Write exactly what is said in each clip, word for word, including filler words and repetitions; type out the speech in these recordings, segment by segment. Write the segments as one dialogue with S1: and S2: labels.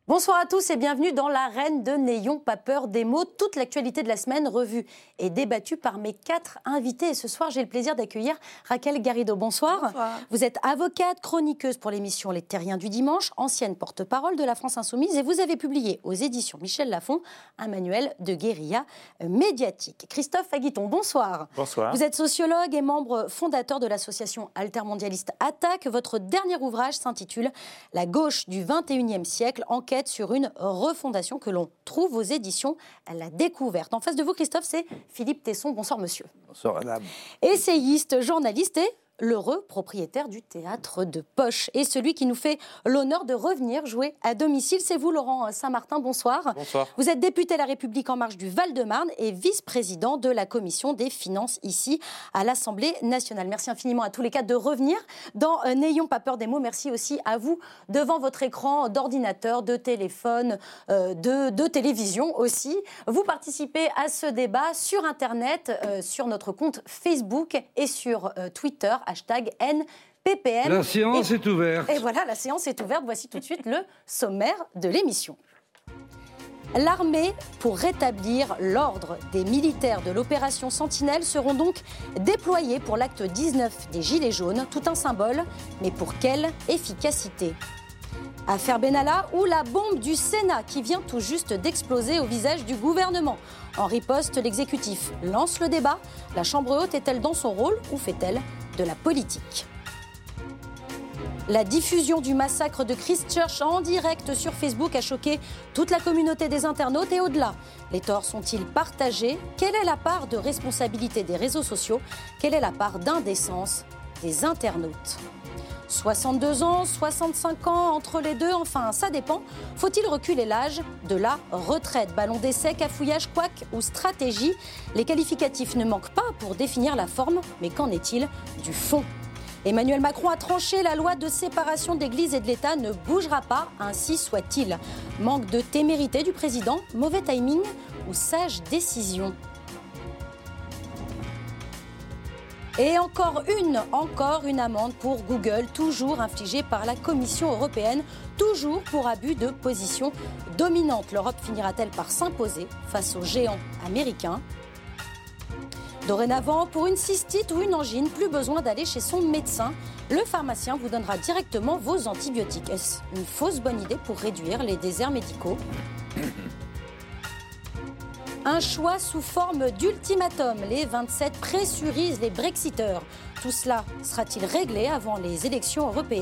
S1: Bonsoir à tous et bienvenue dans l'arène de N'ayons pas peur des mots. Toute l'actualité de la semaine revue et débattue par mes quatre invités. Et ce soir, j'ai le plaisir d'accueillir Raquel Garrido. Bonsoir.
S2: Bonsoir.
S1: Vous êtes avocate, chroniqueuse pour l'émission Les Terriens du Dimanche, ancienne porte-parole de la France Insoumise et vous avez publié aux éditions Michel Lafon un manuel de guérilla médiatique. Christophe Aguiton, bonsoir.
S3: Bonsoir.
S1: Vous êtes sociologue et membre fondateur de l'association altermondialiste Attaque. Votre dernier ouvrage s'intitule « La gauche du vingt et unième siècle, enquête sur une refondation » que l'on trouve aux éditions La Découverte. En face de vous, Christophe, c'est Philippe Tesson. Bonsoir, monsieur.
S3: Bonsoir, madame.
S1: Essayiste, journaliste et l'heureux propriétaire du théâtre de poche. Et celui qui nous fait l'honneur de revenir jouer à domicile, c'est vous, Laurent Saint-Martin. Bonsoir.
S3: Bonsoir.
S1: Vous êtes député La République En Marche du Val-de-Marne et vice-président de la commission des finances ici à l'Assemblée nationale. Merci infiniment à tous les quatre de revenir dans euh, N'ayons pas peur des mots. Merci aussi à vous devant votre écran d'ordinateur, de téléphone, euh, de, de télévision aussi. Vous participez à ce débat sur Internet, euh, sur notre compte Facebook et sur euh, Twitter. Hashtag N P P M.
S4: La séance
S1: et,
S4: est ouverte.
S1: Et voilà, la séance est ouverte. Voici tout de suite le sommaire de l'émission. L'armée pour rétablir l'ordre. Des militaires de l'opération Sentinelle seront donc déployés pour l'acte dix-neuf des Gilets jaunes. Tout un symbole, mais pour quelle efficacité ? Affaire Benalla ou la bombe du Sénat qui vient tout juste d'exploser au visage du gouvernement. En riposte, l'exécutif lance le débat. La Chambre haute est-elle dans son rôle ou fait-elle de la politique ? La diffusion du massacre de Christchurch en direct sur Facebook a choqué toute la communauté des internautes et au-delà. Les torts sont-ils partagés ? Quelle est la part de responsabilité des réseaux sociaux ? Quelle est la part d'indécence des internautes ? soixante-deux ans, soixante-cinq ans, entre les deux, enfin, ça dépend. Faut-il reculer l'âge de la retraite ? Ballon d'essai, cafouillage, couac ou stratégie ? Les qualificatifs ne manquent pas pour définir la forme, mais qu'en est-il du fond ? Emmanuel Macron a tranché, la loi de séparation de l'Église et de l'État ne bougera pas, ainsi soit-il. Manque de témérité du président, mauvais timing ou sage décision ? Et encore une, encore une amende pour Google, toujours infligée par la Commission européenne, toujours pour abus de position dominante. L'Europe finira-t-elle par s'imposer face aux géants américains ? Dorénavant, pour une cystite ou une angine, plus besoin d'aller chez son médecin. Le pharmacien vous donnera directement vos antibiotiques. Est-ce une fausse bonne idée pour réduire les déserts médicaux ? Un choix sous forme d'ultimatum. Les vingt-sept pressurisent les Brexiteurs. Tout cela sera-t-il réglé avant les élections européennes ?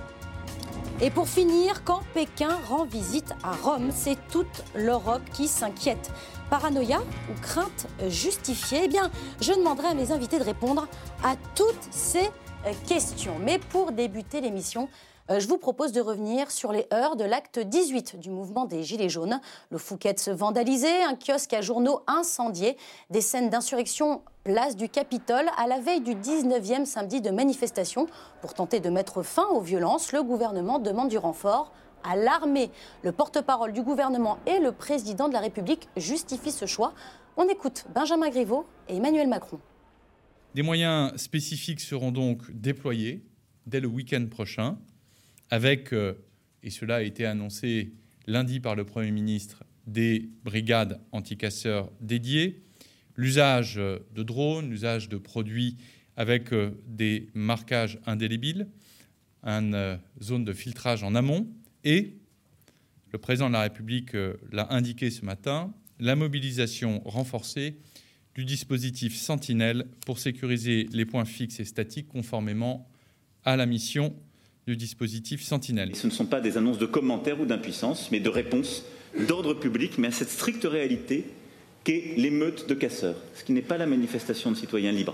S1: Et pour finir, quand Pékin rend visite à Rome, c'est toute l'Europe qui s'inquiète. Paranoïa ou crainte justifiée ? Eh bien, je demanderai à mes invités de répondre à toutes ces questions. Mais pour débuter l'émission, je vous propose de revenir sur les heures de l'acte dix-huit du mouvement des Gilets jaunes. Le Fouquet's vandalisé, un kiosque à journaux incendié, des scènes d'insurrection place du Capitole à la veille du dix-neuvième samedi de manifestation. Pour tenter de mettre fin aux violences, le gouvernement demande du renfort à l'armée. Le porte-parole du gouvernement et le président de la République justifient ce choix. On écoute Benjamin Griveaux et Emmanuel Macron.
S5: Des moyens spécifiques seront donc déployés dès le week-end prochain, avec, euh, et cela a été annoncé lundi par le Premier ministre, des brigades anticasseurs dédiées, l'usage de drones, l'usage de produits avec euh, des marquages indélébiles, une euh, zone de filtrage en amont, et le président de la République euh, l'a indiqué ce matin, la mobilisation renforcée du dispositif Sentinelle pour sécuriser les points fixes et statiques conformément à la mission du dispositif Sentinelle.
S6: Ce ne sont pas des annonces de commentaires ou d'impuissance, mais de réponses d'ordre public, mais à cette stricte réalité qu'est l'émeute de casseurs, ce qui n'est pas la manifestation de citoyens libres.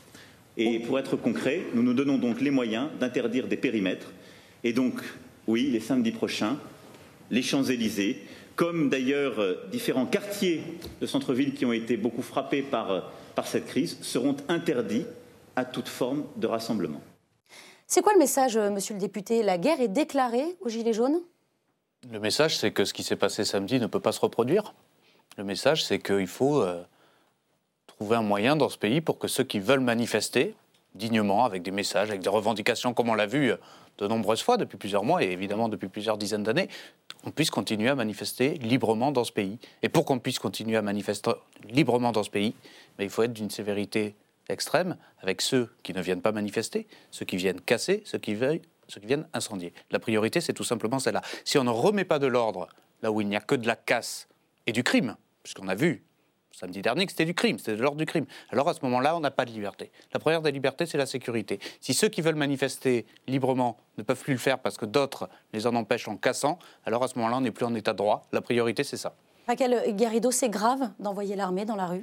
S6: Et pour être concret, nous nous donnons donc les moyens d'interdire des périmètres. Et donc, oui, les samedis prochains, les Champs-Élysées, comme d'ailleurs différents quartiers de centre-ville qui ont été beaucoup frappés par, par cette crise, seront interdits à toute forme de rassemblement.
S1: C'est quoi le message, monsieur le député ? La guerre est déclarée aux Gilets jaunes ?
S7: Le message, c'est que ce qui s'est passé samedi ne peut pas se reproduire. Le message, c'est qu'il faut euh, trouver un moyen dans ce pays pour que ceux qui veulent manifester dignement, avec des messages, avec des revendications, comme on l'a vu de nombreuses fois depuis plusieurs mois et évidemment depuis plusieurs dizaines d'années, on puisse continuer à manifester librement dans ce pays. Et pour qu'on puisse continuer à manifester librement dans ce pays, ben, il faut être d'une sévérité extrême avec ceux qui ne viennent pas manifester, ceux qui viennent casser, ceux qui, veillent, ceux qui viennent incendier. La priorité, c'est tout simplement celle-là. Si on ne remet pas de l'ordre là où il n'y a que de la casse et du crime, puisqu'on a vu samedi dernier que c'était du crime, c'était de l'ordre du crime, alors à ce moment-là, on n'a pas de liberté. La première des libertés, c'est la sécurité. Si ceux qui veulent manifester librement ne peuvent plus le faire parce que d'autres les en empêchent en cassant, alors à ce moment-là, on n'est plus en état de droit. La priorité, c'est ça.
S1: Raquel Garrido, c'est grave d'envoyer l'armée dans la rue ?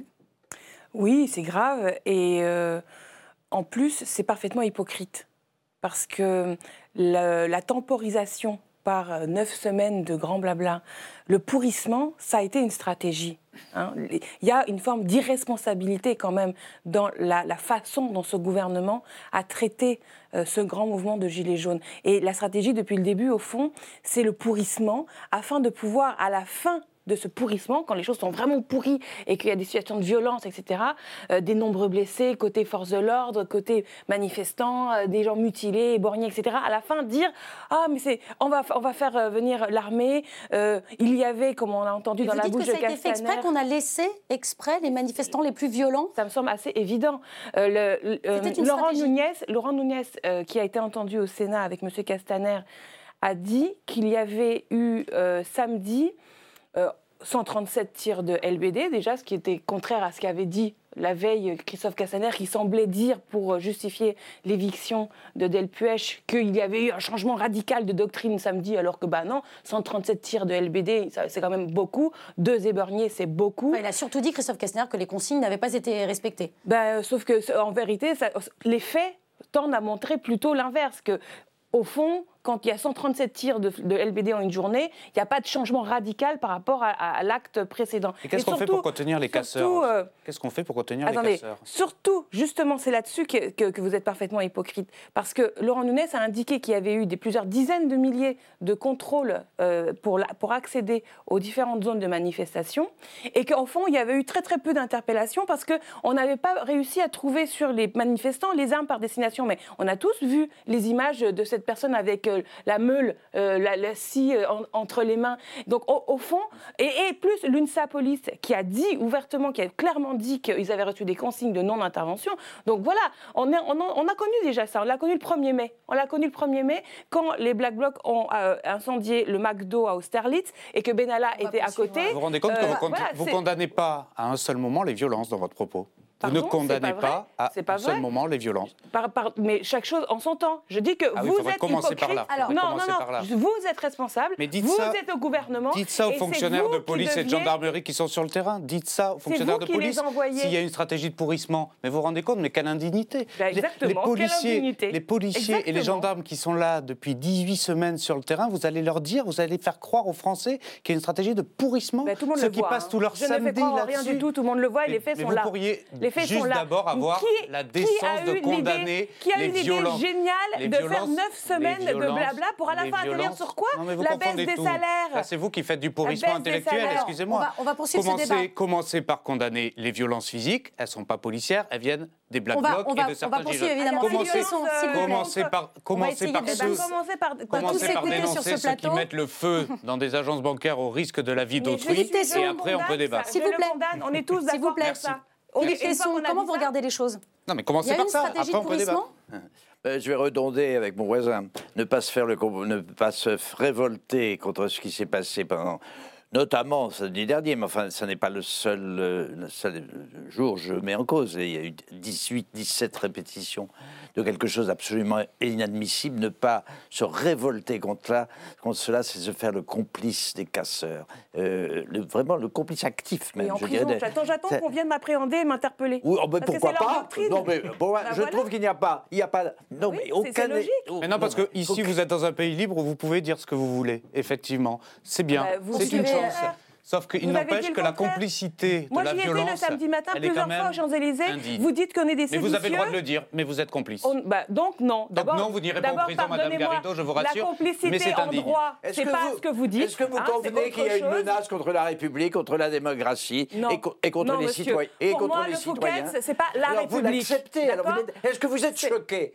S2: Oui, c'est grave. Et euh, en plus, c'est parfaitement hypocrite. Parce que le, la temporisation par neuf semaines de grand blabla, le pourrissement, ça a été une stratégie. Hein. Il y a une forme d'irresponsabilité quand même dans la, la façon dont ce gouvernement a traité euh, ce grand mouvement de Gilets jaunes. Et la stratégie, depuis le début, au fond, c'est le pourrissement, afin de pouvoir, à la fin de ce pourrissement, quand les choses sont vraiment pourries et qu'il y a des situations de violence, et cetera, euh, des nombreux blessés, côté force de l'ordre, côté manifestants, euh, des gens mutilés, éborgnés, et cetera, à la fin, dire « Ah, mais c'est, on, va, on va faire venir l'armée. Euh, » Il y avait, comme on a entendu
S1: et
S2: dans la bouche de Castaner...
S1: Vous dites que ça a été fait exprès, qu'on a laissé exprès les manifestants les plus violents ?
S2: Ça me semble assez évident. Euh, le, euh, Laurent Nunez, Laurent Nunez euh, qui a été entendu au Sénat avec M. Castaner, a dit qu'il y avait eu euh, samedi... Euh, cent trente-sept tirs de L B D, déjà, ce qui était contraire à ce qu'avait dit la veille Christophe Castaner, qui semblait dire, pour justifier l'éviction de Delpuech, qu'il y avait eu un changement radical de doctrine samedi, alors que, bah non, cent trente-sept tirs de L B D, ça, c'est quand même beaucoup. Deux éborgnés, c'est beaucoup.
S1: Enfin, il a surtout dit, Christophe Castaner, que les consignes n'avaient pas été respectées.
S2: Bah, sauf que, en vérité, ça, les faits tendent à montrer plutôt l'inverse, que, au fond, quand il y a cent trente-sept tirs de, de L B D en une journée, il n'y a pas de changement radical par rapport à, à, à l'acte précédent.
S7: Et qu'est-ce qu'on fait pour contenir les casseurs euh, Qu'est-ce qu'on fait pour contenir
S2: attendez,
S7: les casseurs
S2: Surtout, justement, c'est là-dessus que, que, que vous êtes parfaitement hypocrite. Parce que Laurent Nunez a indiqué qu'il y avait eu des, plusieurs dizaines de milliers de contrôles euh, pour, la, pour accéder aux différentes zones de manifestation et qu'en fond, il y avait eu très très peu d'interpellations parce qu'on n'avait pas réussi à trouver sur les manifestants les armes par destination. Mais on a tous vu les images de cette personne avec euh, la meule, euh, la, la scie euh, en, entre les mains. Donc au, au fond, et, et plus l'UNSA Police qui a dit ouvertement, qui a clairement dit qu'ils avaient reçu des consignes de non-intervention. Donc voilà, on, est, on, a, on a connu déjà ça, on l'a connu le premier mai. On l'a connu le premier mai quand les Black Blocs ont euh, incendié le McDo à Austerlitz et que Benalla était à côté.
S7: Vous vous rendez compte que euh, vous ne voilà, condamnez pas à un seul moment les violences dans votre propos. Pardon, vous ne condamnez pas, pas à pas un seul moment les violences.
S2: Par, par, mais chaque chose en son temps. Je dis que
S7: ah oui,
S2: vous êtes
S7: hypocrite.
S2: Par là. Alors, non, non, non. Vous êtes responsable. Mais dites vous ça, êtes au gouvernement.
S7: Dites ça aux fonctionnaires de police et de gendarmerie qui sont sur le terrain. Dites ça aux fonctionnaires de police. S'il y a une stratégie de pourrissement, mais vous vous rendez compte, mais quelle indignité.
S2: Bah, exactement.
S7: Les, les policiers,
S2: quelle indignité.
S7: Les policiers exactement. Et les gendarmes qui sont là depuis dix-huit semaines sur le terrain, vous allez leur dire, vous allez faire croire aux Français qu'il y a une stratégie de pourrissement.
S2: Bah, tout le monde
S7: Ceux
S2: le
S7: qui
S2: voit,
S7: passent
S2: hein.
S7: tout leur
S2: Je
S7: samedi
S2: là-dessus. Je ne fais croire rien du tout. Tout le monde le voit et les faits sont là.
S7: Vous pourriez
S2: juste
S7: d'abord avoir
S2: qui,
S7: la décence de condamner
S2: qui a
S7: les
S2: une idée
S7: violences.
S2: géniale de faire neuf semaines de blabla pour à la fin atterrir sur quoi? La baisse des
S7: tout.
S2: salaires.
S7: Là, c'est vous qui faites du pourrissement intellectuel, excusez-moi.
S1: On va, on va poursuivre
S7: commencez,
S1: ce débat.
S7: Commencez par condamner les violences physiques, elles ne sont pas policières, elles viennent des Black Blocs et de certains
S1: gilets jaunes.
S7: Évidemment. Commencez, commencez par, commencez par ceux, commencez par dénoncer ceux qui mettent le feu dans des agences bancaires au risque de la vie d'autrui et après on peut débattre.
S2: S'il vous plaît, on est tous d'accord avec ça.
S1: Comment vous regardez les choses?
S7: Non, mais commencez par ça, après on peut débattre.
S3: Euh, je vais redonder avec mon voisin. Ne pas se faire le, ne pas se révolter contre ce qui s'est passé pendant, notamment samedi dernier, mais enfin, ce n'est pas le seul, euh, le seul jour, je mets en cause. Et il y a eu dix-huit, dix-sept répétitions de quelque chose d'absolument inadmissible. Ne pas se révolter contre, là, contre cela, c'est se faire le complice des casseurs. Euh, le, vraiment le complice actif, même.
S2: Et en
S3: je
S2: prison,
S3: dirais.
S2: J'attends, j'attends qu'on vienne m'appréhender et m'interpeller.
S3: Oui, oh ben pourquoi pas
S2: doctrine.
S3: Non, mais bon,
S2: bah
S3: je
S2: voilà.
S3: trouve qu'il n'y a pas, il n'y a pas, non,
S2: oui,
S3: mais aucun.
S2: C'est logique.
S7: Mais non, parce que ici, vous êtes dans un pays libre où vous pouvez dire ce que vous voulez. Effectivement, c'est bien,
S2: bah,
S7: c'est une chance.
S2: Euh,
S7: Sauf qu'il n'empêche que la complicité de
S2: Moi,
S7: la
S2: j'y
S7: violence,
S2: étais le samedi matin
S7: elle est
S2: plusieurs
S7: quand
S2: fois aux Champs-Élysées.
S7: indigne.
S2: Vous dites qu'on est des séditieux.
S7: Mais vous avez le droit de le dire, mais vous êtes complice.
S2: On, bah, donc non.
S7: Donc non, vous n'irez pas en prison, Madame Garrido, je vous rassure.
S2: La complicité
S7: mais c'est
S2: en
S7: indigne.
S2: droit, c'est pas
S3: vous,
S2: ce que vous dites.
S3: Est-ce que vous
S2: hein,
S3: convenez qu'il y a une
S2: chose.
S3: menace contre la République, contre la démocratie
S2: non.
S3: et, co et contre
S2: non,
S3: les
S2: monsieur.
S3: citoyens et
S2: Pour
S3: contre
S2: moi,
S3: les
S2: le
S3: citoyens
S2: Fouquet, c'est pas la
S3: alors
S2: République.
S3: Vous l'acceptez. Alors vous êtes, est-ce que vous êtes choqué?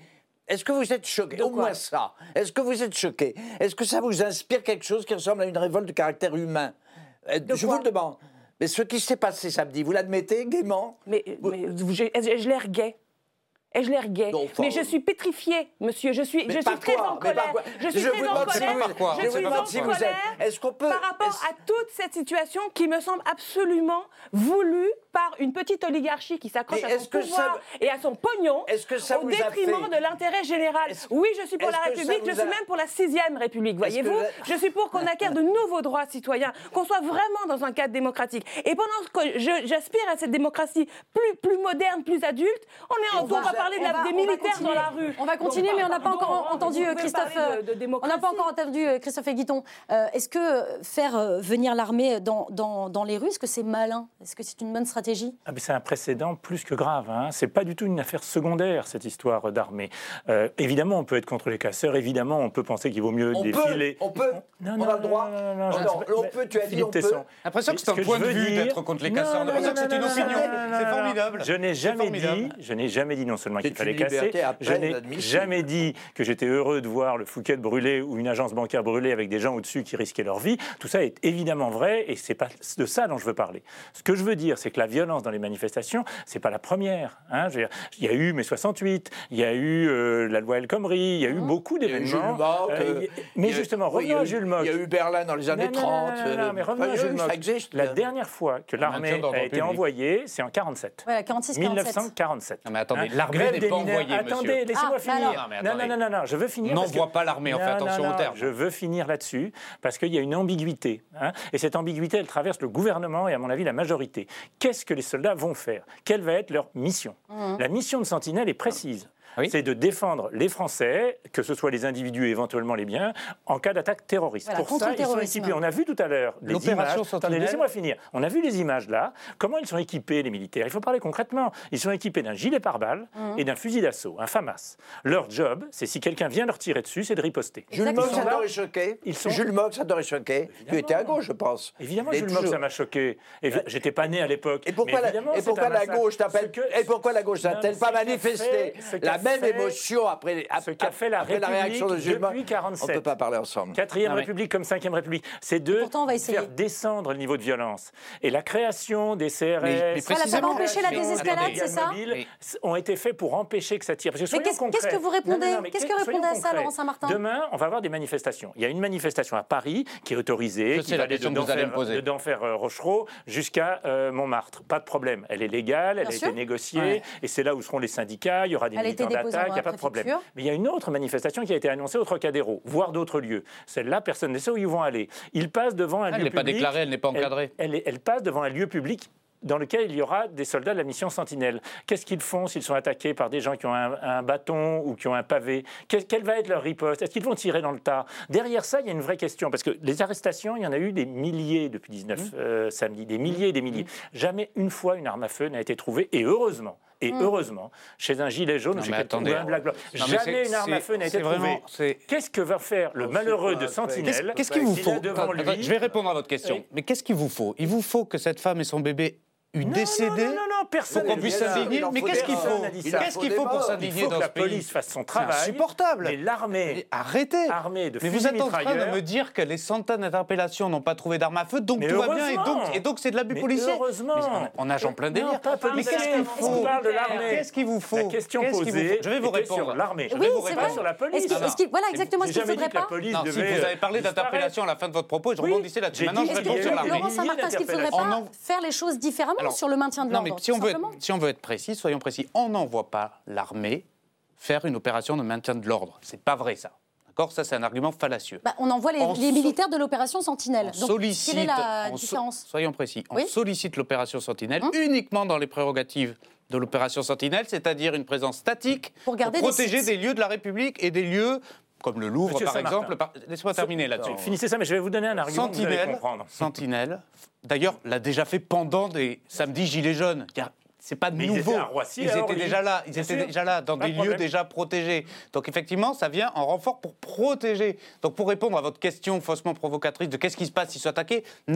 S3: Est-ce que vous êtes choqué? Au
S2: quoi?
S3: moins ça. Est-ce que vous êtes choqué? Est-ce que ça vous inspire quelque chose qui ressemble à une révolte de caractère humain? Euh,
S2: De
S3: Je
S2: quoi?
S3: vous le demande. Mais ce qui s'est passé samedi, vous l'admettez gaiement?
S2: Mais, mais je, je, je l'air gay. Et je l'air gay.
S3: Non, enfin,
S2: mais je suis pétrifiée, monsieur. Je suis,
S3: Mais
S2: je
S3: par
S2: suis très
S3: quoi?
S2: en
S3: Mais par
S2: colère.
S3: quoi?
S2: Je suis
S3: Je
S2: très
S3: vous
S2: en
S3: demande si
S2: colère.
S3: vous-
S7: quoi?
S2: Je
S3: Je vous
S2: suis
S3: demande
S2: en
S3: si vous êtes-
S2: colère
S3: Est-ce qu'on peut-
S2: par rapport
S3: est-ce-
S2: à toute cette situation qui me semble absolument voulue par une petite oligarchie qui s'accroche
S3: Mais
S2: à
S3: est-ce
S2: son
S3: que
S2: pouvoir
S3: ça-
S2: et à son pognon
S3: Est-ce que ça
S2: au
S3: vous a
S2: détriment
S3: fait-
S2: de l'intérêt général.
S3: Est-ce-
S2: Oui, je suis pour la
S3: est-ce que ça
S2: République, je
S3: vous a-
S2: suis même pour la sixième République,
S3: Est-ce que
S2: voyez-vous.
S3: la-
S2: Je suis pour qu'on acquiert de nouveaux droits citoyens, qu'on soit vraiment dans un cadre démocratique. Et pendant que je- j'aspire à cette démocratie plus, plus moderne, plus adulte, on est en
S1: On
S2: train
S1: va-
S2: de parler de
S1: on
S2: la-
S1: va-
S2: des
S1: on va
S2: militaires
S1: continuer.
S2: dans la rue.
S1: On va continuer, mais on n'a pas
S2: Pardon,
S1: encore
S2: hein,
S1: entendu
S2: vous
S1: euh,
S2: pouvez
S1: Christophe.
S2: parler de- de
S1: euh, on
S2: démocratie.
S1: n'a pas encore entendu euh, Christophe Aiguiton. Euh, Est-ce que euh, faire euh, venir l'armée dans, dans, dans les rues, est-ce que c'est malin? Est-ce que c'est une bonne stratégie?
S4: Ah ben c'est un précédent plus que grave. Hein. C'est pas du tout une affaire secondaire, cette histoire d'armée. Euh, évidemment, on peut être contre les casseurs. Évidemment, on peut penser qu'il vaut mieux
S3: On
S4: défiler.
S3: peut, on peut,
S4: Non,
S3: on
S4: non,
S3: a le droit.
S4: non, non, non,
S3: Oh
S4: je-
S3: non,
S4: mais-
S3: on peut, tu as dit
S4: Philippe
S3: on peut.
S4: Tesson.
S7: J'ai l'impression que c'est un
S4: Ce
S7: point
S4: je
S7: de
S4: veux
S7: vue
S4: dire-
S7: d'être contre les
S4: Non,
S7: casseurs. On a
S4: non,
S7: l'impression que
S4: non,
S7: c'est une
S4: non,
S7: opinion.
S4: non, non, non,
S7: C'est
S4: non,
S7: formidable.
S4: Je n'ai
S7: C'est
S4: jamais
S7: formidable.
S4: dit, je n'ai jamais dit non seulement qu'il
S3: C'est
S4: fallait
S3: une liberté
S4: casser,
S3: à
S4: je
S3: peine
S4: n'ai
S3: admissible.
S4: jamais dit que j'étais heureux de voir le Fouquet brûler ou une agence bancaire brûlée avec des gens au-dessus qui risquaient leur vie. Tout ça est évidemment vrai et c'est pas de ça dont je veux parler. Ce que je veux dire, c'est que la violence dans les manifestations, c'est pas la première. Hein. Je veux dire, il y a eu mai soixante-huit, il y a eu euh, la loi El Khomri, il y a eu beaucoup
S3: Il y a eu Jules
S4: d'événements.
S3: Mock,
S4: Euh,
S3: euh,
S4: il y a- mais
S3: il y a-
S4: justement,
S3: oui, il y
S4: revenons
S3: a
S4: à
S3: eu-
S4: Jules Mock.
S3: Il y a eu Berlin dans les années
S4: Non, non,
S3: trente.
S4: non, non, non, mais revenons
S3: euh,
S4: à Jules Mock.
S3: ça existe.
S4: La dernière fois que l'armée
S7: maintien d'ordre
S4: a été
S7: public.
S4: envoyée, c'est en quarante-sept.
S1: Voilà, quarante-six
S4: mille
S1: quarante-sept.
S4: neuf cent quarante-sept.
S7: Non, mais attendez,
S4: Hein,
S7: l'armée
S4: grève
S7: n'est
S4: des
S7: pas
S4: mineurs.
S7: envoyée, monsieur.
S4: Attendez, laissez-moi
S1: Ah,
S4: finir.
S1: alors.
S7: Non, mais
S4: non,
S7: attendez.
S4: non, non, non, je veux finir.
S7: On
S4: parce
S7: n'envoie
S4: que-
S7: pas l'armée, on fait
S4: Non,
S7: attention
S4: non,
S7: aux
S4: non,
S7: termes.
S4: Je veux finir là-dessus, parce qu'il y a une ambiguïté. Hein, et cette ambiguïté, elle traverse le gouvernement et, à mon avis, la majorité. Qu'est-ce que les soldats vont faire? Quelle va être leur mission? La mission de Sentinelle est précise.
S7: Oui.
S4: C'est de défendre les Français, que ce soit les individus et éventuellement les biens, en cas d'attaque terroriste.
S1: Voilà,
S4: Pour
S1: contre
S4: ça,
S1: le
S4: ils sont
S1: terrorisme.
S4: équipés. On a vu tout à l'heure les
S7: L'opération
S4: images.
S7: Sentinelle.
S4: Attendez, laissez-moi finir. On a vu les images là. Comment ils sont équipés, les militaires? Il faut parler concrètement. Ils sont équipés d'un gilet pare-balles et d'un fusil d'assaut, un FAMAS. Leur job, c'est si quelqu'un vient leur tirer dessus, c'est de riposter.
S3: Jules
S1: Exactement.
S3: Mock, ça
S4: Ils sont
S3: t'aurait
S4: là.
S3: choqué.
S4: Ils sont-
S3: Jules Mock, ça t'aurait choqué. Tu étais à gauche, je pense.
S4: Évidemment,
S3: Mais
S4: Jules Mock,
S3: toujours.
S4: ça m'a choqué. Et j'étais pas né à l'époque.
S3: Et pourquoi,
S4: Mais
S3: la,
S4: évidemment,
S3: et
S4: c'est
S3: pourquoi
S4: un
S3: la
S4: massacre.
S3: gauche t'appelle
S4: Ce que-
S3: Et pourquoi la gauche
S4: Non,
S3: n'a-t-elle
S4: mais
S3: pas
S4: ce qu'a
S3: manifesté
S4: fait- ce qu'a
S3: la même
S4: fait-
S3: émotion après,
S4: ce qu'a fait la
S3: après la réaction de
S4: République
S3: Jules Mock?
S4: depuis quarante-sept.
S3: On ne peut pas parler ensemble.
S4: Quatrième
S7: Non, mais-
S4: République comme cinquième République, c'est de
S1: pourtant, on va essayer.
S4: faire descendre le niveau de violence. Et la création des C R S,
S7: Mais- mais
S1: Voilà, ça va
S7: précisément-
S1: empêcher la
S7: Mais-
S1: désescalade,
S7: attendez,
S1: c'est ça?
S4: mobiles ont été faits pour empêcher que ça tire. Parce que
S1: Mais
S4: soyons
S1: qu'est-ce-
S4: concrets.
S1: qu'est-ce que vous répondez
S4: Non, non, non, mais
S1: Qu'est-ce que
S4: soyons
S1: répondez à ça,
S4: concrets.
S1: Laurent Saint-Martin?
S4: Demain, on va avoir des manifestations. Il y a une manifestation à Paris qui est autorisée,
S7: Je
S4: qui
S7: sais la
S4: va aller
S7: question
S4: de
S7: que vous allez me
S4: d'Enfer
S7: poser.
S4: de d'Enfer, euh, Rochereau jusqu'à euh, Montmartre. Pas de problème. Elle est légale, elle
S1: Bien
S4: a
S1: sûr.
S4: été négociée,
S7: Ouais.
S4: et c'est là où seront les syndicats, il y aura des
S1: Elle a été
S4: militants
S1: déposée
S4: d'attaque,
S1: dans
S4: il n'y a
S1: la
S4: pas de problème.
S1: préfecture.
S4: Mais il y a une autre manifestation qui a été annoncée au Trocadéro, voire d'autres lieux. Celle-là, personne ne sait où ils vont aller. Ils passent devant un
S7: Elle
S4: lieu
S7: n'est pas
S4: public.
S7: déclarée, elle n'est pas
S4: Elle-
S7: encadrée.
S4: Elle, est- elle passe devant un lieu public dans lequel il y aura des soldats de la mission Sentinelle. Qu'est-ce qu'ils font s'ils sont attaqués par des gens qui ont un, un bâton ou qui ont un pavé? Quelle, quelle va être leur riposte? Est-ce qu'ils vont tirer dans le tas? Derrière ça, il y a une vraie question, parce que les arrestations, il y en a eu des milliers depuis dix-neuf euh, samedi, des milliers et des milliers. Jamais une fois une arme à feu n'a été trouvée, et heureusement. Et heureusement, chez un gilet jaune,
S7: Non,
S4: chez
S7: mais
S4: quelqu'un-
S7: attendez.
S4: ou un black bloc,
S7: Non, mais
S4: jamais
S7: c'est-
S4: une arme à
S7: c'est-
S4: feu n'a été
S7: c'est
S4: trouvée.
S7: vraiment- c'est-
S4: Qu'est-ce que va faire le malheureux
S3: pas
S4: de
S3: fait.
S4: Sentinelle?
S7: Qu'est-ce qu'il vous
S4: s'il
S7: faut
S4: a devant lui
S7: Attends, Je vais répondre à votre question.
S4: Oui.
S7: Mais qu'est-ce qu'il vous faut? Il vous faut que cette femme et son bébé eu
S4: Non,
S7: décédé
S4: non, non, non, personne
S7: pour qu'on
S4: n'a
S7: puisse
S4: dit ça.
S7: s'indigner.
S3: Il en
S7: Mais
S3: faut
S7: qu'est-ce
S3: des
S7: qu'il
S3: morts.
S7: faut
S4: Personne n'a dit ça.
S7: Qu'est-ce qu'il faut pour
S4: Il
S7: s'indigner
S4: faut que
S7: dans
S4: la
S7: ce pays?
S4: police fasse son
S7: C'est
S4: travail.
S7: insupportable.
S4: Mais l'armée,
S7: Mais arrêtez.
S4: armée de
S7: Mais vous
S4: fusils
S7: êtes en train de
S4: mitrailleurs.
S7: me dire que les centaines d'interpellations n'ont pas trouvé d'armes à feu, donc
S4: Mais
S7: tout va bien, et
S4: heureusement.
S7: donc, et donc c'est de l'abus
S4: Mais
S7: policier.
S4: heureusement.
S7: Mais on, on nage en plein
S4: Non,
S7: délire.
S4: pas
S7: Mais
S4: policier,
S7: qu'est-ce qu'il
S4: on
S7: faut
S4: parle de l'armée.
S7: Qu'est-ce qu'il vous faut
S4: La question
S7: Qu'est-ce qu'il vous
S4: posée
S7: faut Je vais vous
S4: était
S7: répondre.
S4: sur l'armée. Je
S1: Oui,
S4: vais vous
S1: c'est
S4: répondre
S1: vrai.
S4: sur la police.
S1: Est-ce qu'il- est-ce qu'il- voilà, exactement, est-ce
S4: J'ai
S1: qu'il
S4: jamais
S1: faudrait
S4: dit que la
S1: pas
S4: police
S7: Non, si
S4: devait
S7: vous avez parlé
S4: disparaître.
S7: d'interpellation à la fin de votre propos, et je
S4: Oui,
S7: rebondissais là-dessus.
S4: j'ai
S7: Maintenant,
S4: dit
S7: je
S4: qu'il y
S7: réponds
S4: a
S7: sur
S4: eu-
S7: l'armée.
S1: Laurent Saint-Martin, est-ce qu'il ne faudrait
S7: On
S1: pas
S7: en-
S1: faire les choses différemment
S7: Alors,
S1: sur le maintien de
S7: Non,
S1: l'ordre
S7: mais si on,
S1: tout
S7: veut
S1: simplement
S7: être, si on veut être précis, soyons précis, on n'envoie pas l'armée faire une opération de maintien de l'ordre. C'est pas vrai, ça. D'accord? Ça, c'est un argument fallacieux.
S1: Bah, on envoie les,
S7: On
S1: les
S7: so-
S1: militaires de l'opération Sentinelle.
S7: On
S1: Donc,
S7: sollicite,
S1: quelle est la
S7: on so-
S1: différence?
S7: soyons précis, on
S1: Oui.
S7: sollicite l'opération Sentinelle
S1: Hum.
S7: uniquement dans les prérogatives de l'opération Sentinelle, c'est-à-dire une présence statique
S1: Pour garder des
S7: protéger
S1: sites.
S7: des lieux de la République et des lieux comme le Louvre,
S4: Monsieur
S7: par
S4: Saint-Martin.
S7: exemple. Par- Laissez-moi terminer là-dessus.
S4: Finissez ça, mais je vais vous donner un argument que vous allez
S7: Sentinelle,
S4: comprendre.
S7: Sentinelle, d'ailleurs, l'a déjà fait pendant des samedis Gilets jaunes. Il y a- C'est pas
S4: Mais ils
S7: nouveau.
S4: étaient à Roissy,
S7: Ils
S4: à
S7: étaient
S4: Orly.
S7: déjà là. Ils
S4: Bien
S7: étaient
S4: sûr.
S7: déjà là, dans
S4: Pas
S7: des
S4: de
S7: lieux
S4: problème.
S7: déjà protégés. Donc effectivement, ça vient en renfort pour protéger. Donc pour répondre à votre question faussement provocatrice de qu'est-ce qui se passe s'ils sont attaqués, non.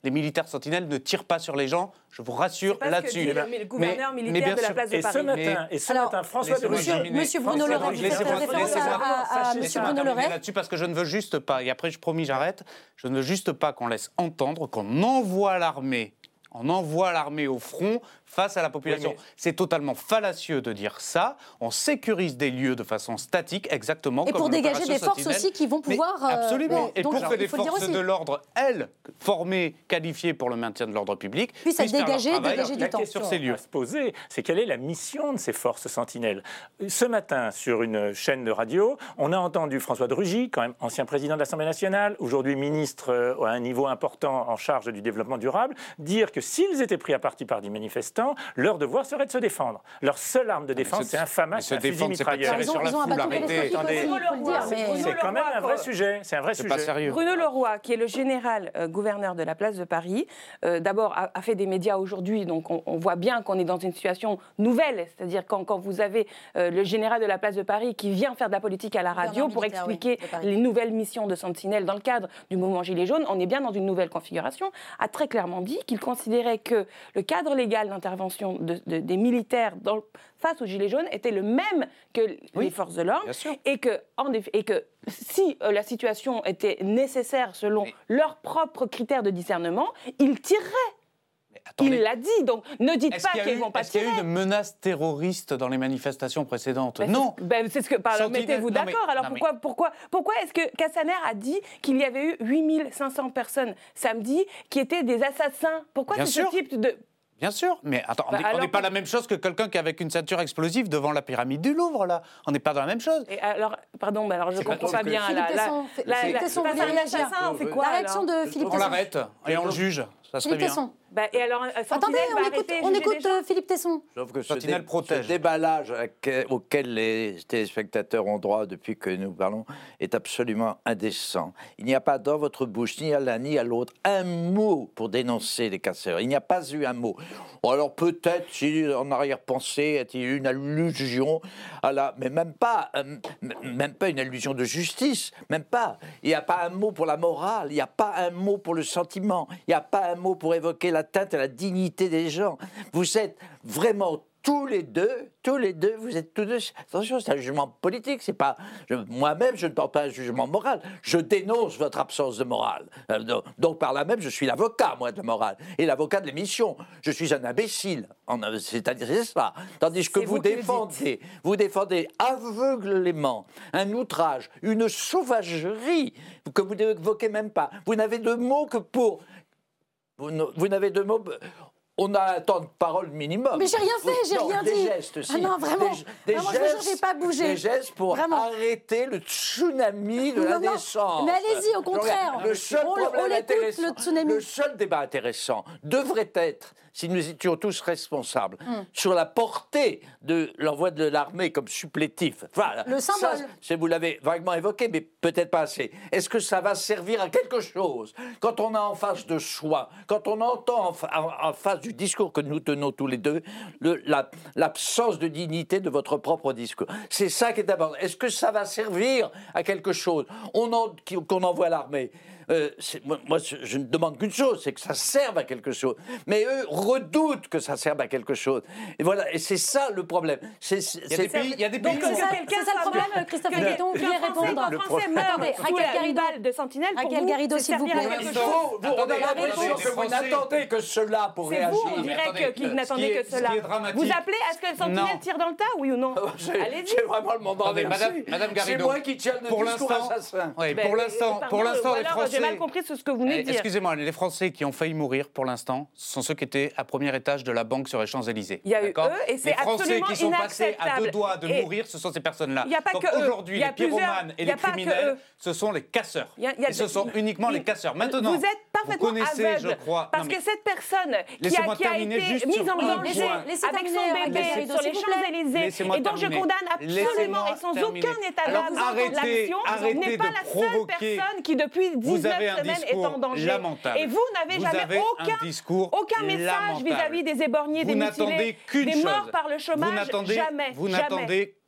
S7: Les militaires sentinelles ne tirent pas sur les gens, je vous rassure
S2: C'est pas ce que
S7: là-dessus.
S2: dit le, le gouverneur
S7: Mais-
S2: militaire
S7: mais bien
S2: de la
S7: sûr.
S2: place de
S4: Et ce
S2: Paris.
S4: matin, et ce
S1: Alors,
S4: matin François de
S7: laissez-moi
S4: Rugy...
S7: terminer.
S1: Monsieur Bruno
S4: François
S1: Leray,
S4: de
S1: vous
S4: Rugy-
S1: faites
S7: Laissez-moi-
S1: référence
S7: laissez-moi-
S1: à, à- à
S4: laissez-moi
S1: Monsieur
S7: Laissez-moi
S1: Bruno
S7: terminer
S1: Leray.
S7: là-dessus parce que je ne veux juste pas, et après je promis j'arrête, je ne veux juste pas qu'on laisse entendre qu'on envoie l'armée, on envoie l'armée au front face à la population.
S4: Oui, mais-
S7: C'est totalement fallacieux de dire ça. On sécurise des lieux de façon statique, exactement
S1: Et
S7: comme
S1: pour dégager
S7: l'opération
S1: des forces
S7: Sentinelle.
S1: aussi qui vont
S7: Mais
S1: pouvoir... euh,
S7: absolument.
S1: oui,
S7: Et
S1: donc,
S7: pour que
S1: il
S7: les
S1: faut le dire
S7: forces
S1: aussi.
S7: de l'ordre, elles, formées, qualifiées pour le maintien de l'ordre public,
S1: Puissent être
S7: faire leur
S1: dégagées,
S7: travail
S1: dégager du
S4: La
S1: temps.
S4: question
S7: sur ces lieux.
S4: à se poser, c'est quelle est la mission de ces forces sentinelles. Ce matin, sur une chaîne de radio, on a entendu François de Rugy, quand même ancien président de l'Assemblée nationale, aujourd'hui ministre euh, à un niveau important en charge du développement durable, dire que s'ils étaient pris à partie par des manifestants, leur devoir serait de se défendre. Leur seule arme de défense,
S7: mais
S4: c'est
S7: se-
S4: un FAMAS,
S7: mais
S4: c'est
S7: se
S4: un fusil
S7: défendre, c'est pas
S4: mitrailleur.
S7: tirer
S1: Ils ont,
S7: sur la
S1: ils ont un
S7: foule,
S1: bâton
S7: arrêtez.
S1: télescopique
S4: Attendez.
S1: aussi, il faut le dire. mais-
S4: C'est quand même un vrai sujet. C'est un vrai
S7: C'est
S4: sujet.
S7: pas sérieux.
S2: Bruno Leroy, qui est le général euh, gouverneur de la place de Paris, euh, d'abord a, a fait des médias aujourd'hui, donc on, on voit bien qu'on est dans une situation nouvelle, c'est-à-dire quand, quand vous avez euh, le général de la place de Paris qui vient faire de la politique à la radio
S1: Gouverneur
S2: pour
S1: militaire, oui,
S2: expliquer
S1: de Paris.
S2: les nouvelles missions de Sentinelle dans le cadre du mouvement Gilets jaunes, on est bien dans une nouvelle configuration, a très clairement dit qu'il considérait que le cadre légal d'intervention de- de- des militaires dans le- face aux Gilets jaunes était le même que
S7: Oui,
S2: les forces de l'ordre
S7: bien sûr.
S2: et que, en effet, et que si euh, la situation était nécessaire selon
S7: Mais-
S2: leurs propres critères de discernement, ils tireraient.
S7: Attendez.
S2: Il l'a dit, donc ne dites
S7: Est-ce
S2: pas
S7: qu'il y a
S2: qu'ils
S7: eu-
S2: vont pas
S7: est-ce qu'il y a
S2: tirer.
S7: eu de menaces terroristes dans les manifestations précédentes?
S2: Ben,
S7: Non.
S2: c'est- ben, c'est ce que. par- alors,
S7: Sentinelle-
S2: mettez-vous
S7: non, mais-
S2: d'accord. Alors
S7: non, mais-
S2: pourquoi, pourquoi, pourquoi est-ce que Castaner a dit qu'il y avait eu huit mille cinq cents personnes samedi qui étaient des assassins? Pourquoi
S7: Bien
S2: c'est
S7: sûr.
S2: ce type de.
S7: Bien sûr, mais attends, on
S2: Bah,
S7: n'est
S2: alors-
S7: pas la même chose que quelqu'un qui est avec une ceinture explosive devant la pyramide du Louvre, là. On n'est pas dans la même chose.
S2: Et alors, pardon, mais alors je
S3: C'est pas
S2: comprends
S3: tout
S2: pas
S3: ce que-
S2: bien.
S1: Philippe
S2: la- la-
S1: Tesson,
S2: la-
S1: Philippe
S2: la-
S1: Tesson,
S2: face
S1: vous
S2: à
S1: voulez
S2: un
S1: réagir?
S2: assassin, on fait quoi
S1: La
S2: alors
S1: réaction de Philippe
S7: On
S1: Tesson.
S7: l'arrête et on le juge. Ça serait
S1: Philippe
S7: bien.
S1: Tesson.
S2: Bah, et alors, euh,
S1: Attendez,
S2: Sentinelle
S1: on
S2: va
S1: écoute,
S2: arrêter
S1: on
S2: juger
S1: écoute
S2: les gens
S1: euh, Philippe Tesson.
S3: Sauf que ce,
S7: Sentinelle
S3: dé-
S7: protège.
S3: ce déballage à que- auquel les téléspectateurs ont droit depuis que nous parlons est absolument indécent. Il n'y a pas dans votre bouche, ni à l'un ni à l'autre, un mot pour dénoncer les casseurs. Il n'y a pas eu un mot. Bon, alors peut-être, si en arrière-pensée, est-il une allusion à la... Mais même pas, euh, m- même pas une allusion de justice, même pas. Il n'y a pas un mot pour la morale, il n'y a pas un mot pour le sentiment, il n'y a pas un mot pour évoquer l'atteinte à la dignité des gens. Vous êtes vraiment tous les deux, tous les deux, vous êtes tous deux. Attention, c'est un jugement politique, c'est pas. je- Moi-même, je ne porte pas un jugement moral. Je dénonce votre absence de morale. Euh, donc, donc, par là même, je suis l'avocat, moi, de la morale, et l'avocat de l'émission. Je suis un imbécile. En- C'est-à-dire, c'est ça. Tandis que
S2: C'est
S3: vous,
S2: vous qui le
S3: défendez, vous défendez aveuglément un outrage, une sauvagerie que vous n'évoquez même pas. Vous n'avez de mots que pour. Vous, n- vous n'avez de mots. On a un temps de parole minimum.
S1: Mais j'ai rien fait, j'ai
S3: Non,
S1: rien
S3: des
S1: dit.
S3: gestes, si.
S1: Ah non, vraiment.
S3: Des, des
S1: Vraiment, je vous jure,
S3: gestes,
S1: j'ai pas bougé.
S3: Des gestes pour
S1: Vraiment.
S3: arrêter le tsunami de la
S1: Non, non,
S3: naissance.
S1: mais allez-y, au contraire.
S3: Le seul,
S1: On- on
S3: problème
S1: l'écoute,
S3: intéressant-
S1: le tsunami.
S3: le seul débat intéressant devrait être, si nous étions tous responsables,
S1: Hmm.
S3: sur la portée de l'envoi de l'armée comme supplétif. Voilà.
S1: Le symbole.
S3: Ça, c'est- vous l'avez vaguement évoqué, mais peut-être pas assez. Est-ce que ça va servir à quelque chose quand on a en face de soi, quand on entend en, fa- en- en face du discours que nous tenons tous les deux, le- la- l'absence de dignité de votre propre discours? C'est ça qui est important. Est-ce que ça va servir à quelque chose on en- qu'on envoie l'armée? Euh, c'est- moi, moi, je je ne demande qu'une chose, c'est que ça serve à quelque chose. Mais eux redoutent que ça serve à quelque chose. Et voilà, et c'est ça le problème. C'est, c'est-
S7: Il y a des
S3: c'est-
S7: pays, il y a des
S1: Donc,
S7: pays
S1: c'est
S7: où-
S1: ça,
S2: quelqu'un
S1: c'est ça le
S2: soit
S1: problème,
S2: bien-
S1: Christophe
S2: que-
S1: Guéton, vous
S2: qu'un
S1: vouliez
S2: Français,
S1: répondre.
S2: qu'un Français meurt
S1: Attendez,
S2: sous
S1: Raquel
S2: la- une
S1: Garrido.
S2: balle de Sentinelle, pour
S1: Raquel
S2: vous,
S1: Garrido,
S2: c'est
S1: s'il vous
S2: servir à
S1: plaît.
S2: quelque
S3: Vous,
S2: chose.
S3: vous, on a
S7: Attendez,
S3: l'impression
S7: attendez,
S3: que vous
S7: les Français-
S3: n'attendez que cela pour
S2: C'est
S3: réagir.
S2: vous, on dirait
S7: attendez,
S2: que- qu'ils
S7: ce
S2: n'attendaient
S7: qui est-
S2: que
S7: ce qui
S2: cela.
S7: est dramatique-
S2: Vous appelez à ce que le Sentinelle
S7: Non.
S2: tire dans le tas, oui ou non?
S3: J'ai
S2: Allez-y.
S3: j'ai vraiment le mandat
S7: Attendez,
S3: d'inverser.
S7: Madame- Madame Garrido.
S3: C'est moi qui tiens le
S7: Pour
S3: discours
S7: l'instant-
S3: assassin.
S7: Oui,
S2: Ben,
S7: pour l'instant,
S2: pardon,
S7: pour l'instant,
S2: ou
S7: les
S2: alors,
S7: Français.
S2: j'ai mal compris ce que vous venez de
S7: Eh,
S2: dire.
S7: Excusez-moi, les Français qui ont failli mourir pour l'instant, ce sont ceux qui étaient à premier étage de la banque sur les Champs-Élysées.
S2: Il y a eu
S7: D'accord
S2: eux, et c'est
S7: Les Français
S2: absolument
S7: qui sont passés à deux
S2: inacceptable.
S7: doigts de
S2: Et
S7: mourir, ce sont ces personnes-là.
S2: il y a pas
S7: Donc
S2: que eux.
S7: aujourd'hui,
S2: Il y a
S7: les
S2: plusieurs-
S7: pyromanes et
S2: il y a
S7: les
S2: pas que
S7: criminels,
S2: eux.
S7: ce sont les casseurs.
S2: Il y a- il y a
S7: et ce
S2: de-
S7: sont uniquement
S2: il-
S7: les casseurs. Maintenant,
S2: vous êtes parfaitement
S7: vous connaissez,
S2: aveugle,
S7: je crois.
S2: parce
S7: Non, mais-
S2: que cette personne qui
S7: Laissez-moi
S2: a, qui a
S7: terminer
S2: été
S7: juste
S2: mise
S7: sur
S2: en
S7: un
S2: danger
S7: point.
S1: Laissez
S2: avec
S1: terminer,
S2: son
S1: Raquel
S2: bébé
S1: Garrido,
S2: sur
S1: s'il
S2: les
S1: vous plaît.
S2: Champs-Élysées,
S7: Laissez-moi
S2: et donc je
S7: terminer.
S2: condamne absolument
S7: Laissez-moi
S2: et sans
S7: terminer.
S2: aucun état
S7: Alors,
S2: d'âme
S7: arrêtez-
S2: l'action,
S7: arrêtez
S2: n'est pas
S7: de
S2: la seule
S7: provoquer.
S2: personne qui depuis
S7: Vous
S2: dix-neuf
S7: avez un
S2: semaines est
S7: discours
S2: en danger.
S7: lamentable.
S2: Et vous n'avez
S7: Vous
S2: jamais
S7: avez un
S2: aucun,
S7: discours
S2: aucun message
S7: lamentable.
S2: vis-à-vis des éborgnés,
S7: Vous
S2: des
S7: n'attendez
S2: mutilés,
S7: qu'une
S2: des
S7: chose.
S2: morts par le
S7: Vous
S2: chômage,
S7: n'attendez-
S2: jamais,
S7: Vous
S2: jamais.
S7: n'attendez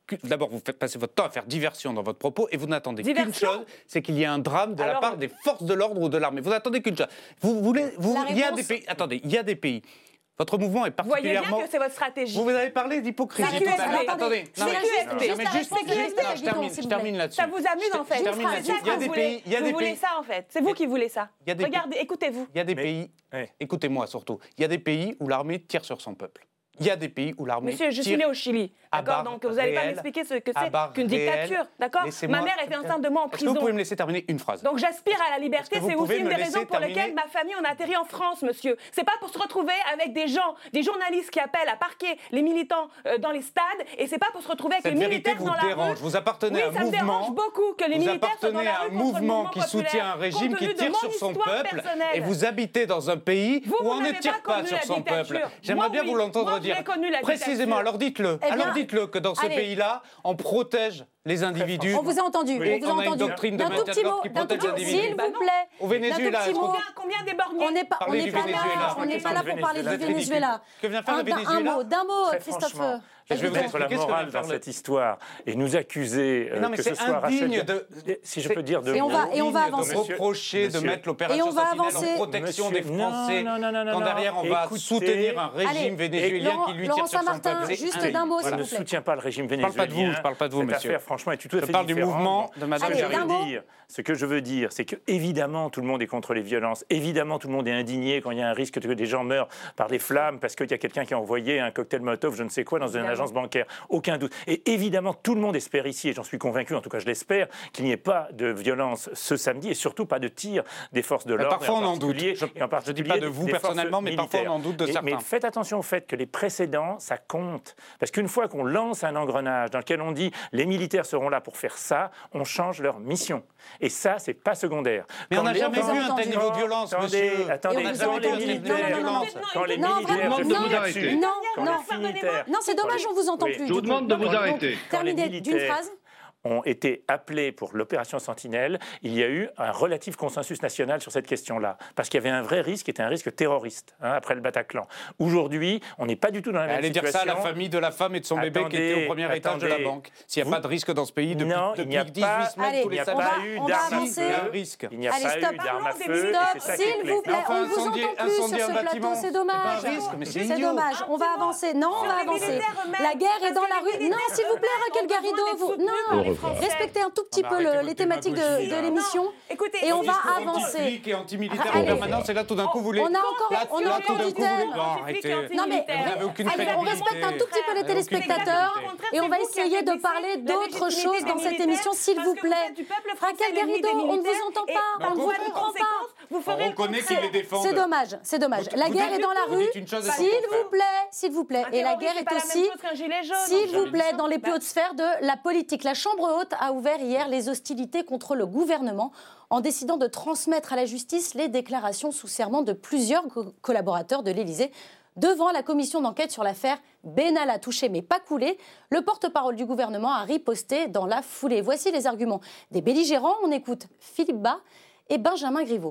S7: D'abord, vous faites passer votre temps à faire diversion dans votre propos et vous n'attendez qu'une chose, c'est qu'il y ait un drame de Alors, la part des forces de l'ordre ou de l'armée. Vous n'attendez qu'une chose. Vous voulez, vous, il y a des pays. Attendez, il y a des pays. Votre mouvement est particulièrement.
S8: Vous voyez bien que c'est votre stratégie.
S7: Vous, vous avez parlé d'hypocrisie tout à l'heure. Attendez, non, mais, non, mais juste, juste, non, je termine, je termine là-dessus.
S8: Ça vous amuse en fait.
S7: Je termine là-dessus.
S8: Il y a des pays, il y a des pays. Vous voulez ça en fait. C'est vous qui voulez ça. Regardez, écoutez-vous.
S7: Il y a des pays. Écoutez-moi surtout. Il y a des pays où l'armée tire sur son peuple. Il y a des pays où l'armée
S8: Monsieur, je suis né au Chili, d'accord. Donc vous n'allez pas m'expliquer ce que c'est qu'une dictature, d'accord. Ma mère était enceinte de moi en prison.
S7: Est-ce que vous pouvez me laisser terminer une phrase?
S8: Donc j'aspire à la liberté, c'est aussi une des raisons pour lesquelles ma famille on a atterri en France, monsieur. C'est pas pour se retrouver avec des gens, des journalistes qui appellent à parquer les militants euh, dans les stades, et c'est pas pour se retrouver avec
S7: Cette
S8: les militaires dans la rue.
S7: Dérange. Vous appartenez à un
S8: oui, ça
S7: mouvement.
S8: me dérange beaucoup que les militaires soient dans la rue
S7: contre le mouvement qui soutient un régime qui tire sur son peuple, et vous habitez dans un pays où on ne tire pas sur son peuple. J'aimerais bien vous l'entendre dire. Précisément, alors dites-le. Eh alors dites-le que dans ce pays-là, on protège les individus.
S1: On vous a entendu.
S7: Oui,
S1: on vous a
S7: on a une
S1: entendu.
S7: doctrine de maintien de l'ordre qui protège les individus.
S1: S'il vous plaît.
S7: Au Venezuela.
S8: Combien d'éborgnés?
S1: On n'est pas, on n'est pas là. On n'est pas là pour parler du Venezuela.
S7: Que vient faire le Venezuela?
S1: Un mot, d'un mot, Christophe.
S4: Je vais mettre la morale dans cette histoire et nous accuser euh,
S7: non, mais
S4: que ce soit
S7: indigne de,
S4: si je peux dire de
S1: et on va et on va avancer.
S7: De reprocher de mettre l'opération Sentinelle en protection des Français
S4: non, non, non, non,
S7: quand derrière on va soutenir un régime vénézuélien qui lui tire sur son peuple.
S1: Juste d'un mot, s'il vous plaît.
S4: Je ne soutiens pas le régime vénézuélien.
S7: Je parle pas de vous, monsieur.
S4: Cette affaire, franchement, est tout à fait
S7: différente. Je parle du mouvement de Madame
S4: Jarry. Ce que je veux dire, c'est que évidemment tout le monde est contre les violences. Évidemment, tout le monde est indigné quand il y a un risque que des gens meurent par des flammes parce qu'il y a quelqu'un qui a envoyé un cocktail Molotov, je ne sais quoi, dans une agence bancaire. Aucun doute. Et évidemment, tout le monde espère ici, et j'en suis convaincu, en tout cas je l'espère, qu'il n'y ait pas de violence ce samedi et surtout pas de tir des forces de l'ordre.
S7: Parfois on en doute. Je ne dis pas de vous personnellement, mais parfois on en doute de certains.
S4: Mais faites attention au fait que les précédents, ça compte. Parce qu'une fois qu'on lance un engrenage dans lequel on dit les militaires seront là pour faire ça, on change leur mission. Et ça, c'est pas secondaire.
S7: Mais on n'a jamais vu un tel niveau de violence, monsieur.
S4: Attendez, quand les militaires... Quand les militaires...
S1: Non, non, non, c'est dommage, on vous entend plus.
S5: Je vous demande de vous arrêter.
S1: Terminez d'une phrase.
S4: Ont été appelés pour l'opération Sentinelle, il y a eu un relatif consensus national sur cette question-là, parce qu'il y avait un vrai risque, qui était un risque terroriste, hein, après le Bataclan. Aujourd'hui, on n'est pas du tout dans la même
S7: Allez
S4: situation.
S7: Allez dire ça à la famille de la femme et de son attendez, bébé qui était au premier attendez, étage de la banque. S'il n'y a vous... pas de risque dans ce pays depuis,
S4: non,
S7: depuis
S4: il n'y a
S7: dix-huit
S4: pas,
S7: semaines,
S1: allez,
S7: tous les
S1: samedis.
S4: Il n'y a pas eu d'armes à
S7: risque.
S4: Il n'y a
S1: allez,
S4: pas
S1: stop,
S4: eu d'armes à feu.
S1: Stop, s'il vous plaît, on ne vous entend plus sur ce plateau, c'est dommage. C'est dommage, on va avancer. Non, on va avancer. La guerre est dans la rue. Non, s'il vous plaît, Raquel Garrido, vous... Non, respectez un tout petit peu les thématiques de, de l'émission et on va avancer.
S7: Et anti-militaire en permanence, et là tout d'un coup vous voulez.
S1: On a encore, on a encore du
S7: thème.
S1: Non mais on respecte un tout petit peu les téléspectateurs et on va essayer de parler d'autres choses dans cette émission, s'il vous plaît. Raquel Garrido, on ne vous entend pas, on ne vous comprend pas.
S8: Vous ferez
S7: on reconnaît qu'il les défend.
S1: C'est dommage, c'est dommage. La guerre est dans la rue, s'il vous plaît, s'il vous plaît. Et la guerre est aussi, s'il vous plaît, dans les plus hautes sphères de la politique. La Chambre haute a ouvert hier les hostilités contre le gouvernement en décidant de transmettre à la justice les déclarations sous serment de plusieurs co- collaborateurs de l'Élysée devant la commission d'enquête sur l'affaire Benalla touché mais pas coulé. Le porte-parole du gouvernement a riposté dans la foulée. Voici les arguments des belligérants. On écoute Philippe Bas et Benjamin Griveaux.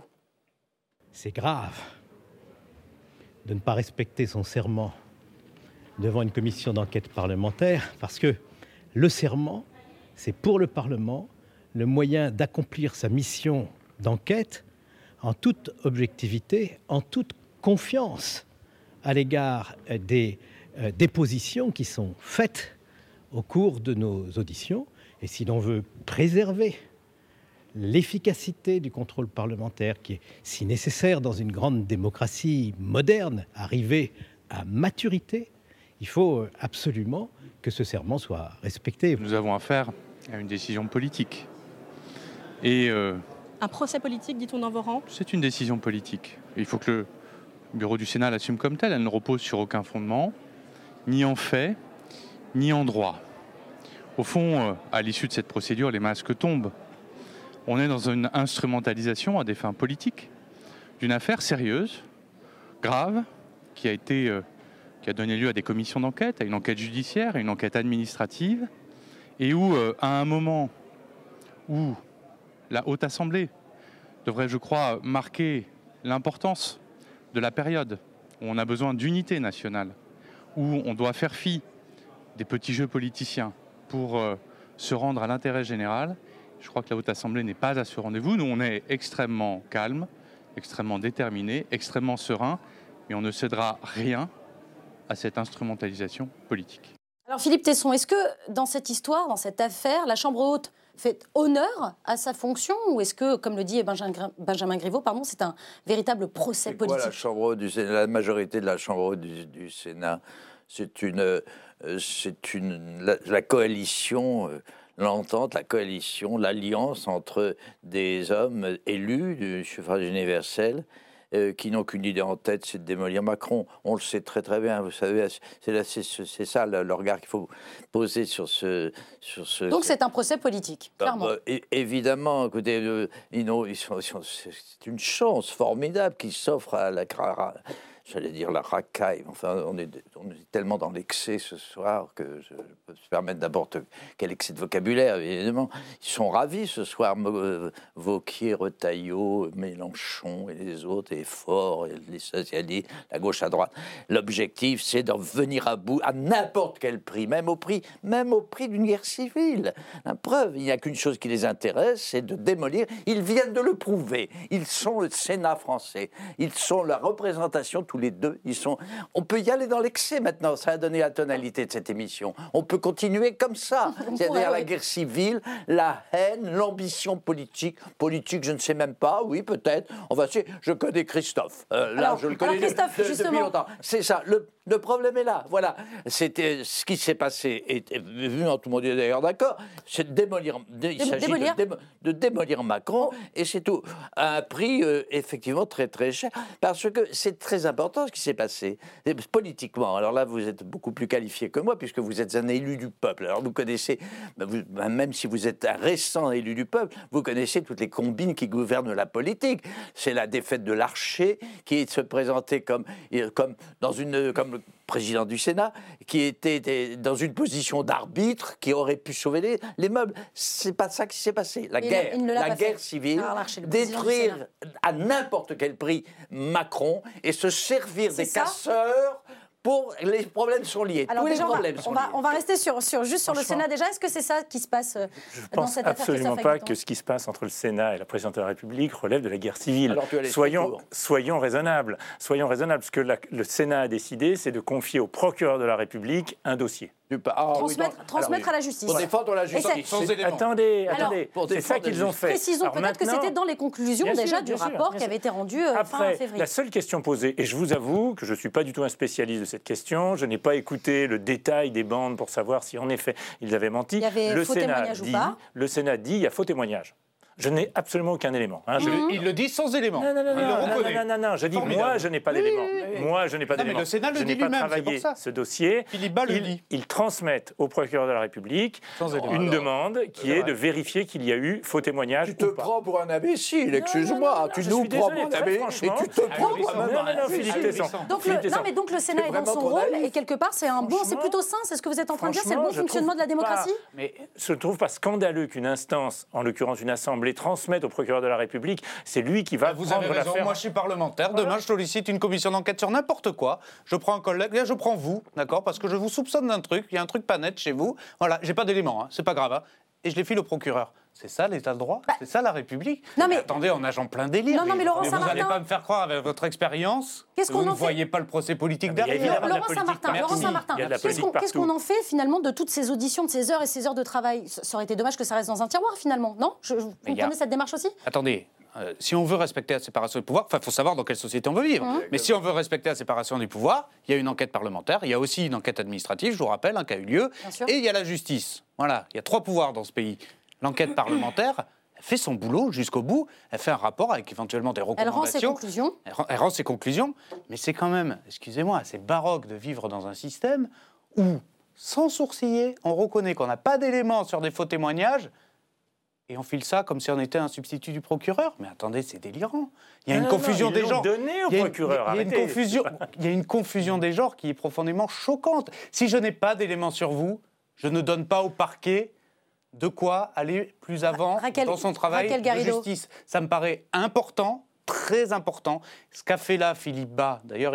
S9: C'est grave de ne pas respecter son serment devant une commission d'enquête parlementaire parce que le serment, c'est pour le Parlement le moyen d'accomplir sa mission d'enquête en toute objectivité, en toute confiance à l'égard des euh, dépositions qui sont faites au cours de nos auditions. Et si l'on veut préserver l'efficacité du contrôle parlementaire, qui est si nécessaire dans une grande démocratie moderne, arrivée à maturité, il faut absolument que ce serment soit respecté.
S10: Nous avons affaire à une décision politique. Et euh,
S11: un procès politique, dit-on dans vos rangs ?
S10: C'est une décision politique. Et il faut que le bureau du Sénat l'assume comme telle. Elle ne repose sur aucun fondement, ni en fait, ni en droit. Au fond, euh, à l'issue de cette procédure, les masques tombent. On est dans une instrumentalisation à des fins politiques d'une affaire sérieuse, grave, qui a été, euh, qui a donné lieu à des commissions d'enquête, à une enquête judiciaire, à une enquête administrative, et où, euh, à un moment où la Haute Assemblée devrait, je crois, marquer l'importance de la période où on a besoin d'unité nationale, où on doit faire fi des petits jeux politiciens pour euh, se rendre à l'intérêt général. Je crois que la Haute Assemblée n'est pas à ce rendez-vous. Nous, on est extrêmement calme, extrêmement déterminé, extrêmement serein, mais on ne cédera rien à cette instrumentalisation politique.
S1: Alors Philippe Tesson, est-ce que dans cette histoire, dans cette affaire, la Chambre haute fait honneur à sa fonction ou est-ce que, comme le dit Benjamin, Benjamin Griveaux, pardon, c'est un véritable procès
S3: c'est
S1: politique?
S3: quoi, la, Chambre haute du Sénat, la majorité de la Chambre haute du, du Sénat, c'est une, euh, c'est une la, la coalition, euh, l'entente, la coalition, l'alliance entre des hommes élus du suffrage universel euh, qui n'ont qu'une idée en tête, c'est de démolir Macron. On le sait très très bien, vous savez, c'est, là, c'est, c'est ça le, le regard qu'il faut poser sur ce... Sur ce
S1: Donc c'est un procès politique, clairement.
S3: Bah, bah, évidemment, écoutez, euh, ils ont, ils sont, ils sont, c'est une chance formidable qui s'offre à la... J'allais dire la racaille. Enfin, on est, on est tellement dans l'excès ce soir que je peux me permettre n'importe quel excès de vocabulaire, évidemment. Ils sont ravis ce soir, euh, Wauquiez, Retailleau, Mélenchon et les autres, et Faure, et les socialistes, la gauche à droite. L'objectif, c'est d'en venir à bout à n'importe quel prix, même au prix, même au prix d'une guerre civile. La preuve, il n'y a qu'une chose qui les intéresse, c'est de démolir. Ils viennent de le prouver. Ils sont le Sénat français. Ils sont la représentation. Tous les deux, ils sont. On peut y aller dans l'excès maintenant. Ça a donné la tonalité de cette émission. On peut continuer comme ça. C'est-à-dire la guerre civile, la haine, l'ambition politique. Politique, je ne sais même pas. Oui, peut-être. On va essayer. Je connais Christophe. Euh, là,
S1: alors,
S3: je le connais
S1: alors Christophe,
S3: de, de,
S1: justement.
S3: depuis longtemps. C'est ça. Le, le problème est là. Voilà. C'était ce qui s'est passé. Et vu, tout le monde est d'ailleurs d'accord. C'est de démolir. De, il s'agit
S1: démolir.
S3: De, démo, de démolir Macron. Oh. Et c'est tout. À un prix euh, effectivement très très cher. Parce que c'est très important. Ce qui s'est passé politiquement. Alors là, vous êtes beaucoup plus qualifié que moi puisque vous êtes un élu du peuple. Alors vous connaissez, vous, même si vous êtes un récent élu du peuple, vous connaissez toutes les combines qui gouvernent la politique. C'est la défaite de Larcher qui se présentait comme, comme dans une comme le président du Sénat, qui était dans une position d'arbitre, qui aurait pu sauver les, les meubles. C'est pas ça qui s'est passé. La
S1: il
S3: guerre,
S1: il
S3: la guerre civile,
S1: Larcher,
S3: détruire à n'importe quel prix Macron et se servir
S1: C'est
S3: des
S1: ça
S3: casseurs pour les problèmes sont liés.
S1: Alors
S3: Tous
S1: déjà,
S3: les problèmes
S1: on va,
S3: sont
S1: on va,
S3: liés.
S1: on va rester sur, sur, juste sur le Sénat déjà. Est-ce que c'est ça qui se passe euh,
S4: Je
S1: dans cette affaire?
S4: Je ne pense absolument pas que ce qui se passe entre le Sénat et la présidente de la République relève de la guerre civile.
S3: Alors, tu as les
S4: soyons, soyons raisonnables. Soyons raisonnables. Ce que la, le Sénat a décidé, c'est de confier au procureur de la République un dossier.
S3: Ah,
S1: transmettre
S3: oui,
S1: transmettre
S3: alors,
S1: à la justice.
S3: Pour défendre la justice, sans éléments.
S4: Attendez,
S1: alors,
S4: attendez. C'est ça qu'ils ont fait.
S1: Précisons
S4: alors
S1: peut-être que c'était dans les conclusions
S4: bien
S1: déjà
S4: sûr,
S1: du
S4: bien
S1: rapport
S4: sûr,
S1: qui avait été rendu euh,
S4: Après,
S1: fin février.
S4: La seule question posée, et je vous avoue que je ne suis pas du tout un spécialiste de cette question, je n'ai pas écouté le détail des bandes pour savoir si en effet ils avaient menti.
S1: Il y avait
S4: le
S1: faux
S4: Sénat
S1: témoignage
S4: dit,
S1: ou pas?
S4: Le Sénat dit il y a faux témoignage. Je n'ai absolument aucun élément. Hein. Je...
S7: Il, il le dit sans élément.
S4: Non, non, non,
S7: il
S4: non,
S7: le
S4: non,
S7: reconnaît.
S4: non, non, non, je dis
S7: Formidable.
S4: moi, je n'ai pas
S7: Oui,
S4: d'éléments.
S7: oui, oui.
S4: Moi, je n'ai pas
S7: Non, mais
S4: d'éléments.
S7: le Sénat le
S4: je
S7: dit
S4: n'ai pas
S7: lui-même, c'est
S4: travaillé
S7: pour ça.
S4: ce dossier.
S7: Philippe Bas le
S4: ils,
S7: dit.
S4: Ils transmettent au procureur de la République
S7: Sans
S4: une
S7: éléments.
S4: demande qui est de vérifier qu'il y a eu faux témoignage.
S3: Tu te
S4: ou pas.
S3: prends pour un imbécile,
S4: Non, non,
S3: excuse-moi.
S4: non,
S3: Tu
S4: je
S3: nous
S4: suis
S3: prends
S4: désolé,
S3: pour un
S4: très
S3: imbécile et
S4: franchement.
S3: tu te prends pour un
S4: Non, non, non,
S3: imbécile.
S4: Philippe Tesson.
S1: Donc,
S4: Philippe
S1: le,
S4: Tesson.
S1: non, mais donc le Sénat
S3: C'est
S1: est dans son
S3: vraiment ton
S1: rôle
S3: avis.
S1: et quelque part c'est un bon, c'est
S4: Franchement-
S1: plutôt sain. C'est ce que vous êtes en train de dire, c'est le bon
S4: Franchement, je
S1: fonctionnement de la
S4: trouve
S1: démocratie.
S4: pas- Mais je ne trouve pas scandaleux qu'une instance, en l'occurrence une assemblée, transmette au procureur de la République. C'est lui qui va
S7: Vous
S4: prendre
S7: avez raison,
S4: l'affaire.
S7: moi je suis parlementaire. Demain, je sollicite une commission d'enquête sur n'importe quoi. Je prends un collègue, là, je prends vous, d'accord, parce que je vous soupçonne d'un truc, il y a un truc pas net chez vous. Voilà, j'ai pas d'éléments, hein, c'est pas grave. Hein, et je les file au procureur. C'est ça l'état de droit, c'est ça la République.
S1: non, mais-
S7: attendez, on nage en plein délire.
S1: Non, non, mais Laurent
S7: vous
S1: Saint-Martin-
S7: n'allez pas me faire croire avec votre expérience
S1: Qu'est-ce
S7: que
S1: qu'on
S7: vous
S1: en
S7: ne
S1: fait
S7: voyez pas le procès politique
S4: Ah, mais il y a
S7: derrière.
S4: évidemment de la
S1: Laurent
S4: politique
S1: Saint-Martin,
S4: partout.
S1: Laurent Saint-Martin,
S4: Il y a de la
S1: qu'est-ce qu'on
S4: politique
S1: qu'est-ce qu'on
S4: partout.
S1: en fait finalement de toutes ces auditions, de ces heures et ces heures de travail? Ça aurait été dommage que ça reste dans un tiroir finalement, non? Je, Vous
S7: Mais il y a-
S1: comprenez cette démarche aussi?
S7: Attendez, euh, si on veut respecter la séparation des pouvoirs, enfin, il faut savoir dans quelle société on veut vivre.
S1: Mmh.
S7: Mais si on veut respecter la séparation des pouvoirs, il y a une enquête parlementaire, il y a aussi une enquête administrative, je vous rappelle, hein, qui a eu lieu,
S1: Bien sûr.
S7: et il y a la justice. Voilà, il y a trois pouvoirs dans ce pays. L'enquête parlementaire, elle fait son boulot jusqu'au bout, elle fait un rapport avec éventuellement des
S1: Elle
S7: recommandations.
S1: rend ses conclusions.
S7: Elle rend, elle rend ses conclusions, mais c'est quand même, excusez-moi, c'est baroque de vivre dans un système où, sans sourciller, on reconnaît qu'on n'a pas d'éléments sur des faux témoignages, et on file ça comme si on était un substitut du procureur. Mais attendez, c'est délirant. Il y a
S4: Non,
S7: une
S4: non,
S7: confusion
S4: ils
S7: des
S4: l'ont
S7: genres.
S4: donné au
S7: Il y a une-
S4: procureur,
S7: il y a une
S4: arrêtez.
S7: confusion. Il y a une confusion des genres qui est profondément choquante. Si je n'ai pas d'éléments sur vous, je ne donne pas au parquet de quoi aller plus avant
S1: Raquel-
S7: dans son travail
S1: Raquel
S7: de
S1: Garrido.
S7: justice. Ça me paraît important, très important. Ce qu'a fait là Philippe Bas, d'ailleurs, il s'est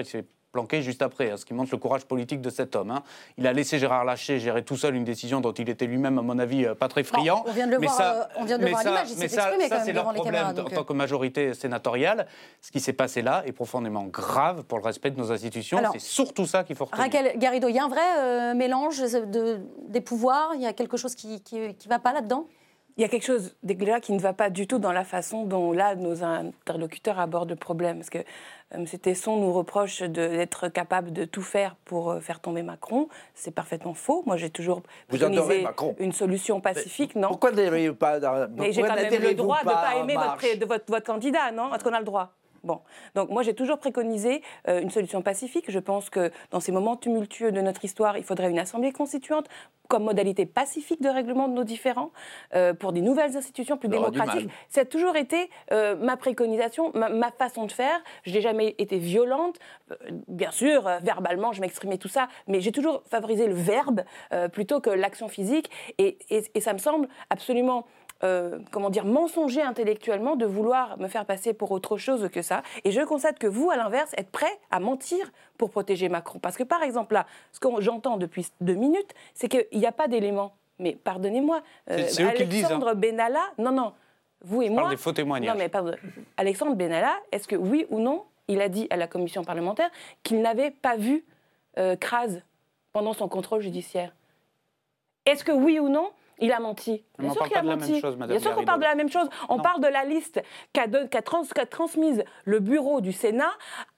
S7: planqué juste après, hein, ce qui montre le courage politique de cet homme. Hein. Il a laissé Gérard Larcher gérer tout seul une décision dont il était lui-même, à mon avis, pas très friand.
S1: Bon, on vient de le
S7: mais
S1: voir,
S7: ça,
S1: euh, on vient de le voir à l'image, il s'est exprimé
S7: ça,
S1: quand même devant les caméras.
S7: En tant que majorité sénatoriale, ce qui s'est passé là est profondément grave pour le respect de nos institutions. Alors, c'est surtout ça qu'il faut retenir.
S1: Raquel Garrido, il y a un vrai euh, mélange de, des pouvoirs, il y a quelque chose qui ne va pas là-dedans ?
S2: Il y a quelque chose déjà qui ne va pas du tout dans la façon dont là nos interlocuteurs abordent le problème. Parce que euh, M. Tesson nous reproche d'être capable de tout faire pour euh, faire tomber Macron. C'est parfaitement faux. Moi, j'ai toujours préconisé une solution pacifique. Mais non.
S3: Pourquoi n'adhérez-vous pas dans...
S2: Mais j'ai quand même le droit de ne pas aimer votre, de votre, votre candidat, non ? Est-ce qu'on a le droit ? Bon, donc moi j'ai toujours préconisé euh, une solution pacifique. Je pense que dans ces moments tumultueux de notre histoire, il faudrait une assemblée constituante comme modalité pacifique de règlement de nos différends euh, pour des nouvelles institutions plus démocratiques. Ça a toujours été euh, ma préconisation, ma, ma façon de faire. Je n'ai jamais été violente. Euh, bien sûr, euh, verbalement, je m'exprimais tout ça, mais j'ai toujours favorisé le verbe euh, plutôt que l'action physique. Et, et, et ça me semble absolument... Euh, comment dire, mensonger intellectuellement de vouloir me faire passer pour autre chose que ça. Et je constate que vous, à l'inverse, êtes prêts à mentir pour protéger Macron. Parce que, par exemple, là, ce que j'entends depuis deux minutes, c'est qu'il n'y a pas d'éléments. Mais pardonnez-moi, euh,
S7: c'est, c'est
S2: Alexandre
S7: hein.
S2: Benalla, non, non, vous et
S7: Je
S2: moi...
S7: parle des faux témoignages.
S2: Non, mais pardon, Alexandre Benalla, est-ce que, oui ou non, il a dit à la commission parlementaire qu'il n'avait pas vu euh, Kras pendant son contrôle judiciaire ? Est-ce que, oui ou non, il a menti. Bien sûr qu'il a menti. Chose, Bien sûr qu'on parle de la même chose. On non. parle de la liste qu'a, de, qu'a, trans, qu'a transmise le bureau du Sénat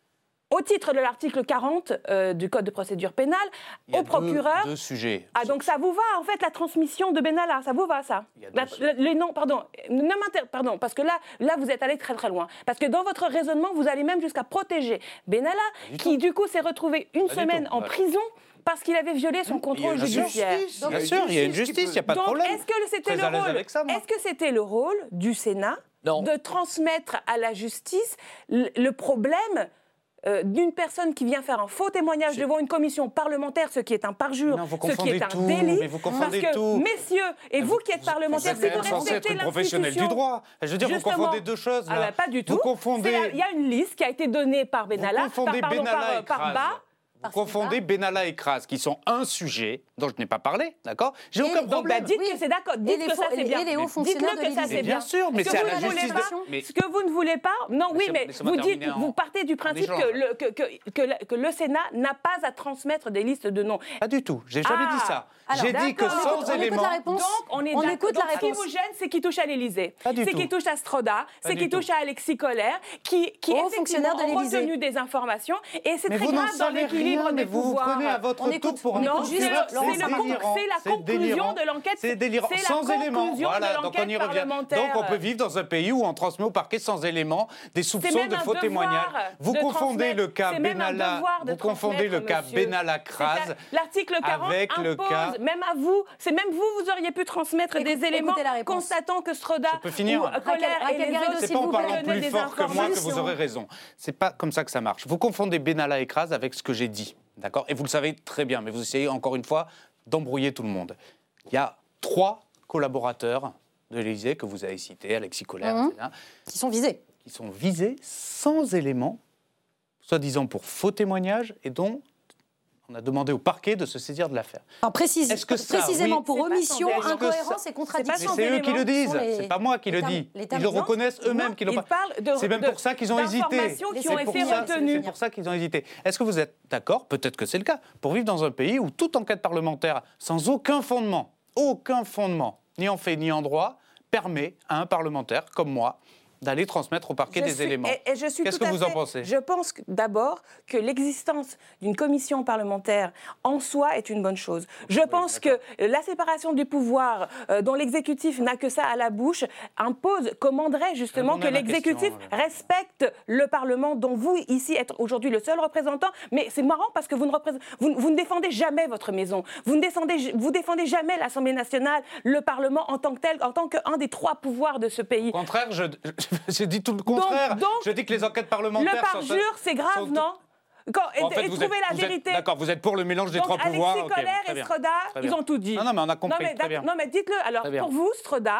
S2: au titre de l'article quarante euh, du Code de procédure pénale au procureur.
S7: Deux, deux sujets.
S2: Ah, donc ça vous va, en fait, la transmission de Benalla, ça vous va, ça la, la, les noms, pardon, ne m'inter... pardon, parce que là, là, vous êtes allé très très loin. Parce que dans votre raisonnement, vous allez même jusqu'à protéger Benalla, du qui tout. du coup s'est retrouvé une pas semaine en voilà. prison parce qu'il avait violé son contrôle judiciaire.
S7: Bien sûr, il y a une justice, il n'y a pas de problème.
S2: Donc, est-ce que c'était le rôle, est-ce que c'était le rôle du Sénat non. de transmettre à la justice le, le problème Euh, d'une personne qui vient faire un faux témoignage devant une commission parlementaire, ce qui est un parjure,
S7: non,
S2: ce qui est un
S7: tout,
S2: délit,
S7: mais vous confondez
S2: parce que,
S7: tout.
S2: messieurs, et vous, vous qui êtes parlementaires,
S7: vous êtes si vous respectez professionnel du droit. Je veux dire, Justement, vous confondez deux choses. Là.
S2: Ah bah, pas du tout.
S7: Vous confondez...
S2: Il y a une liste qui a été donnée par Benalla,
S7: vous confondez
S2: par, pardon,
S7: Benalla
S2: par, par Bas.
S7: Vous confondez Benalla et Kras, qui sont un sujet dont je n'ai pas parlé, d'accord ? J'ai aucun
S2: donc,
S7: problème.
S2: Bah, dites oui. que c'est d'accord, dites que ça c'est bien.
S1: Et les hauts fonctionnaires
S2: Dites-le que ça c'est bien.
S7: Bien sûr, mais c'est à la justice.
S2: Ce que vous ne voulez pas, non, oui, mais vous dites, vous partez du principe que le que que que le Sénat n'a pas à transmettre des listes de noms.
S7: Pas du tout. J'ai jamais dit ça. J'ai dit que sans éléments.
S2: Donc on est
S1: écoute la réponse.
S2: Ce qui vous gêne, c'est qui touche à l'Élysée, c'est qui touche à Stroda, c'est qui touche à Alexis Colère, qui qui effectivement ont retenu des informations, et c'est très grave dans l'équilibre des pouvoirs.
S7: À votre tour pour un
S2: non, c'est, c'est, c'est la conclusion de l'enquête.
S7: C'est délirant. C'est sans éléments. Voilà, donc on y revient. Donc on peut vivre dans un pays où on transmet au parquet sans éléments des soupçons de faux témoignages. Vous confondez le cas Benalla, vous confondez le cas Benalla-Kras.
S2: L'article quarante
S7: avec
S2: impose,
S7: le cas.
S2: Même à vous, c'est même vous, vous auriez pu transmettre
S1: Écoute,
S2: des éléments constatant que Stroda ou Colère et les autres.
S7: C'est pas en parlant plus fort que moi que vous aurez raison. C'est pas comme ça que ça marche. Vous confondez Benalla et Kras avec ce que j'ai dit. D'accord ? Et vous le savez très bien, mais vous essayez encore une fois d'embrouiller tout le monde. Il y a trois collaborateurs de l'Élysée que vous avez cités, Alexis Colère,
S1: mmh.
S7: et cetera,
S1: qui sont visés.
S7: Qui sont visés sans éléments, soi-disant pour faux témoignages, et dont on a demandé au parquet de se saisir de l'affaire.
S1: Alors précise,
S7: Est-ce que ça,
S1: précisément
S7: oui,
S1: pour omission, incohérence
S7: ça,
S1: et contradiction.
S7: C'est eux qui le disent, les... c'est pas moi qui le dis. Ils le reconnaissent eux-mêmes qu'ils l'ont pas.
S2: De,
S7: c'est même pour ça qu'ils ont hésité.
S2: Qui ont été
S7: ça, c'est pour ça qu'ils ont hésité. Est-ce que vous êtes d'accord, peut-être que c'est le cas, pour vivre dans un pays où toute enquête parlementaire, sans aucun fondement, aucun fondement, ni en fait ni en droit, permet à un parlementaire comme moi d'aller transmettre au parquet
S2: je
S7: des
S2: suis,
S7: éléments.
S2: Et, et je suis
S7: Qu'est-ce
S2: tout
S7: que
S2: à
S7: vous
S2: fait,
S7: en pensez ?
S2: Je pense que, d'abord que l'existence d'une commission parlementaire en soi est une bonne chose. Je oui, pense d'accord. que la séparation du pouvoir euh, dont l'exécutif n'a que ça à la bouche impose, commanderait justement que l'exécutif question, respecte le Parlement dont vous, ici, êtes aujourd'hui le seul représentant. Mais c'est marrant parce que vous ne, représentez, vous, vous ne défendez jamais votre maison. Vous ne défendez, vous défendez jamais l'Assemblée nationale, le Parlement en tant que tel, en tant qu'un des trois pouvoirs de ce pays.
S7: Au contraire, je... je... J'ai dit tout le contraire. Donc, donc, je dis que les enquêtes parlementaires...
S2: Le parjure, sont... c'est grave, sont... non Quand, et, en fait, et trouver
S7: êtes,
S2: la vérité.
S7: Êtes, d'accord, vous êtes pour le mélange des
S2: donc,
S7: trois
S2: Alexis
S7: pouvoirs.
S2: Alexis Colère
S7: okay,
S2: et Stroda, ils ont tout dit.
S7: Non, non, mais on a compris,
S2: non, mais,
S7: très bien.
S2: Non, mais dites-le. Alors, pour vous, Stroda,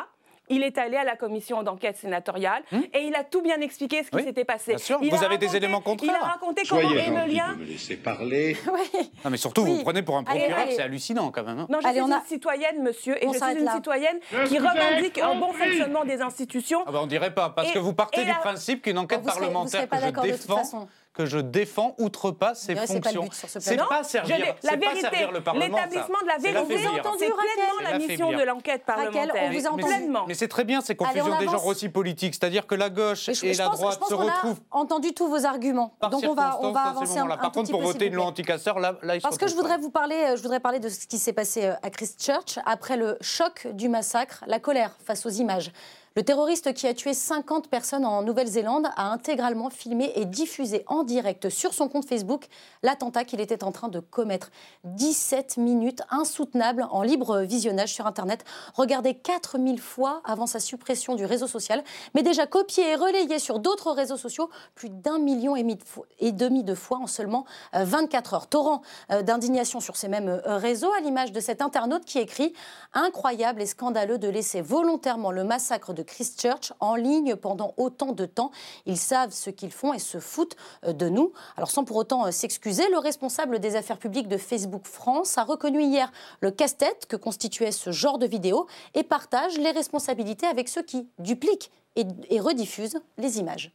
S8: il est allé à la commission d'enquête sénatoriale hum et il a tout bien expliqué ce qui oui, s'était passé.
S7: Bien sûr,
S8: il
S7: vous avez
S8: raconté,
S7: des éléments contraires.
S8: Il a raconté Soyez comment Emelien...
S12: me laisser parler.
S8: oui.
S7: Non, mais surtout, oui. vous prenez pour un procureur,
S8: allez, allez.
S7: c'est hallucinant quand même. Hein.
S8: Non, je allez, suis on a... une citoyenne, monsieur, et on je suis une là. citoyenne qui revendique un bon fonctionnement des institutions.
S7: Ah ben, on dirait pas, parce et, que vous partez du la... principe qu'une enquête
S8: vous serez,
S7: parlementaire
S8: vous serez
S7: que je défends... que je défends outrepasse ses fonctions. C'est pas, pas servir,
S8: la
S7: vérité, pas servir le Parlement.
S8: L'établissement de la vérité, c'est pleinement la mission de l'enquête parlementaire.
S1: Raquel, on vous a entendu.
S7: Mais, mais c'est très bien ces confusions des genres aussi politiques, c'est-à-dire que la gauche je, et je la pense, droite se retrouvent.
S1: On a entendu tous vos arguments. Donc on va, on va avancer un, un
S7: Par contre, pour voter une loi anti-casseurs, là, là,
S1: Parce que je voudrais vous parler, je voudrais parler de ce qui s'est passé à Christchurch après le choc du massacre, la colère face aux images. Le terroriste qui a tué cinquante personnes en Nouvelle-Zélande a intégralement filmé et diffusé en direct sur son compte Facebook l'attentat qu'il était en train de commettre. dix-sept minutes insoutenables en libre visionnage sur Internet, regardées quatre mille fois avant sa suppression du réseau social, mais déjà copié et relayé sur d'autres réseaux sociaux plus d'un million et demi de fois en seulement vingt-quatre heures. Torrent d'indignation sur ces mêmes réseaux, à l'image de cet internaute qui écrit « Incroyable et scandaleux de laisser volontairement le massacre de Christchurch en ligne pendant autant de temps. Ils savent ce qu'ils font et se foutent de nous. » Alors sans pour autant s'excuser, le responsable des affaires publiques de Facebook France a reconnu hier le casse-tête que constituait ce genre de vidéo et partage les responsabilités avec ceux qui dupliquent et, et rediffusent les images.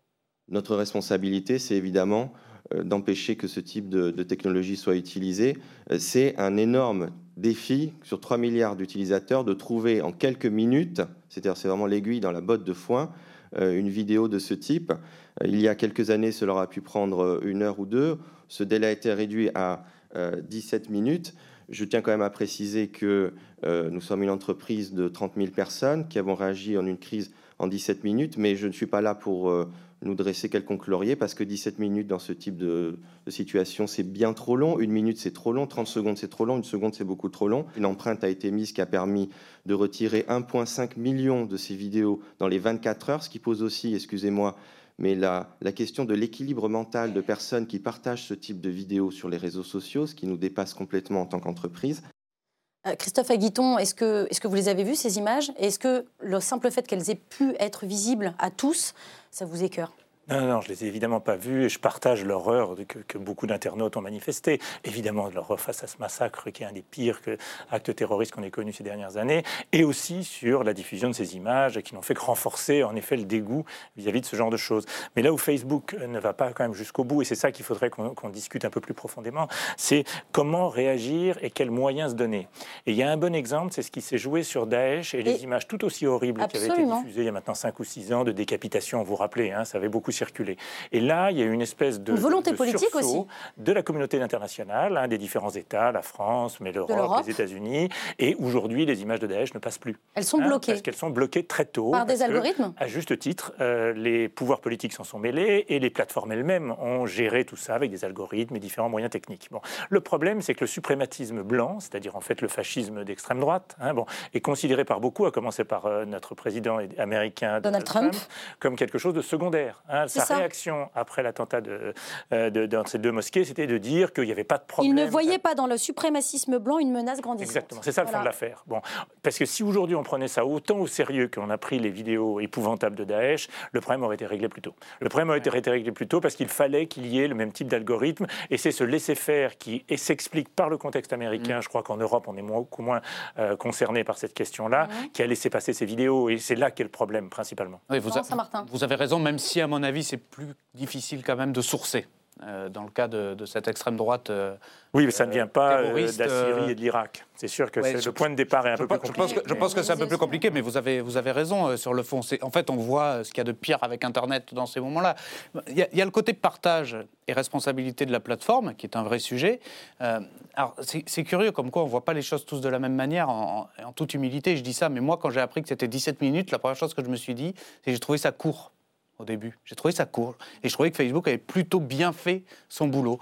S13: Notre responsabilité, c'est évidemment euh, d'empêcher que ce type de, de technologie soit utilisée. Euh, c'est un énorme défi sur trois milliards d'utilisateurs de trouver en quelques minutes, c'est-à-dire c'est vraiment l'aiguille dans la botte de foin, euh, une vidéo de ce type. Euh, il y a quelques années, cela aura pu prendre une heure ou deux. Ce délai a été réduit à euh, dix-sept minutes. Je tiens quand même à préciser que euh, nous sommes une entreprise de trente mille personnes qui avons réagi en une crise en dix-sept minutes, mais je ne suis pas là pour euh, nous dresser quelconque laurier, parce que dix-sept minutes dans ce type de, de situation, c'est bien trop long. Une minute, c'est trop long. trente secondes, c'est trop long. Une seconde, c'est beaucoup trop long. Une empreinte a été mise qui a permis de retirer un virgule cinq million de ces vidéos dans les vingt-quatre heures, ce qui pose aussi, excusez-moi, mais la, la question de l'équilibre mental de personnes qui partagent ce type de vidéos sur les réseaux sociaux, ce qui nous dépasse complètement en tant qu'entreprise.
S1: Euh, Christophe Aguiton, est-ce que, est-ce que vous les avez vues, ces images ? Est-ce que le simple fait qu'elles aient pu être visibles à tous, ça vous écœure ?
S4: Non, non, je ne les ai évidemment pas vus et je partage l'horreur que, que beaucoup d'internautes ont manifesté. Évidemment, l'horreur face à ce massacre qui est un des pires actes terroristes qu'on ait connus ces dernières années, et aussi sur la diffusion de ces images qui n'ont fait que renforcer en effet le dégoût vis-à-vis de ce genre de choses. Mais là où Facebook ne va pas quand même jusqu'au bout, et c'est ça qu'il faudrait qu'on, qu'on discute un peu plus profondément, c'est comment réagir et quels moyens se donner. Et il y a un bon exemple, c'est ce qui s'est joué sur Daesh et, et les images tout aussi horribles absolument. Qui avaient été diffusées il y a maintenant cinq ou six ans de décapitation, vous vous rappelez, hein, ça avait beaucoup circuler. Et là, il y a eu une espèce de,
S1: une volonté
S4: de
S1: politique aussi
S4: de la communauté internationale, hein, des différents États, la France, mais l'Europe, les États-Unis. Et aujourd'hui, les images de Daesh ne passent plus.
S1: Elles sont hein, bloquées.
S4: Parce qu'elles sont bloquées très tôt.
S1: Par des algorithmes
S4: que, à juste titre, euh, les pouvoirs politiques s'en sont mêlés et les plateformes elles-mêmes ont géré tout ça avec des algorithmes et différents moyens techniques. Bon. Le problème, c'est que le suprématisme blanc, c'est-à-dire en fait le fascisme d'extrême droite, hein, bon, est considéré par beaucoup, à commencer par euh, notre président américain
S1: Donald, Donald Trump,
S4: Trump, comme quelque chose de secondaire. Hein. Sa réaction après l'attentat de, de, de, dans ces deux mosquées, c'était de dire qu'il n'y avait pas de problème.
S1: Il ne voyait pas dans le suprématisme blanc une menace grandissante.
S4: Exactement, c'est ça le
S1: voilà.
S4: fond de l'affaire. Bon, parce que si aujourd'hui on prenait ça autant au sérieux qu'on a pris les vidéos épouvantables de Daesh, le problème aurait été réglé plus tôt. Le problème aurait été réglé plus tôt parce qu'il fallait qu'il y ait le même type d'algorithme, et c'est ce laisser-faire qui s'explique par le contexte américain. Mmh. Je crois qu'en Europe, on est beaucoup moins euh, concerné par cette question-là, mmh. qui a laissé passer ces vidéos, et c'est là qu'est le problème principalement.
S7: Oui, vous, a, vous avez raison, même si à mon avis c'est plus difficile quand même de sourcer euh, dans le cas de, de cette extrême droite. Euh,
S4: oui, mais ça ne vient pas
S7: euh,
S4: de la Syrie et de l'Irak. C'est sûr que ouais, c'est, je, le point de départ est un
S7: je,
S4: peu
S7: je
S4: plus
S7: compliqué.
S4: Pense
S7: que, je pense que c'est un peu plus compliqué, mais vous avez, vous avez raison euh, sur le fond. C'est, en fait, on voit ce qu'il y a de pire avec Internet dans ces moments-là. Il y a, il y a le côté partage et responsabilité de la plateforme, qui est un vrai sujet. Euh, alors, c'est, c'est curieux, comme quoi on ne voit pas les choses tous de la même manière, en, en, en toute humilité, je dis ça, mais moi, quand j'ai appris que c'était dix-sept minutes, la première chose que je me suis dit, c'est que j'ai trouvé ça court. Au début, j'ai trouvé ça court et je trouvais que Facebook avait plutôt bien fait son boulot.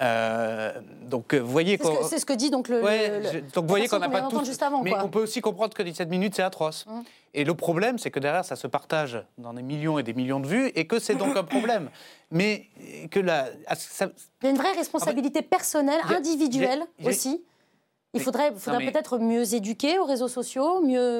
S7: Euh, donc, vous voyez,
S1: c'est, ce que, c'est ce que dit donc le.
S7: Ouais,
S1: le,
S7: je, donc, vous voyez qu'on n'a pas tous.
S1: Juste avant,
S7: mais
S1: quoi.
S7: on peut aussi comprendre que dix-sept minutes, c'est atroce. Mmh. Et le problème, c'est que derrière, ça se partage dans des millions et des millions de vues, et que c'est donc un problème. Mais que la. Ça...
S1: Il y a une vraie responsabilité personnelle, j'ai, individuelle j'ai, j'ai... aussi. Il faudrait, faudrait non, mais... peut-être mieux éduquer aux réseaux sociaux, mieux.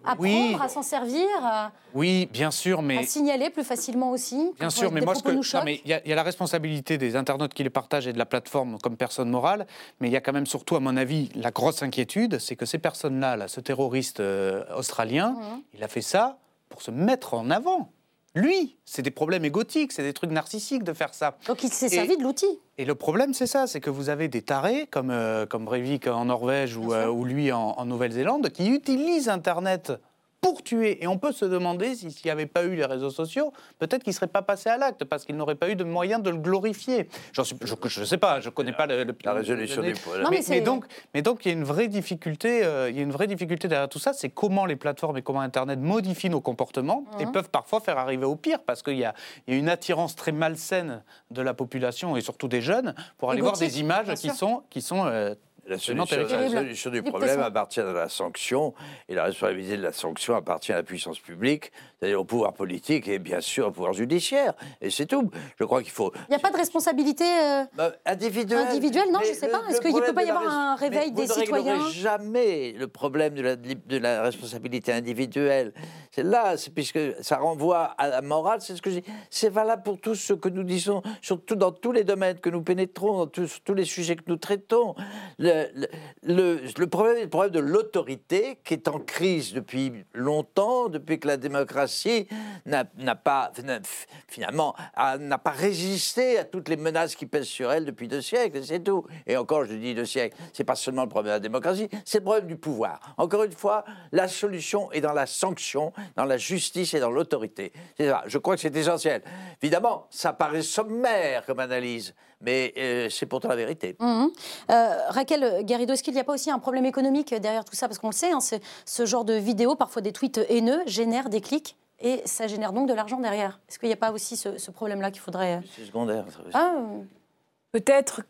S1: apprendre
S7: oui.
S1: à s'en servir, à,
S7: oui, bien sûr, mais...
S1: à signaler plus facilement aussi.
S7: Bien sûr, mais moi, ce que... non, mais il y, y a la responsabilité des internautes qui les partagent et de la plateforme comme personne morale, mais il y a quand même surtout, à mon avis, la grosse inquiétude, c'est que ces personnes-là, là, ce terroriste euh, australien, mmh. il a fait ça pour se mettre en avant. Lui, c'est des problèmes égotiques, c'est des trucs narcissiques de faire ça.
S1: Donc il s'est servi de l'outil.
S7: Et le problème, c'est ça, c'est que vous avez des tarés, comme, euh, comme Breivik en Norvège ou, euh, ou lui en, en Nouvelle-Zélande, qui utilisent Internet pour tuer. Et on peut se demander si, s'il n'y avait pas eu les réseaux sociaux, peut-être qu'il ne serait pas passé à l'acte, parce qu'il n'aurait pas eu de moyen de le glorifier. J'en suis, je ne sais pas, je ne connais pas le, le,
S3: la résolution du problème.
S7: Mais, mais, donc, mais donc, il y a une vraie difficulté, euh, il y a une vraie difficulté derrière tout ça, c'est comment les plateformes et comment Internet modifient nos comportements mmh. et peuvent parfois faire arriver au pire, parce qu'il y a, il y a une attirance très malsaine de la population, et surtout des jeunes, pour aller voir des images qui sont... Qui sont euh,
S3: La solution, la solution du problème appartient à la sanction, et la responsabilité de la sanction appartient à la puissance publique, c'est-à-dire au pouvoir politique et bien sûr au pouvoir judiciaire. Et c'est tout. Je crois qu'il faut...
S1: Il n'y a pas de responsabilité euh,
S3: bah, individuelle.
S1: individuelle Non, je ne sais pas. Est-ce qu'il ne peut pas y avoir res... un réveil
S3: mais
S1: des citoyens ?
S3: Vous ne réglerez jamais le problème de la, de la responsabilité individuelle. C'est là, c'est, puisque ça renvoie à la morale, c'est ce que je dis. C'est valable pour tout ce que nous disons, surtout dans tous les domaines que nous pénétrons, dans tous, tous les sujets que nous traitons. Le, le, le, le problème est le problème de l'autorité qui est en crise depuis longtemps, depuis que la démocratie n'a, n'a pas, finalement, a, n'a pas résisté à toutes les menaces qui pèsent sur elle depuis deux siècles, c'est tout. Et encore, je dis deux siècles, c'est pas seulement le problème de la démocratie, c'est le problème du pouvoir. Encore une fois, la solution est dans la sanction, dans la justice et dans l'autorité. C'est ça. Je crois que c'est essentiel. Évidemment, ça paraît sommaire comme analyse, mais euh, c'est pourtant la vérité.
S1: Mmh. Euh, Raquel Garrido, est-ce qu'il n'y a pas aussi un problème économique derrière tout ça ? Parce qu'on le sait, hein, c'est, ce genre de vidéos, parfois des tweets haineux, génèrent des clics et ça génère donc de l'argent derrière. Est-ce qu'il n'y a pas aussi ce, ce problème-là qu'il faudrait...
S3: C'est secondaire. Ça
S1: ah,
S2: Peut-être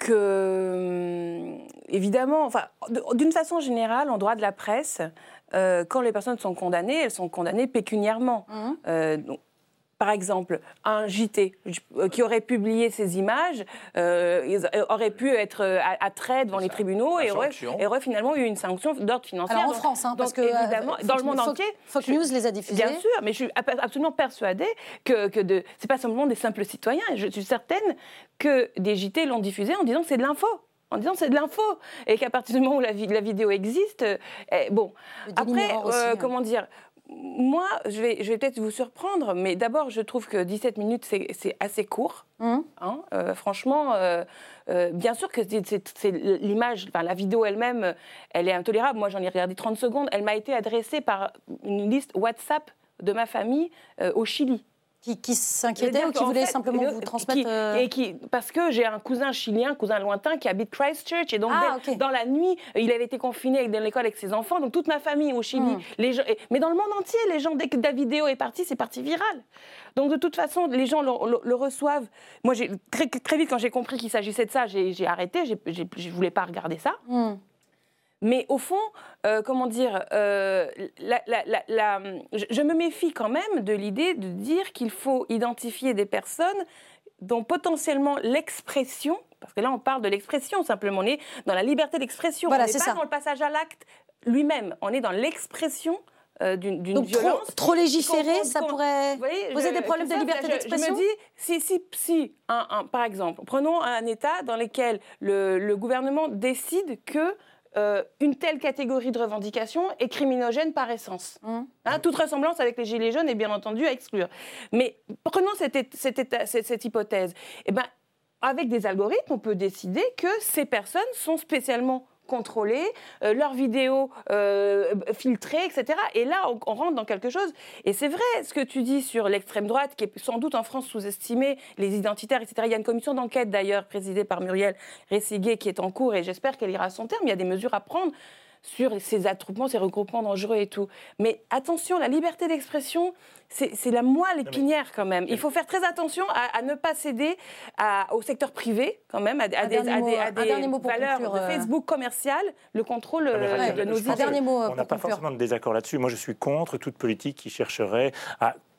S2: que, évidemment, enfin, d'une façon générale, en droit de la presse, euh, quand les personnes sont condamnées, elles sont condamnées pécuniairement. Mmh. Euh, donc, par exemple, un J T qui aurait publié ces images euh, aurait pu être à, à trait devant les tribunaux et aurait, et aurait finalement eu une sanction d'ordre financier.
S1: Alors en
S2: donc,
S1: France, hein, parce
S2: donc,
S1: que
S2: évidemment,
S1: euh,
S2: dans
S1: Fox,
S2: le monde
S1: Fox,
S2: entier,
S1: Fox News les a diffusés.
S2: Bien sûr, mais je suis absolument persuadée que, que de, c'est pas simplement des simples citoyens. Je suis certaine que des J T l'ont diffusé en disant que c'est de l'info. En disant c'est de l'info et qu'à partir du moment où la, la vidéo existe, eh, bon. Après, aussi, euh, hein. comment dire. Moi, je vais, je vais peut-être vous surprendre, mais d'abord, je trouve que dix-sept minutes, c'est, c'est assez court. Mmh. Hein, euh, franchement, euh, euh, bien sûr que c'est, c'est, c'est l'image, enfin, la vidéo elle-même, elle est intolérable. Moi, j'en ai regardé trente secondes. Elle m'a été adressée par une liste WhatsApp de ma famille euh, au Chili.
S1: Qui, qui s'inquiétait ou qui voulait fait, simplement vous transmettre...
S2: Qui, euh... et qui, parce que j'ai un cousin chilien, un cousin lointain, qui habite Christchurch, et donc
S1: ah,
S2: dès,
S1: okay.
S2: dans la nuit, il avait été confiné dans l'école avec ses enfants, donc toute ma famille au Chili. Mm. Les gens, mais dans le monde entier, les gens, dès que la vidéo est partie, c'est parti viral. Donc de toute façon, les gens le, le, le reçoivent. Moi, j'ai, très, très vite, quand j'ai compris qu'il s'agissait de ça, j'ai, j'ai arrêté, j'ai, j'ai, je ne voulais pas regarder ça. Mm. Mais au fond, euh, comment dire, euh, la, la, la, la, je, je me méfie quand même de l'idée de dire qu'il faut identifier des personnes dont potentiellement l'expression, parce que là on parle de l'expression simplement, on est dans la liberté d'expression,
S1: voilà,
S2: on n'est pas
S1: ça.
S2: dans le passage à l'acte lui-même, on est dans l'expression euh, d'une, d'une
S1: Donc
S2: violence.
S1: Trop, trop légiférer, ça
S2: qu'on,
S1: pourrait
S2: voyez,
S1: poser
S2: je,
S1: des problèmes de liberté
S2: je,
S1: d'expression.
S2: Je me dis, si, si, si un, un, par exemple, prenons un État dans lequel le, le gouvernement décide que Euh, une telle catégorie de revendication est criminogène par essence. Mmh. Hein, toute ressemblance avec les Gilets jaunes est bien entendu à exclure. Mais prenons cette, cette, cette, cette hypothèse. Eh ben, avec des algorithmes, on peut décider que ces personnes sont spécialement contrôlées, euh, leurs vidéos euh, filtrées, et cetera. Et là, on, on rentre dans quelque chose. Et c'est vrai, ce que tu dis sur l'extrême droite, qui est sans doute en France sous-estimée, les identitaires, et cetera. Il y a une commission d'enquête, d'ailleurs, présidée par Muriel Resiguet, qui est en cours, et j'espère qu'elle ira à son terme. Il y a des mesures à prendre sur ces attroupements, ces regroupements dangereux et tout. Mais attention, la liberté d'expression, c'est, c'est la moelle épinière quand même. Il faut faire très attention à, à ne pas céder à, au secteur privé, quand même, à, à des, à des, à des valeurs conclure, de Facebook commercial, le contrôle
S4: ouais,
S2: de nos idées.
S4: On n'a pas forcément de désaccord là-dessus. Moi, je suis contre toute politique qui chercherait à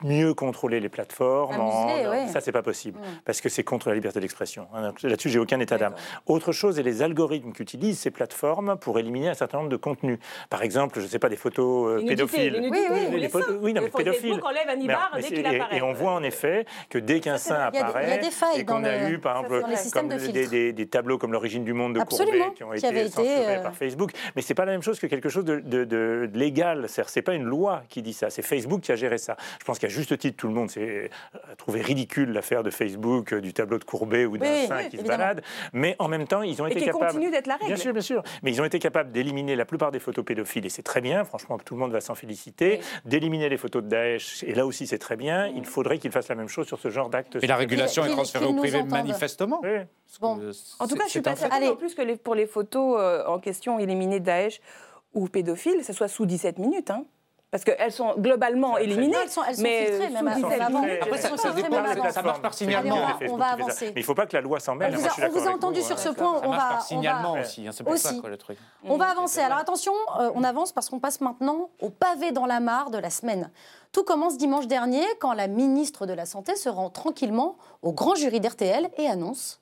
S4: mieux contrôler les plateformes.
S1: Amuser,
S4: en...
S1: ouais.
S4: Ça, c'est pas possible,
S1: Mmh.
S4: parce que c'est contre la liberté d'expression. Là-dessus, j'ai aucun état d'âme. Autre chose, c'est les algorithmes qu'utilisent ces plateformes pour éliminer un certain nombre de contenus. Par exemple, je ne sais pas, des photos euh,
S8: Nudité,
S4: pédophiles.
S8: les nudités,
S4: oui,
S8: oui,
S4: les
S8: les
S4: photos-
S8: seins.
S4: oui, non, mais
S8: Facebook
S4: pédophiles.
S8: enlève un
S4: Mais-
S8: ibar
S4: mais
S8: dès
S4: c'est-
S8: qu'il
S4: et-
S8: apparaît.
S4: Et on voit en effet que dès qu'un sein
S1: Il y a des- il y a
S4: apparaît,
S1: des failles
S4: et qu'on
S1: dans
S4: a
S1: le-
S4: eu, par
S1: ça,
S4: exemple,
S1: dans les systèmes
S4: comme
S1: de
S4: des,
S1: filtres.
S4: des- des tableaux comme l'origine du monde de
S1: Absolument,
S4: Courbet qui ont
S1: qui
S4: été
S1: avaient été,
S4: censurés
S1: euh,
S4: par Facebook. Mais c'est pas la même chose que quelque chose de, de- de- de légal. C'est-à-dire, c'est pas une loi qui dit ça. C'est Facebook qui a géré ça. Je pense qu'à juste titre, tout le monde s'est trouvé ridicule l'affaire de Facebook, euh, du tableau de Courbet ou d'un
S8: Oui,
S4: sein
S8: oui,
S4: qui se
S8: évidemment.
S4: balade. Mais en même temps, ils ont
S8: Et
S4: été
S8: qui
S4: capables.
S8: continue d'être la règle.
S4: Bien sûr, bien sûr. Mais ils ont été capables d'éliminer la plupart des photos pédophiles, et c'est très bien. Franchement, tout le monde va s'en féliciter. D'éliminer les photos de Daesh, et là aussi, c'est très bien. Il faudrait qu'ils fassent la même chose sur ce genre d'actes.
S7: Et la régulation est
S1: Qu'ils-
S7: transférée
S1: qu'ils
S7: au
S1: nous
S7: privé
S1: entendent.
S7: manifestement.
S4: Oui.
S1: Bon.
S8: En tout cas, je suis
S7: C'est
S8: pas
S7: un fait.
S8: certaine
S1: Allez.
S8: en plus que les- pour les photos euh, en question éliminées de Daesh ou pédophiles, ce soit sous dix-sept minutes. Hein. Parce qu'elles sont globalement éliminées.
S1: Elles sont, elles sont
S8: mais
S1: filtrées,
S8: sous
S1: même
S8: dix-sept
S1: avant.
S8: minutes,
S1: Elles
S4: Après,
S1: sont
S4: ça, ça
S1: filtrées,
S4: dépend
S1: même
S4: des
S1: avant.
S4: plateformes.
S7: Ça marche par
S4: C'est
S7: signalement.
S4: bien
S1: Allez, on
S4: fait,
S1: va-
S4: Facebook
S1: on va
S4: qui fait ça.
S1: avancer.
S4: Mais il ne faut pas que la loi s'en mêle.
S1: On vous
S4: Moi,
S1: a,
S4: je suis
S1: on
S4: d'accord
S1: vous a
S4: avec
S1: entendu
S4: vous,
S1: sur
S4: hein.
S1: ce point.
S7: Ça
S1: On
S7: marche
S1: va,
S7: par
S1: on
S7: signalement
S1: va,
S7: aussi. hein, C'est pour
S1: aussi.
S7: ça, quoi, le truc.
S1: On va avancer. Alors attention, euh, on avance parce qu'on passe maintenant au pavé dans la mare de la semaine. Tout commence dimanche dernier quand la ministre de la Santé se rend tranquillement au grand jury d'R T L et annonce...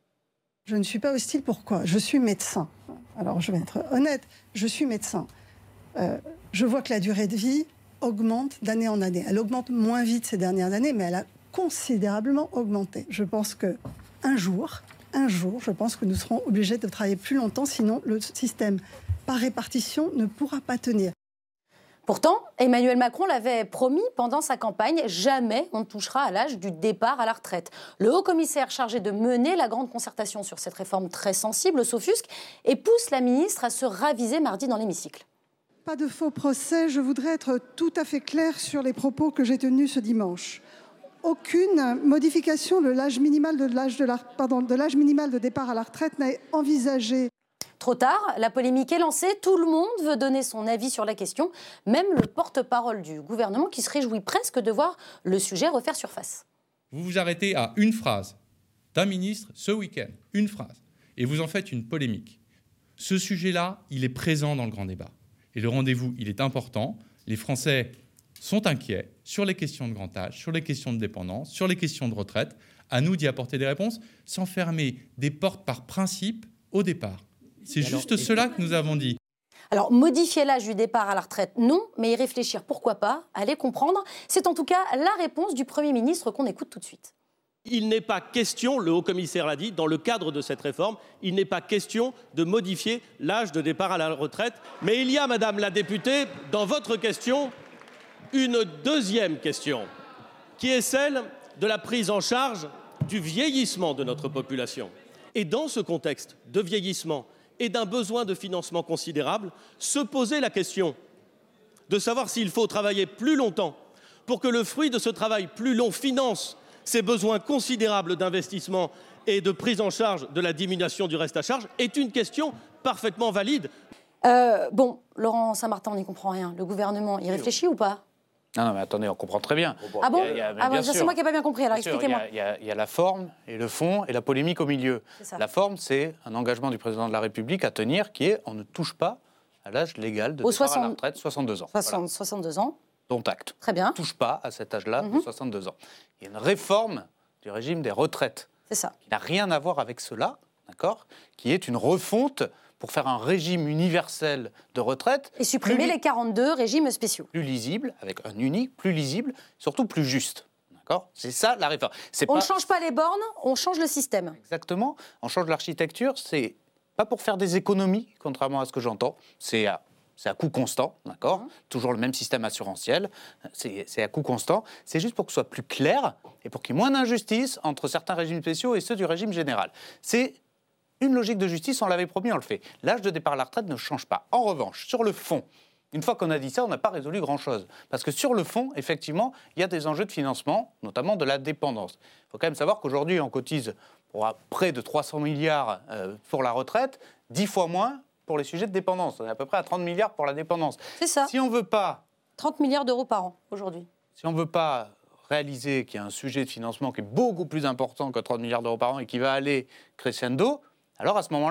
S12: Je ne suis pas hostile, pourquoi ? Je suis médecin. Alors je vais être honnête, je suis médecin. Euh, je vois que la durée de vie augmente d'année en année. Elle augmente moins vite ces dernières années, mais elle a considérablement augmenté. Je pense qu'un jour, un jour, je pense que nous serons obligés de travailler plus longtemps, sinon le système par répartition ne pourra pas tenir.
S1: Pourtant, Emmanuel Macron l'avait promis pendant sa campagne, jamais on ne touchera à l'âge du départ à la retraite. Le haut-commissaire chargé de mener la grande concertation sur cette réforme très sensible s'offusque et pousse la ministre à se raviser mardi dans l'hémicycle.
S12: Pas de faux procès, je voudrais être tout à fait claire sur les propos que j'ai tenus ce dimanche. Aucune modification de l'âge minimal de l'âge de la, pardon, de l'âge minimal de départ à la retraite n'est envisagée.
S1: Trop tard, la polémique est lancée, tout le monde veut donner son avis sur la question, même le porte-parole du gouvernement qui se réjouit presque de voir le sujet refaire surface.
S5: Vous vous arrêtez à une phrase d'un ministre ce week-end, une phrase, et vous en faites une polémique. Ce sujet-là, il est présent dans le grand débat. Et le rendez-vous, il est important. Les Français sont inquiets sur les questions de grand âge, sur les questions de dépendance, sur les questions de retraite. À nous d'y apporter des réponses sans fermer des portes par principe au départ. C'est juste cela que nous avons dit.
S1: Alors, modifier l'âge du départ à la retraite, non, mais y réfléchir, pourquoi pas, allez comprendre. C'est en tout cas la réponse du Premier ministre qu'on écoute tout de suite.
S14: Il n'est pas question, le haut-commissaire l'a dit, dans le cadre de cette réforme, il n'est pas question de modifier l'âge de départ à la retraite. Mais il y a, Madame la députée, dans votre question, une deuxième question, qui est celle de la prise en charge du vieillissement de notre population. Et dans ce contexte de vieillissement et d'un besoin de financement considérable, se poser la question de savoir s'il faut travailler plus longtemps pour que le fruit de ce travail plus long finance ces besoins considérables d'investissement et de prise en charge de la diminution du reste à charge est une question parfaitement valide.
S1: Euh, bon, Laurent Saint-Martin, on n'y comprend rien. Le gouvernement, y réfléchit ou pas ?
S7: Non, non, mais attendez, on comprend très bien.
S1: Ah bon
S7: Il y a- il y a-
S1: Ah
S7: bien
S1: bon, c'est
S7: sûr.
S1: moi qui n'ai pas bien compris, alors
S7: Bien sûr,
S1: expliquez-moi.
S7: Il y, a, il y a- il y a la forme et le fond et la polémique au milieu.
S1: C'est ça.
S7: La forme, c'est un engagement du président de la République à tenir qui est on ne touche pas à l'âge légal de
S1: Au
S7: départ à
S1: soixante
S7: la retraite, soixante-deux ans.
S1: soixante,
S7: Voilà.
S1: soixante-deux ans.
S7: Dont acte.
S1: Très bien.
S7: On ne touche pas à cet âge-là
S1: Mhm.
S7: de soixante-deux ans. Il y a une réforme du régime des retraites
S1: C'est ça.
S7: qui n'a rien à voir avec cela, d'accord, qui est une refonte pour faire un régime universel de retraite.
S1: Et supprimer
S7: plus li-
S1: les quarante-deux régimes spéciaux.
S7: Plus lisible, avec un unique, plus lisible, surtout plus juste. D'accord ? C'est ça la réforme. C'est
S1: On
S7: pas...
S1: ne change pas les bornes, on change le système.
S7: Exactement. On change l'architecture, c'est pas pour faire des économies, contrairement à ce que j'entends. C'est à, c'est à coût constant, d'accord ? Toujours le même système assurantiel. C'est, c'est à coût constant. C'est juste pour que ce soit plus clair et pour qu'il y ait moins d'injustice entre certains régimes spéciaux et ceux du régime général. C'est une logique de justice, on l'avait promis, on le fait. L'âge de départ à la retraite ne change pas. En revanche, sur le fond, une fois qu'on a dit ça, on n'a pas résolu grand-chose. Parce que sur le fond, effectivement, il y a des enjeux de financement, notamment de la dépendance. Il faut quand même savoir qu'aujourd'hui, on cotise pour à près de trois cents milliards euh, pour la retraite, dix fois moins pour les sujets de dépendance. On est à peu près à trente milliards pour la dépendance.
S1: C'est ça.
S7: Si on ne veut pas...
S1: trente milliards d'euros par an, aujourd'hui.
S7: Si on ne veut pas réaliser qu'il y a un sujet de financement qui est beaucoup plus important que trente milliards d'euros par an et qui va aller crescendo, alors à ce moment-là,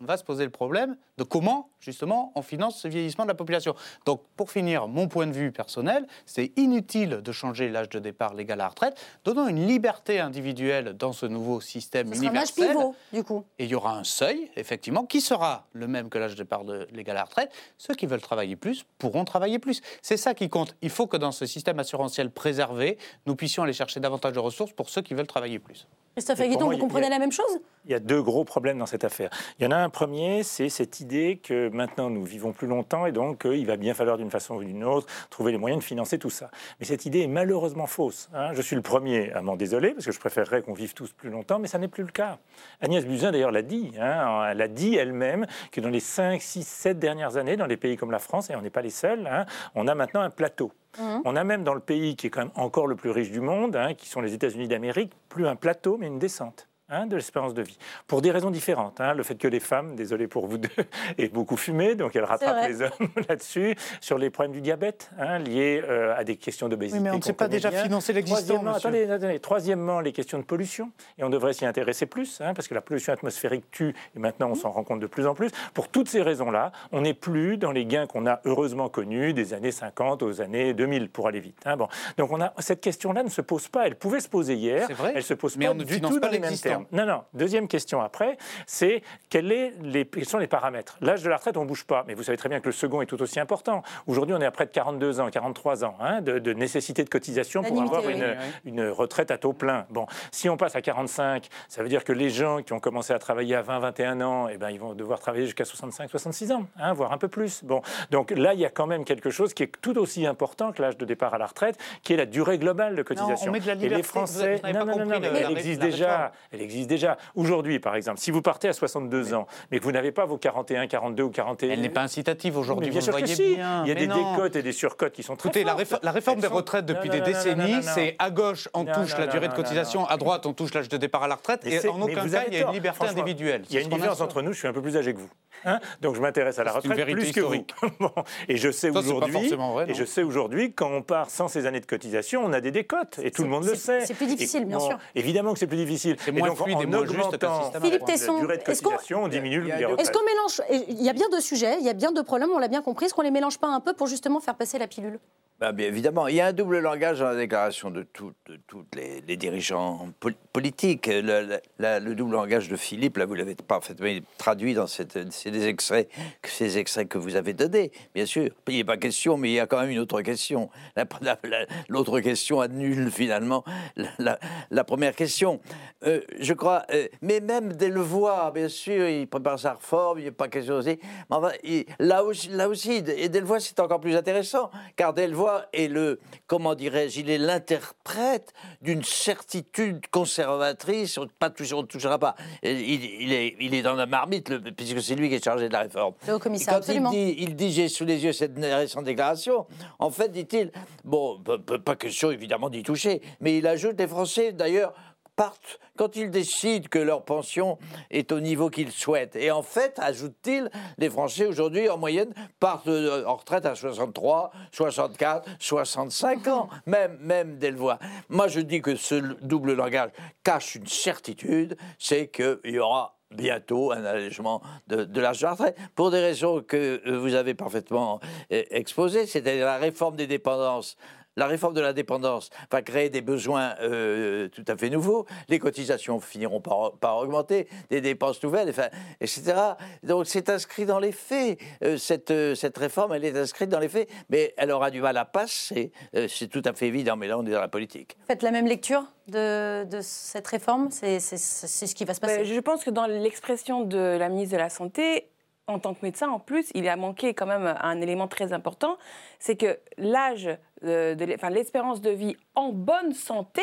S7: on va se poser le problème de comment, justement, on finance ce vieillissement de la population. Donc, pour finir, mon point de vue personnel, c'est inutile de changer l'âge de départ légal à la retraite. Donnons une liberté individuelle dans ce nouveau système
S1: ce
S7: universel.
S1: Ce sera un âge pivot, du coup.
S7: Et il y aura un seuil, effectivement, qui sera le même que l'âge de départ de légal à la retraite. Ceux qui veulent travailler plus pourront travailler plus. C'est ça qui compte. Il faut que dans ce système assurantiel préservé, nous puissions aller chercher davantage de ressources pour ceux qui veulent travailler plus.
S1: Christophe Guitton, vous comprenez la même chose ?
S4: Il y a deux gros problèmes dans cette affaire. Il y en a un premier, c'est cette idée que maintenant nous vivons plus longtemps et donc euh, il va bien falloir d'une façon ou d'une autre trouver les moyens de financer tout ça. Mais cette idée est malheureusement fausse. Hein. Je suis le premier à m'en désoler parce que je préférerais qu'on vive tous plus longtemps, mais ça n'est plus le cas. Agnès Buzyn d'ailleurs l'a dit. Hein. Elle a dit elle-même que dans les cinq, six, sept dernières années, dans les pays comme la France, et on n'est pas les seuls, hein, on a maintenant un plateau. Mmh. On a même dans le pays qui est quand même encore le plus riche du monde, hein, qui sont les États-Unis d'Amérique, plus un plateau mais une descente. Hein, de l'espérance de vie, pour des raisons différentes. Hein. Le fait que les femmes, désolé pour vous deux, aient beaucoup fumé, donc elles rattrapent les hommes là-dessus, sur les problèmes du diabète, hein, liés euh, à des questions d'obésité.
S7: Oui, mais on ne sait pas déjà bien. financer l'existant.
S4: Troisièmement, attendez, attendez, troisièmement, les questions de pollution, et on devrait s'y intéresser plus, hein, parce que la pollution atmosphérique tue, et maintenant on s'en rend compte de plus en plus. Pour toutes ces raisons-là, on n'est plus dans les gains qu'on a heureusement connus des années cinquante aux années deux mille, pour aller vite. Hein. Bon. Donc on a, cette question-là ne se pose pas, elle pouvait se poser hier, elle se pose
S7: mais
S4: pas
S7: on ne
S4: du
S7: finance
S4: tout
S7: pas
S4: dans les mêmes termes. Non, non. Deuxième question après, c'est quel est les, quels sont les paramètres. L'âge de la retraite, on ne bouge pas, mais vous savez très bien que le second est tout aussi important. Aujourd'hui, on est à près de quarante-deux ans, quarante-trois ans hein, de, de nécessité de cotisation pour avoir oui, une, oui. une retraite à taux plein. Bon, si on passe à quarante-cinq, ça veut dire que les gens qui ont commencé à travailler à vingt, vingt et un ans, eh ben, ils vont devoir travailler jusqu'à soixante-cinq, soixante-six ans, hein, voire un peu plus. Bon, donc là, il y a quand même quelque chose qui est tout aussi important que l'âge de départ à la retraite, qui est la durée globale de cotisation.
S7: Non, on met de la liberté.
S4: Et les Français,
S7: vous, vous
S4: non, non, non, non, mais elle existe déjà. Elle existe déjà. Aujourd'hui, par exemple, si vous partez à soixante-deux oui. ans, mais que vous n'avez pas vos quarante et un, quarante-deux ou quarante et un...
S7: Elle n'est pas incitative aujourd'hui,
S4: bien
S7: vous
S4: sûr
S7: le voyez
S4: que si.
S7: bien.
S4: Il y a
S7: mais
S4: des
S7: non.
S4: décotes et des surcotes qui sont très
S7: Écoutez,
S4: fortes.
S7: La, réfo- la réforme des
S4: sont...
S7: retraites depuis
S4: non, non,
S7: des
S4: non,
S7: décennies,
S4: non, non, non.
S7: c'est à gauche, on
S4: non,
S7: touche
S4: non,
S7: la
S4: non,
S7: durée
S4: non,
S7: de cotisation,
S4: non, non.
S7: à droite, on touche l'âge de départ à la retraite, et en aucun cas, il y a une liberté individuelle.
S4: Il y a une différence entre nous, je suis un peu plus âgé que vous. Hein donc je m'intéresse à la retraite plus que vous. bon, et je sais aujourd'hui, et je sais aujourd'hui, quand on part sans ces années de cotisation, on a des décotes, et tout le monde le sait.
S1: C'est plus difficile,
S4: et,
S1: bien
S4: bon,
S1: sûr.
S4: Évidemment que c'est plus difficile.
S7: C'est moins fluide et moins juste que le système.
S1: Philippe Tesson,
S4: la durée de cotisation, on diminue les retraites.
S1: Est-ce qu'on mélange... Il y a bien deux sujets, il y a bien deux problèmes, on l'a bien compris. Est-ce qu'on les mélange pas un peu pour justement faire passer la pilule ?
S3: Ben, bien évidemment, il y a un double langage dans la déclaration de tous les, les dirigeants pol- politiques. Le, la, le double langage de Philippe, là, vous l'avez parfaitement traduit dans cette, ces, extraits, ces extraits que vous avez donnés, bien sûr. Il n'y a pas question, mais il y a quand même une autre question. La, la, la, l'autre question annule finalement la, la, la première question. Euh, je crois, euh, mais même Delvoye, bien sûr, il prépare sa réforme, il n'y a pas question aussi. Mais enfin, il, là aussi, là aussi, et Delvoye, c'est encore plus intéressant, car Delvoye est le, comment dirais-je, il est l'interprète d'une certitude conservatrice, on ne touchera pas. Il, il, est, il est dans la marmite, le, puisque c'est lui qui est chargé de la réforme.
S1: Le haut-commissaire,
S3: quand
S1: absolument.
S3: il dit, il dit, j'ai sous les yeux cette récente déclaration, en fait, dit-il, bon, pas question évidemment d'y toucher, mais il ajoute, les Français, d'ailleurs, partent quand ils décident que leur pension est au niveau qu'ils souhaitent. Et en fait, ajoute-t-il, les Français aujourd'hui, en moyenne, partent en retraite à soixante-trois, soixante-quatre, soixante-cinq ans, même, même Delvoye. Moi, je dis que ce double langage cache une certitude, c'est qu'il y aura bientôt un allègement de, de l'âge de la retraite, pour des raisons que vous avez parfaitement exposées, c'est-à-dire la réforme des dépendances. La réforme de la dépendance va créer des besoins euh, tout à fait nouveaux. Les cotisations finiront par, par augmenter, des dépenses nouvelles, enfin, et cetera. Donc c'est inscrit dans les faits. Euh, cette, euh, cette réforme, elle est inscrite dans les faits, mais elle aura du mal à passer. Euh, c'est tout à fait évident, mais là, on est dans la politique.
S1: Vous faites la même lecture de, de cette réforme ? C'est, c'est, c'est ce qui va se passer.
S2: Ben, je pense que dans l'expression de la ministre de la Santé, en tant que médecin, en plus, il a manqué quand même un élément très important, c'est que l'âge, de, de, enfin, l'espérance de vie en bonne santé,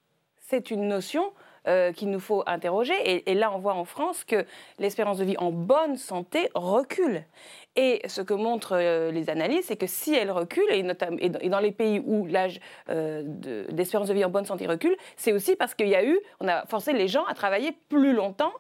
S2: c'est une notion euh, qu'il nous faut interroger. Et, et là, on voit en France que l'espérance de vie en bonne santé recule. Et ce que montrent euh, les analyses, c'est que si elle recule, et, notamment, et dans les pays où l'âge euh, de, d'espérance de vie en bonne santé recule, c'est aussi parce qu'il y a eu, on a forcé les gens à travailler plus longtemps,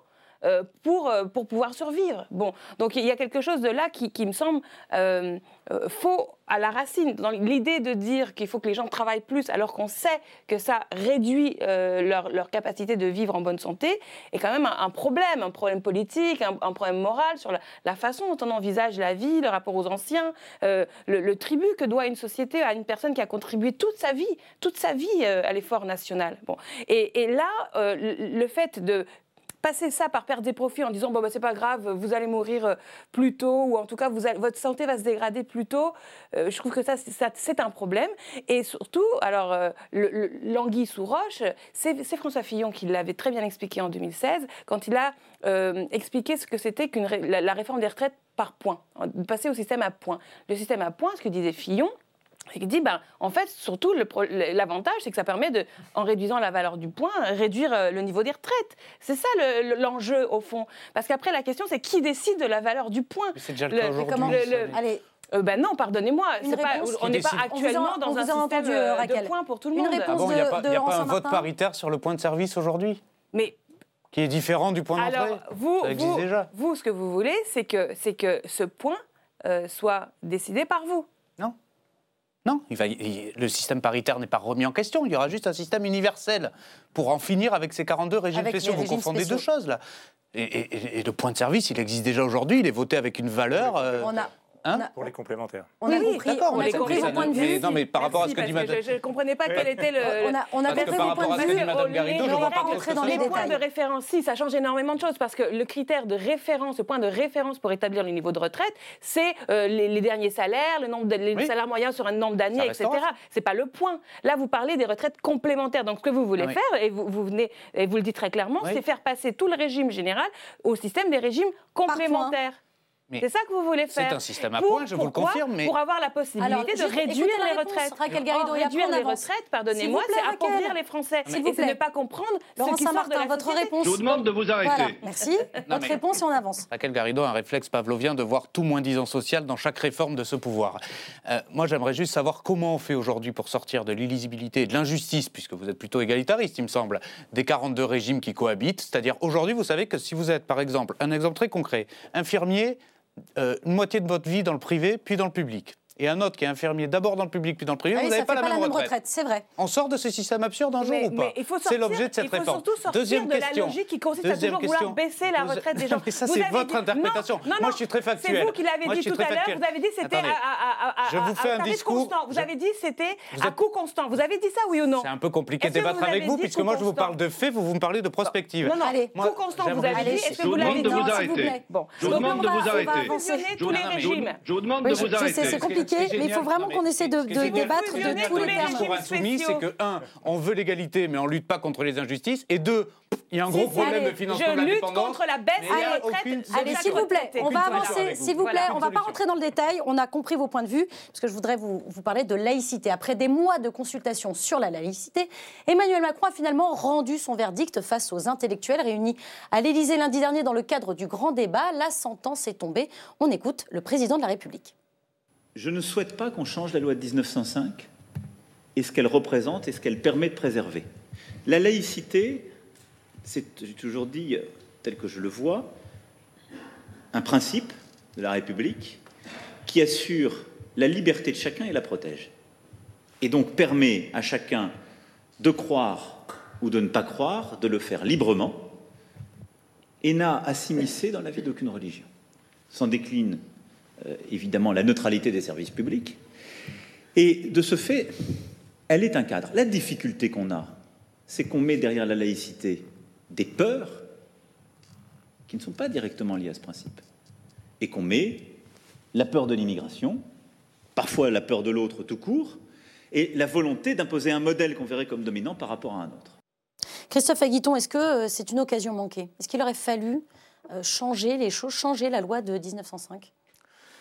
S8: euh, pour, euh, pour pouvoir survivre. Bon, donc il y a quelque chose de là qui, qui me semble euh, euh, faux à la racine. Dans l'idée de dire qu'il faut que les gens travaillent plus alors qu'on sait que ça réduit euh, leur, leur capacité de vivre en bonne santé est quand même un, un problème, un problème politique, un, un problème moral sur la, la façon dont on envisage la vie, le rapport aux anciens, euh, le, le tribut que doit une société à une personne qui a contribué toute sa vie, toute sa vie euh, à l'effort national. Bon. Et, et là, euh, le, le fait de passer ça par perte des profits en disant bon, bah, c'est pas grave, vous allez mourir plus tôt ou en tout cas vous allez, votre santé va se dégrader plus tôt, euh, je trouve que ça, ça c'est un problème. Et surtout, alors euh, le, le, l'anguille sous roche, c'est, c'est François Fillon qui l'avait très bien expliqué en deux mille seize quand il a euh, expliqué ce que c'était qu'une ré, la, la réforme des retraites par points, passer au système à points. Le système à points, ce que disait Fillon, il dit, ben, en fait, surtout, le, l'avantage, c'est que ça permet, de, en réduisant la valeur du point, réduire euh, le niveau des retraites. C'est ça le, l'enjeu, au fond. Parce qu'après, la question, c'est qui décide de la valeur du point.
S7: Mais c'est déjà le cas aujourd'hui.
S8: Comment, le, le, allez, euh, ben non, pardonnez-moi. C'est pas, on n'est pas actuellement
S1: on vous a,
S8: dans un
S1: entendu,
S8: système
S1: euh,
S8: de points pour tout le
S1: Une
S8: monde.
S1: réponse
S7: ah bon, il n'y a pas,
S1: de, de
S7: y a pas un
S1: Saint-Martin.
S7: vote paritaire sur le point de service aujourd'hui
S8: Mais...
S7: qui est différent du point d'entrée.
S8: Alors, vous,
S7: ça existe
S8: vous,
S7: déjà.
S8: vous, ce que vous voulez, c'est que, c'est que ce point euh, soit décidé par vous.
S7: Non. Non, il va, il, le système paritaire n'est pas remis en question. Il y aura juste un système universel pour en finir avec ces quarante-deux régimes
S1: avec
S7: spéciaux. Vous
S1: régimes
S7: confondez
S1: spéciaux.
S7: deux choses, là. Et, et, et le point de service, il existe déjà aujourd'hui. Il est voté avec une valeur... Euh,
S1: on a...
S7: Hein
S1: on a,
S4: pour les complémentaires.
S1: On a
S8: oui,
S1: compris,
S7: d'accord,
S1: on a
S7: mais
S1: compris
S7: ça,
S1: vos points de vue.
S7: mais non, mais par
S8: Merci,
S7: rapport à ce que dit
S8: parce
S7: Madame...
S8: Je ne comprenais pas quel était le...
S1: On a, on a
S7: Parce que
S1: compris
S7: par
S1: vos points
S7: rapport à
S1: de
S7: ce que
S1: vue.
S7: dit Madame Garrido, je
S1: on
S7: vois
S1: va
S7: pas
S1: pas rentrer dans
S8: les
S1: les
S8: points
S1: détails.
S8: de référence, si, ça change énormément de choses parce que le critère de référence, le point de référence pour établir le niveau de retraite, c'est euh, les, les derniers salaires, le nombre de, les
S7: Oui.
S8: salaires moyens sur un nombre d'années,
S7: Ça
S8: et cetera.
S7: restera.
S8: C'est pas le point. Là, vous parlez des retraites complémentaires. Donc, ce que vous voulez
S7: Ah oui.
S8: faire, et vous, vous venez, et vous le dites très clairement,
S7: Oui.
S8: c'est faire passer tout le régime général au système des régimes complémentaires.
S7: Mais
S8: C'est ça que vous voulez faire.
S7: c'est un système à
S8: Pour-
S7: points, je vous le
S8: pourquoi
S7: confirme, mais-
S8: Pour avoir la possibilité
S1: Alors,
S8: de
S1: juste
S8: réduire
S1: écoutez la
S8: les
S1: réponse,
S8: retraites.
S1: Raquel Garrido,
S8: Or,
S1: et après,
S8: réduire
S1: on
S8: les
S1: avance.
S8: retraites, pardonnez-moi,
S1: S'il vous
S8: c'est
S1: plaît,
S8: appauvrir
S1: Raquel.
S8: les Français.
S1: S'il vous
S8: Et c'est
S1: plaît.
S8: ne pas comprendre
S1: Laurent
S8: ce qui sort de
S1: Saint-Martin,
S8: la
S1: votre
S8: société.
S1: réponse.
S15: Je vous demande de vous arrêter.
S1: Voilà, merci. Votre
S7: mais-
S1: réponse et on avance.
S7: Raquel Garrido a un réflexe pavlovien de voir tout moins-disant social dans chaque réforme de ce pouvoir. Euh, moi, j'aimerais juste savoir comment on fait aujourd'hui pour sortir de l'illisibilité et de l'injustice, puisque vous êtes plutôt égalitariste, il me semble, des quarante-deux régimes qui cohabitent. C'est-à-dire, aujourd'hui, vous savez que si vous êtes, par exemple, un exemple très concret, infirmier, euh, une moitié de votre vie dans le privé, puis dans le public, et un autre qui est infirmier d'abord dans le public, puis dans le privé,
S1: Ah oui,
S7: vous
S1: ça
S7: n'avez
S1: fait
S7: pas la même retraite.
S1: C'est vrai.
S7: On sort de ce système absurde un jour
S8: Mais-
S7: ou pas
S8: mais il faut
S7: C'est
S8: sortir-
S7: l'objet de cette
S8: il faut
S7: réforme.
S8: surtout sortir
S7: Deuxième
S8: de la
S7: question.
S8: logique qui consiste
S7: Deuxième
S8: à toujours
S7: question.
S8: vouloir baisser la
S7: Deuxi-
S8: retraite des gens.
S7: Non, mais ça,
S8: Vous
S7: c'est
S8: avez
S7: votre
S8: dit-
S7: interprétation.
S8: Non, non,
S7: Moi,
S8: non,
S7: je suis très factuel.
S8: C'est vous qui l'avez
S7: Moi, je
S8: dit
S7: suis
S8: tout
S7: très
S8: à l'heure.
S7: factuel.
S8: Vous avez dit c'était à,
S7: Attendez.
S8: à, à, à,
S7: Je vous fais
S8: à
S7: un
S8: tarif
S7: discours.
S8: constant. Vous avez dit c'était
S7: Vous
S8: à
S7: êtes-
S8: coût constant. Vous avez dit ça, oui ou non?
S7: C'est un peu compliqué de
S8: Est-ce que
S7: débattre
S8: vous
S7: avec
S8: avez
S7: vous,
S8: dit
S7: puisque
S8: coût
S7: moi, je vous
S8: constant?
S7: parle de faits, vous, vous me parlez de prospective.
S8: Non, non,
S1: Allez.
S7: Moi,
S8: coût constant, vous
S7: j'aimerais
S8: avez dit.
S1: juste-
S8: Est-ce que
S15: Je vous
S8: vous l'avez
S15: demande de
S8: dit?
S15: vous
S8: S'il
S15: arrêter.
S8: plaît. Bon.
S15: Je vous
S8: Donc,
S15: demande
S8: on
S15: de
S8: va-
S15: vous
S8: on va
S15: arrêter.
S8: fusionner
S15: Je
S8: tous
S15: vous-
S8: les
S15: je vous-
S8: régimes.
S15: Je vous demande
S1: Oui,
S15: de
S1: je,
S15: vous
S1: je sais,
S15: arrêter.
S1: c'est compliqué,
S7: Ce qui est
S1: mais il faut
S7: génial,
S1: vraiment
S7: non, mais
S1: qu'on essaie de,
S7: ce qui est
S1: de
S7: génial,
S1: débattre
S8: vous
S1: de
S8: fusionnez
S1: tous
S8: tous
S1: les
S8: les
S1: termes.
S8: régimes
S7: pour insoumis, c'est
S8: spéciaux.
S7: que, un, on veut l'égalité, mais on lutte pas contre les injustices, et deux, il y a un gros
S8: Si, si,
S7: problème
S8: allez,
S7: de financement
S8: je
S7: de
S8: lutte
S7: l'indépendance.
S8: contre la baisse
S7: Mais
S8: des
S7: il y a
S8: retraites
S7: aucune
S8: de
S1: Allez,
S8: chaque
S1: s'il vous plaît,
S8: retraité.
S1: on va
S8: Voilà.
S1: avancer, s'il vous plaît,
S7: Voilà.
S1: on va pas rentrer dans le détail, on a compris vos points de vue, parce que je voudrais vous, vous parler de laïcité. Après des mois de consultation sur la laïcité, Emmanuel Macron a finalement rendu son verdict face aux intellectuels réunis à l'Élysée lundi dernier dans le cadre du grand débat. La sentence est tombée. On écoute le président de la République.
S6: Je ne souhaite pas qu'on change la loi de dix-neuf cent cinq et ce qu'elle représente et ce qu'elle permet de préserver. La laïcité, c'est, j'ai toujours dit, tel que je le vois, un principe de la République qui assure la liberté de chacun et la protège. Et donc permet à chacun de croire ou de ne pas croire, de le faire librement, et n'a à s'immiscer dans la vie d'aucune religion. S'en décline euh, évidemment la neutralité des services publics, et de ce fait, elle est un cadre. La difficulté qu'on a, c'est qu'on met derrière la laïcité des peurs qui ne sont pas directement liées à ce principe, et qu'on met la peur de l'immigration, parfois la peur de l'autre tout court, et la volonté d'imposer un modèle qu'on verrait comme dominant par rapport à un autre.
S1: Christophe Aguiton, est-ce que euh, c'est une occasion manquée? Est-ce qu'il aurait fallu euh, changer les choses, changer la loi de dix-neuf cent cinq?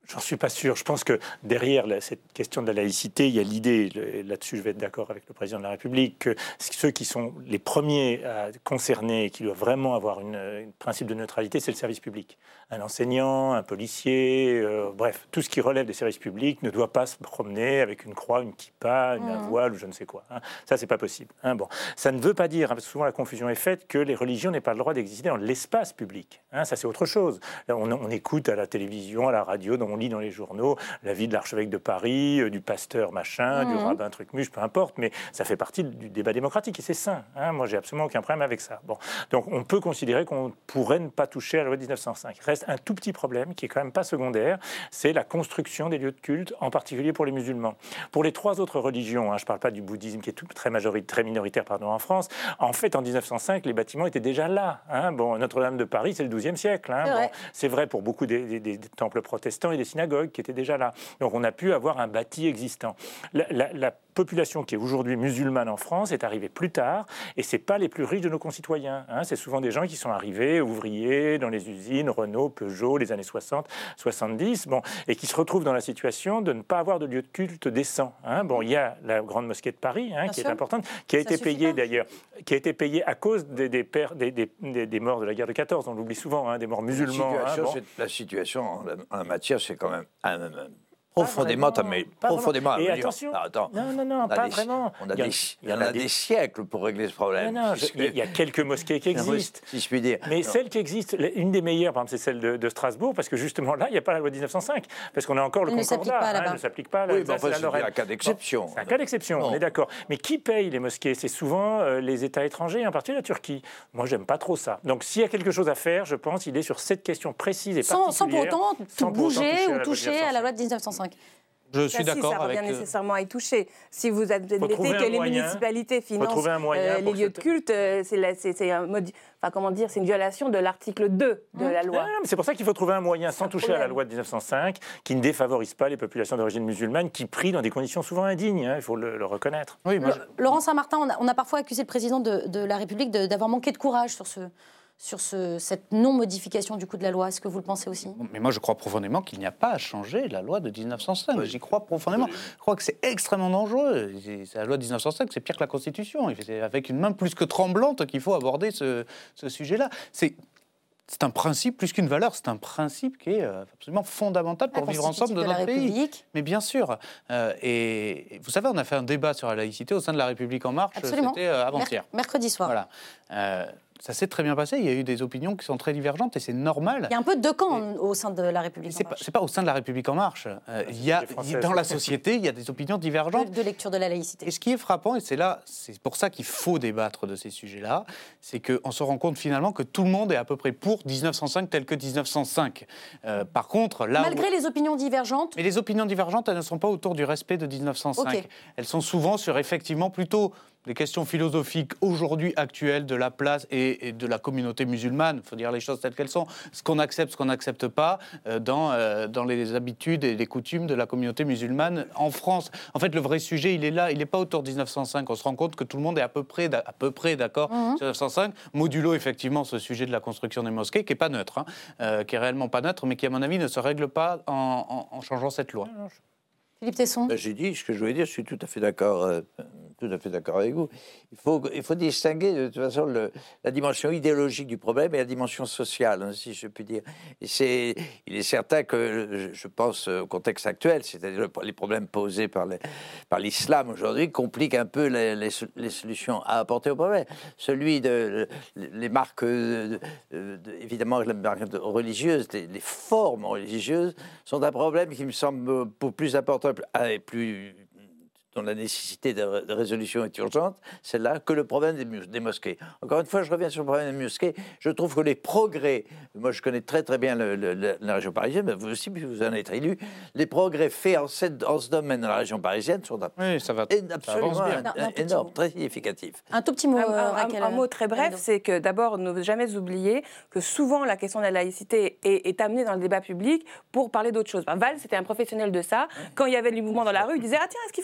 S4: J'en suis pas sûr. Je pense que derrière la, cette question de la laïcité, il y a l'idée, là-dessus je vais être d'accord avec le président de la République, que ceux qui sont les premiers à concernés et qui doivent vraiment avoir une, un principe de neutralité, c'est le service public. Un enseignant, un policier, euh, bref, tout ce qui relève des services publics ne doit pas se promener avec une croix, une kippa, une, un voile ou je ne sais quoi. Hein. Ça, c'est pas possible. Hein, bon. Ça ne veut pas dire, hein, parce que souvent la confusion est faite, que les religions n'aient pas le droit d'exister dans l'espace public. Hein, ça, c'est autre chose. Là, on, on écoute à la télévision, à la radio, dans lit dans les journaux la vie de l'archevêque de Paris, euh, du pasteur machin, mmh. du rabbin truc-muche, peu importe, mais ça fait partie du débat démocratique et c'est sain. Hein. Moi, j'ai absolument aucun problème avec ça. Bon. Donc, on peut considérer qu'on pourrait ne pas toucher à la loi de dix-neuf cent cinq. Reste un tout petit problème qui est quand même pas secondaire, c'est la construction des lieux de culte, en particulier pour les musulmans. Pour les trois autres religions, hein, je ne parle pas du bouddhisme qui est tout, très, majoritaire, très minoritaire pardon, en France, en fait, en dix-neuf cent cinq, les bâtiments étaient déjà là. Hein. Bon, Notre-Dame de Paris, c'est le douzième siècle. Hein. C'est, bon, vrai. c'est vrai pour beaucoup des, des, des temples protestants et des synagogues qui étaient déjà là. Donc on a pu avoir un bâti existant. La, la, la population qui est aujourd'hui musulmane en France est arrivée plus tard et c'est pas les plus riches de nos concitoyens. Hein. C'est souvent des gens qui sont arrivés, ouvriers, dans les usines, Renault, Peugeot, les années soixante, soixante-dix, bon, et qui se retrouvent dans la situation de ne pas avoir de lieu de culte décent. Hein. Bon, il y a la grande mosquée de Paris, hein, qui sûr. est importante, qui a Ça été payée d'ailleurs, qui a été payée à cause des, des, pères, des, des, des, des morts de la guerre de quatorze, on l'oublie souvent, hein, des morts musulmans.
S3: La situation,
S4: hein, bon.
S3: c'est, la situation en la, en la matière, c'est quand même un, un, un, profondément, mais profondément.
S4: Et attention,
S3: non, attends,
S4: non, non, non, pas
S3: des,
S4: vraiment.
S3: On a, des, il y en a, a des, des siècles pour régler ce problème.
S4: Non, non, je, il y a quelques mosquées qui existent.
S3: Si je puis dire.
S4: Mais
S3: non.
S4: celle qui existe, une des meilleures, par exemple, c'est celle de, de Strasbourg, parce que justement là, il n'y a pas la loi de dix-neuf cent cinq, parce qu'on a encore le
S1: elle
S4: concordat.
S1: Hein,
S4: elle ne s'applique pas.
S3: Oui, mais enfin, c'est un cas d'exception.
S4: Bon, c'est un cas d'exception, on est d'accord. Mais qui paye les mosquées? C'est souvent euh, les États étrangers, en particulier la Turquie. Moi, j'aime pas trop ça. Donc, s'il y a quelque chose à faire, je pense, il est sur cette question précise et
S1: sans,
S4: particulière.
S1: Sans pour autant tout bouger ou toucher à la loi de dix-neuf cent cinq.
S7: Je suis
S8: ça,
S7: d'accord
S8: si, ça
S7: avec...
S8: Ça revient nécessairement à y toucher. Si vous admettez que les
S4: moyen,
S8: municipalités financent euh, les lieux de culte, euh, c'est, la, c'est, c'est un modi... enfin, comment dire, c'est une violation de l'article deux de mmh. la loi.
S4: Non, non, mais c'est pour ça qu'il faut trouver un moyen, sans toucher problème. à la loi de dix-neuf cent cinq, qui ne défavorise pas les populations d'origine musulmane, qui prient dans des conditions souvent indignes, hein, il faut le, le reconnaître.
S1: Oui, moi, je... Laurent Saint-Martin, on a, on a parfois accusé le président de, de la République de, d'avoir manqué de courage sur ce... sur ce, cette non-modification du coup de la loi. Est-ce que vous le pensez aussi?
S7: Mais moi, je crois profondément qu'il n'y a pas à changer la loi de dix-neuf cent cinq. Oui. J'y crois profondément. Oui. Je crois que c'est extrêmement dangereux. C'est, la loi de dix-neuf cent cinq, c'est pire que la Constitution. C'est avec une main plus que tremblante qu'il faut aborder ce, ce sujet-là. C'est... C'est un principe, plus qu'une valeur, c'est un principe qui est absolument fondamental pour vivre ensemble de, de notre pays. Mais bien sûr. Euh, et vous savez, on a fait un débat sur la laïcité au sein de La République En Marche.
S1: Absolument.
S7: C'était euh, avant-hier.
S1: Merc- mercredi soir.
S7: Voilà. Euh, ça s'est très bien passé. Il y a eu des opinions qui sont très divergentes et c'est normal.
S1: Il y a un peu de deux camps et au sein de La République
S7: c'est
S1: En Marche.
S7: C'est pas au sein de La République En Marche. Euh, il y a, dans la société, il y a des opinions divergentes.
S1: De, de lecture de la laïcité.
S7: Et ce qui est frappant, et c'est là, c'est pour ça qu'il faut débattre de ces sujets-là, c'est qu'on se rend compte finalement que tout le monde est à peu près pour dix-neuf cent cinq tel que dix-neuf cent cinq. Euh, par contre, là...
S1: Malgré
S7: où...
S1: les opinions divergentes...
S7: Mais les opinions divergentes, elles ne sont pas autour du respect de dix-neuf cent cinq. Okay. Elles sont souvent sur, effectivement, plutôt... des questions philosophiques aujourd'hui actuelles de la place et, et de la communauté musulmane, il faut dire les choses telles qu'elles sont, ce qu'on accepte, ce qu'on n'accepte pas euh, dans, euh, dans les habitudes et les coutumes de la communauté musulmane en France. En fait, le vrai sujet, il est là, il n'est pas autour de dix-neuf cent cinq. On se rend compte que tout le monde est à peu près, à peu près d'accord mmh. sur dix-neuf cent cinq, modulo effectivement ce sujet de la construction des mosquées, qui n'est pas neutre, hein, euh, qui est réellement pas neutre, mais qui, à mon avis, ne se règle pas en, en, en changeant cette loi.
S1: Philippe Tesson.
S3: Ben, j'ai dit ce que je voulais dire, je suis tout à fait d'accord, euh, tout à fait d'accord avec vous. Il faut, il faut distinguer de toute façon le, la dimension idéologique du problème et la dimension sociale, hein, si je puis dire. Et c'est, il est certain que, je, je pense au contexte actuel, c'est-à-dire le, les problèmes posés par, les, par l'islam aujourd'hui, compliquent un peu les, les, les solutions à apporter au problème. Celui de les marques, de, de, de, évidemment, les marques religieuses, les, les formes religieuses sont un problème qui me semble beaucoup plus important et plus, dont la nécessité de, de résolution est urgente, c'est là que le problème des, mus- des mosquées. Encore une fois, je reviens sur le problème des mosquées. Je trouve que les progrès, moi je connais très très bien le, le, le, la région parisienne, mais vous aussi, vous en êtes élu, les progrès faits en, cette, en ce domaine dans la région parisienne sont
S7: oui, ça va,
S3: absolument
S7: ça
S3: un, un, énormes, très significatifs.
S1: Un tout petit mot,
S8: un,
S1: euh,
S8: un, un mot très bref, c'est que d'abord, ne jamais oublier que souvent la question de la laïcité est, est amenée dans le débat public pour parler d'autre chose. Enfin, Valls, c'était un professionnel de ça. Quand il y avait du mouvement dans la rue, il disait « Ah tiens, est-ce qu'il ne faudrait pas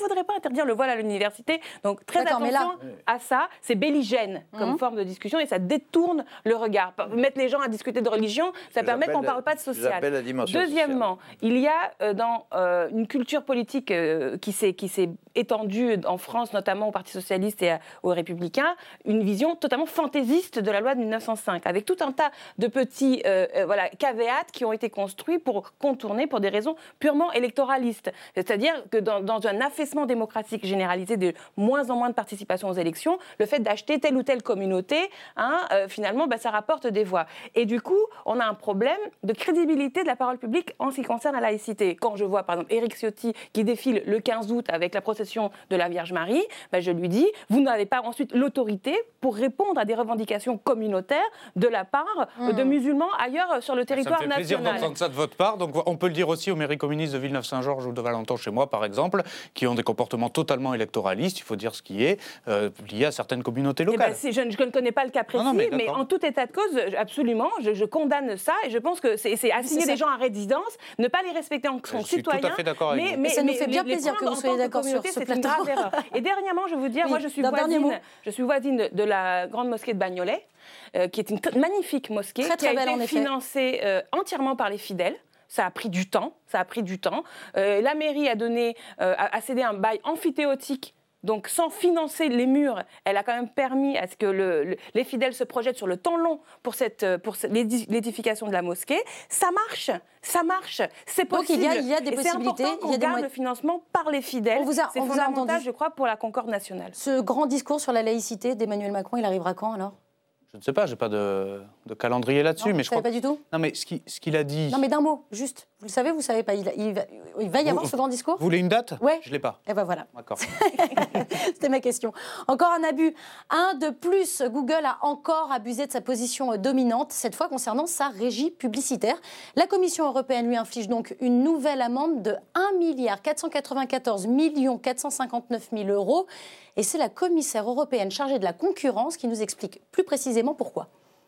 S8: interdire le voile à l'université. Donc très
S1: D'accord, mais là-
S8: attention à ça. C'est belligène comme
S1: Mhm.
S8: forme de discussion et ça détourne le regard. Mettre les gens à discuter de religion, ça
S3: Je
S8: permet qu'on ne
S3: l'appelle-
S8: parle pas de
S3: je
S8: social.
S3: l'appelle la dimension
S8: Deuxièmement, il y a euh, dans euh, une culture politique euh, qui s'est qui s'est étendue en France, notamment au Parti socialiste et à- aux Républicains, une vision totalement fantaisiste de la loi de mille neuf cent cinq, avec tout un tas de petits euh, euh, voilà, caveats qui ont été construits pour contourner pour des raisons purement électoralistes. C'est-à-dire que dans, dans un affaissement démocratique généralisé, de moins en moins de participation aux élections, le fait d'acheter telle ou telle communauté, hein, euh, finalement, bah, ça rapporte des voix. Et du coup, on a un problème de crédibilité de la parole publique en ce qui concerne la laïcité. Quand je vois, par exemple, Éric Ciotti qui défile le quinze août avec la procession de la Vierge Marie, bah, je lui dis, vous n'avez pas ensuite l'autorité pour répondre à des revendications communautaires de la part euh, de musulmans ailleurs euh, sur le territoire
S7: Ça me fait plaisir
S8: national.
S7: d'entendre ça de votre part. Donc, on peut le dire aussi aux mairies communistes de Villeneuve-Saint-Georges ou de Valenton, chez moi, par exemple, qui ont des comportements totalement électoralistes, il faut dire ce qui est, euh, lié à certaines communautés
S8: Eh ben,
S7: locales.
S8: si, je, ne- je ne connais pas le cas précis,
S7: Non, non, mais
S8: mais,
S7: d'accord.
S8: en tout état de cause, je- absolument, je, je condamne ça et je pense que c'est c'est assigner
S1: c'est ça.
S8: des gens à résidence, ne pas les respecter en tant que
S7: Je suis tout à
S8: citoyens.
S7: fait d'accord avec vous.
S1: Et ça nous fait
S8: les-
S1: bien
S8: les
S1: plaisir que
S8: prendre
S1: vous
S8: en
S1: soyez
S8: tant
S1: d'accord sur
S8: communauté,
S1: ce
S8: c'est une
S1: plateau.
S8: grave erreur. Et dernièrement, je veux dire,
S1: Oui,
S8: moi je suis
S1: d'un dernier
S8: voisine,
S1: mot.
S8: je suis voisine de, de la grande mosquée de Bagnolet, euh, qui est une t- magnifique mosquée,
S1: Très,
S8: qui
S1: très
S8: a
S1: belle, en
S8: été
S1: effet.
S8: financée euh, entièrement par les fidèles. Ça a pris du temps, ça a pris du temps. Euh, la mairie a donné, euh, a, a cédé un bail amphithéotique. Donc, sans financer les murs, elle a quand même permis à ce que le, le- les fidèles se projettent sur le temps long pour, cette, pour cette- l'édi- l'édification de la mosquée. Ça marche, ça marche, c'est
S1: Donc, il
S8: possible.
S1: y a- il y a des
S8: Et
S1: possibilités,
S8: c'est important qu'on
S1: il y a des
S8: garde
S1: moyens.
S8: le financement par les fidèles.
S1: On vous a-
S8: c'est
S1: on vous a
S8: fondamental,
S1: entendu.
S8: je crois, pour la concorde nationale.
S1: Ce grand discours sur la laïcité d'Emmanuel Macron, il arrivera quand alors?
S7: Je ne sais pas, je n'ai pas de, de calendrier là-dessus,
S1: Non,
S7: mais
S1: vous
S7: je crois
S1: savez pas du tout?
S7: Non, mais ce qu'il ce qu'il a dit...
S1: Non mais d'un mot, juste. Vous le savez, vous le savez pas. Il, il va, il va y avoir
S7: Vous-
S1: ce grand discours?
S7: Vous voulez une date?
S1: Ouais.
S7: Je ne l'ai pas.
S1: Et ben voilà.
S7: D'accord.
S1: C'était ma question. Encore un abus. Un de plus, Google a encore abusé de sa position dominante, cette fois concernant sa régie publicitaire. La Commission européenne lui inflige donc une nouvelle amende de un milliard quatre cent quatre-vingt-quatorze millions quatre cent cinquante-neuf mille euros. Et c'est la commissaire européenne chargée de la concurrence qui nous explique plus précisément pourquoi.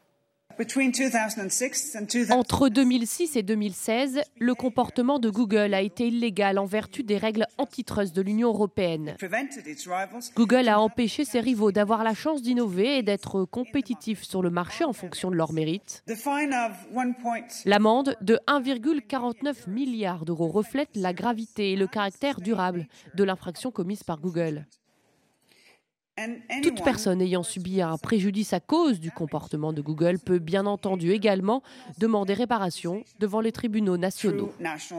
S15: Entre deux mille six et deux mille seize, le comportement de Google a été illégal en vertu des règles antitrust de l'Union européenne. Google a empêché ses rivaux d'avoir la chance d'innover et d'être compétitifs sur le marché en fonction de leur mérite. L'amende de un virgule quarante-neuf milliard d'euros reflète la gravité et le caractère durable de l'infraction commise par Google. Toute personne ayant subi un préjudice à cause du comportement de Google peut bien entendu également demander réparation devant les tribunaux nationaux.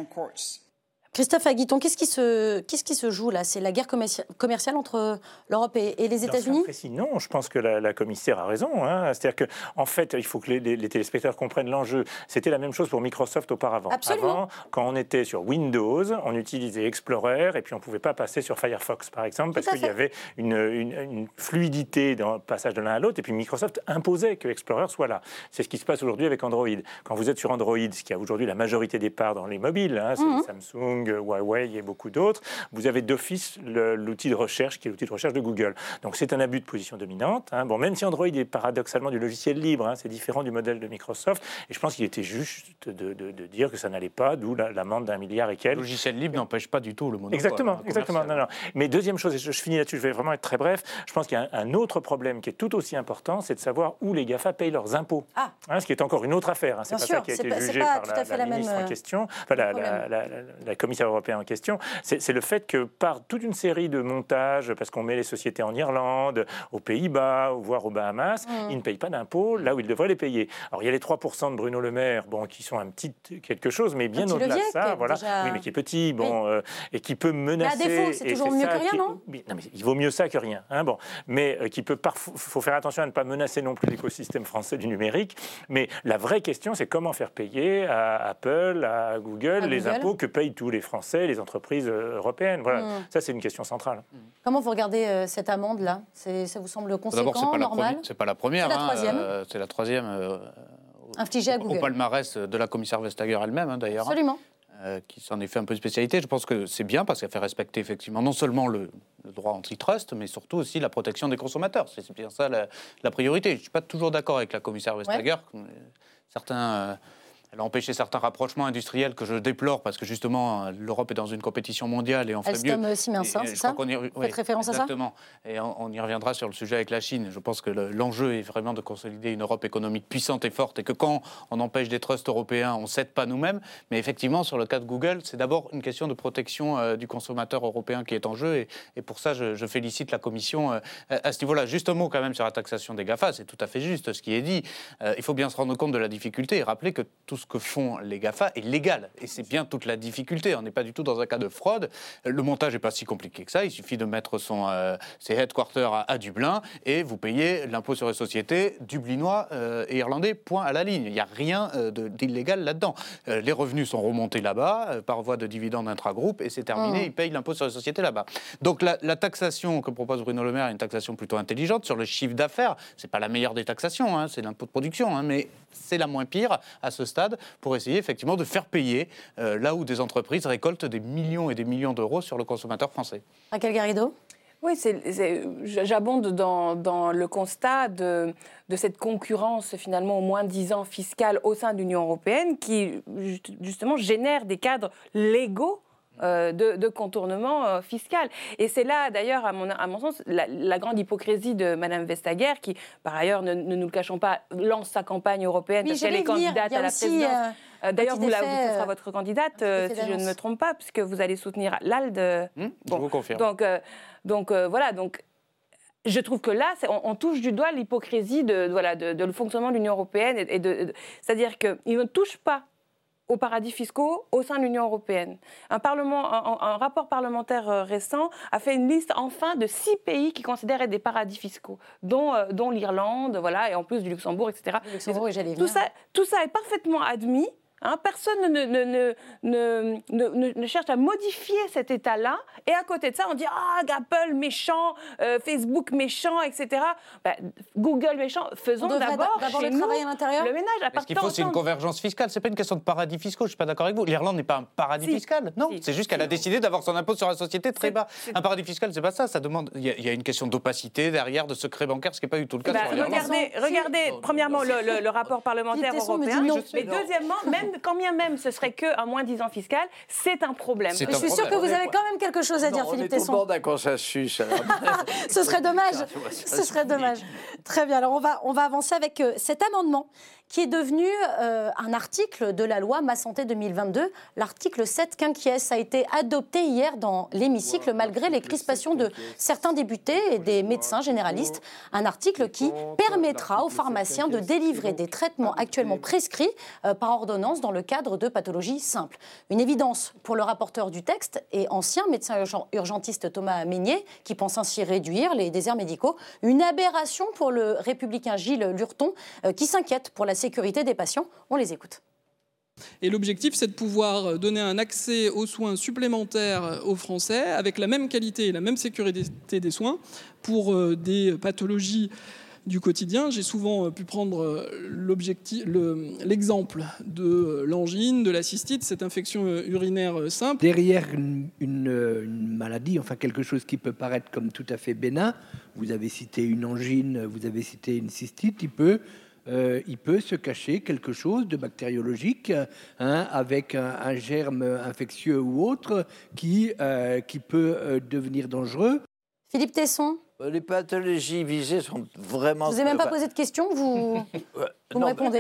S1: Christophe Aguiton, qu'est-ce qui se, qu'est-ce qui se joue là? C'est la guerre commerci- commerciale entre l'Europe et, et les
S4: Dans ce
S1: États-Unis?
S4: cas précis, non, je pense que la, la commissaire a raison. Hein. C'est-à-dire qu'en en fait, il faut que les, les- les téléspectateurs comprennent l'enjeu. C'était la même chose pour Microsoft auparavant.
S1: Absolument.
S4: Avant, quand on était sur Windows, on utilisait Explorer et puis on ne pouvait pas passer sur Firefox, par exemple, parce
S1: Tout à
S4: qu'il y
S1: fait.
S4: avait une, une- une fluidité dans le passage de l'un à l'autre. Et puis Microsoft imposait que Explorer soit là. C'est ce qui se passe aujourd'hui avec Android. Quand vous êtes sur Android, ce qui a aujourd'hui la majorité des parts dans les mobiles, hein, c'est
S1: Mhm.
S4: Samsung, Huawei et beaucoup d'autres, vous avez d'office le- l'outil de recherche qui est l'outil de recherche de Google. Donc c'est un abus de position dominante. Hein. Bon, même si Android est paradoxalement du logiciel libre, hein, c'est différent du modèle de Microsoft. Et je pense qu'il était juste de, de- de dire que ça n'allait pas, d'où la- l'amende d'un milliard et quelques.
S7: Le logiciel libre n'empêche pas du tout le monopole.
S4: Exactement,
S7: hein,
S4: exactement.
S7: commercial.
S4: Non, non. Mais deuxième chose, et je, je finis là-dessus, je vais vraiment être très bref, je pense qu'il y a un, un autre problème qui est tout aussi important, c'est de savoir où les GAFA payent leurs impôts.
S1: Ah.
S4: Hein, ce qui est encore une autre affaire. Hein. C'est
S1: Bien
S4: pas
S1: sûr,
S4: ça qui a
S1: c'est
S4: été
S1: pas- c'est
S4: jugé
S1: pas
S4: par
S1: tout
S4: la,
S1: à fait
S4: la
S1: la même,
S4: ministre en
S1: euh,
S4: question, enfin la,
S1: problème.
S4: la- la- la- la commissaire européenne en question. C'est c'est le fait que par toute une série de montages, parce qu'on met les sociétés en Irlande, aux Pays-Bas, voire aux Bahamas,
S1: Mmh.
S4: ils ne payent pas d'impôts là où ils devraient les payer. Alors il y a les trois pour cent de Bruno Le Maire, bon, qui sont un petit quelque chose, mais bien
S1: petit
S4: au-delà de
S1: levier qui
S4: ça,
S1: est
S4: voilà.
S1: déjà-
S4: Oui, mais qui est petit, bon, euh, et qui peut menacer.
S1: défaut, c'est
S4: et
S1: toujours mieux
S4: ça
S1: que rien,
S4: qui-
S1: non
S4: Oui, non, mais il vaut mieux ça que rien, hein, bon. Mais euh, qui peut parfois, faut faire attention à ne pas menacer non plus l'écosystème français du numérique. Mais la vraie question, c'est comment faire payer à Apple, à Google,
S1: À
S4: les
S1: Google.
S4: impôts que payent tous les Français, les entreprises euh, européennes. Voilà,
S1: Mm.
S4: ça c'est une question centrale.
S1: Comment vous regardez euh, cette amende-là? C'est- Ça vous semble conséquent,
S7: D'abord, c'est pas, la
S1: normal?
S7: premi- c'est pas la première.
S1: C'est la
S7: hein,
S1: troisième.
S7: euh, c'est la troisième. euh,
S1: Infligée à
S7: au-
S1: Google.
S7: Au palmarès de la commissaire Vestager elle-même, hein, d'ailleurs.
S1: Absolument.
S7: euh, qui s'en est fait un peu de spécialité. Je pense que c'est bien parce qu'elle fait respecter effectivement non seulement le, le droit antitrust, mais surtout aussi la protection des consommateurs. C'est bien ça la, la priorité. Je ne suis pas toujours d'accord avec la commissaire Vestager.
S1: Ouais.
S7: Certains euh, Elle a empêché certains rapprochements industriels que je déplore parce que justement l'Europe est dans une compétition mondiale et on ferait mieux.
S1: Alstom Siemens, hein, c'est ça
S7: y...
S1: Vous faites référence à ça ?
S7: Exactement. Et on, on y reviendra sur le sujet avec la Chine. Je pense que le, l'enjeu est vraiment de consolider une Europe économique puissante et forte et que quand on empêche des trusts européens, on ne cède pas nous-mêmes. Mais effectivement, sur le cas de Google, c'est d'abord une question de protection euh, du consommateur européen qui est en jeu et, et pour ça, je, je félicite la Commission euh, à ce niveau-là. Juste un mot quand même sur la taxation des GAFA, c'est tout à fait juste ce qui est dit. Euh, il faut bien se rendre compte de la difficulté et rappeler que tout ce que font les GAFA est légal. Et c'est bien toute la difficulté. On n'est pas du tout dans un cas de fraude. Le montage n'est pas si compliqué que ça. Il suffit de mettre son, euh, ses headquarters à, à Dublin et vous payez l'impôt sur les sociétés dublinois euh, et irlandais, point à la ligne. Il n'y a rien euh, de, d'illégal là-dedans. Euh, les revenus sont remontés là-bas euh, par voie de dividendes intragroupe et c'est terminé. Mmh. Ils payent l'impôt sur les sociétés là-bas. Donc la, la taxation que propose Bruno Le Maire est une taxation plutôt intelligente sur le chiffre d'affaires. C'est pas la meilleure des taxations, hein, c'est l'impôt de production, hein, mais c'est la moins pire à ce stade pour essayer effectivement de faire payer euh, là où des entreprises récoltent des millions et des millions d'euros sur le consommateur français.
S1: Raquel Garrido ?
S8: Oui, c'est, c'est, j'abonde dans, dans le constat de, de cette concurrence finalement au moins dix ans fiscale au sein de l'Union européenne qui justement génère des cadres légaux Euh, de, de contournement euh, fiscal. Et c'est là, d'ailleurs, à mon, à mon sens, la, la grande hypocrisie de Mme Vestager, qui, par ailleurs, ne, ne nous le cachons pas, lance sa campagne européenne
S1: oui,
S8: parce qu'elle est candidate à la
S1: aussi,
S8: présidence.
S1: Euh,
S8: d'ailleurs, vous, la,
S1: effet,
S8: vous, ce sera votre candidate, euh, si je ne me trompe pas, puisque vous allez soutenir l'ALDE.
S7: Mmh,
S8: bon,
S7: je vous confirme.
S8: Donc, euh, donc euh, voilà, donc... Je trouve que là, c'est, on, on touche du doigt l'hypocrisie de, voilà, de, de le fonctionnement de l'Union européenne. Et, et de, de, c'est-à-dire qu'ils ne touchent pas aux paradis fiscaux au sein de l'Union européenne. Un, parlement, un, un rapport parlementaire récent a fait une liste enfin de six pays qui considèrent être des paradis fiscaux, dont, euh, dont l'Irlande, voilà, et en plus du Luxembourg, et cetera.
S1: Le Luxembourg, j'allais
S8: tout, ça, tout ça est parfaitement admis. Hein, personne ne, ne, ne, ne, ne, ne cherche à modifier cet état-là. Et à côté de ça, on dit « Ah, Apple méchant, euh, Facebook méchant, et cetera » Ben, Google méchant, faisons d'abord,
S1: d'abord
S8: chez
S1: le travail à l'intérieur.
S8: Le ménage. À
S7: ce qu'il faut, c'est une convergence fiscale. Ce n'est pas une question de paradis fiscaux. Je ne suis pas d'accord avec vous. L'Irlande n'est pas un paradis
S8: si.
S7: fiscal. Non,
S8: si.
S7: c'est juste qu'elle si. a décidé d'avoir son impôt sur la société très
S8: c'est,
S7: bas.
S8: C'est...
S7: Un paradis fiscal, ce n'est pas ça. Ça demande... Il y, a, il y a une question d'opacité derrière, de secret bancaire, ce qui n'est pas du tout le cas
S8: bah,
S7: sur l'Irlande.
S8: Regardez, regardez non, premièrement, non, le, le, le rapport parlementaire européen.
S1: Non.
S8: Mais deuxièmement, même, quand bien même ce serait qu'un moins dix ans fiscal, c'est un problème.
S1: C'est je suis sûre que vous avez quand même quelque chose à dire,
S3: non,
S1: Philippe
S3: Tesson.
S1: On est
S3: au bord d'un consensus.
S1: Ce serait dommage. Ce serait dommage. Très bien. Alors on va, on va avancer avec euh, cet amendement qui est devenu euh, un article de la loi Ma Santé deux mille vingt-deux. L'article sept quinquies a été adopté hier dans l'hémicycle malgré les crispations de certains députés et des médecins généralistes. Un article qui permettra aux pharmaciens de délivrer des traitements actuellement prescrits euh, par ordonnance dans le cadre de pathologies simples. Une évidence pour le rapporteur du texte et ancien médecin urgentiste Thomas Meignet, qui pense ainsi réduire les déserts médicaux. Une aberration pour le républicain Gilles Lurton, euh, qui s'inquiète pour la sécurité des patients. On les écoute.
S16: Et l'objectif, c'est de pouvoir donner un accès aux soins supplémentaires aux Français avec la même qualité et la même sécurité des soins pour des pathologies du quotidien. J'ai souvent pu prendre l'objectif, le, l'exemple de l'angine, de la cystite, cette infection urinaire simple.
S17: Derrière une, une, une maladie, enfin quelque chose qui peut paraître comme tout à fait bénin, vous avez cité une angine, vous avez cité une cystite, il peut... Euh, il peut se cacher quelque chose de bactériologique hein, avec un, un germe infectieux ou autre qui, euh, qui peut euh, devenir dangereux.
S1: Philippe Tesson.
S3: Les pathologies visées sont vraiment...
S1: Je ne vous ai même pas posé de questions, vous, vous me répondez.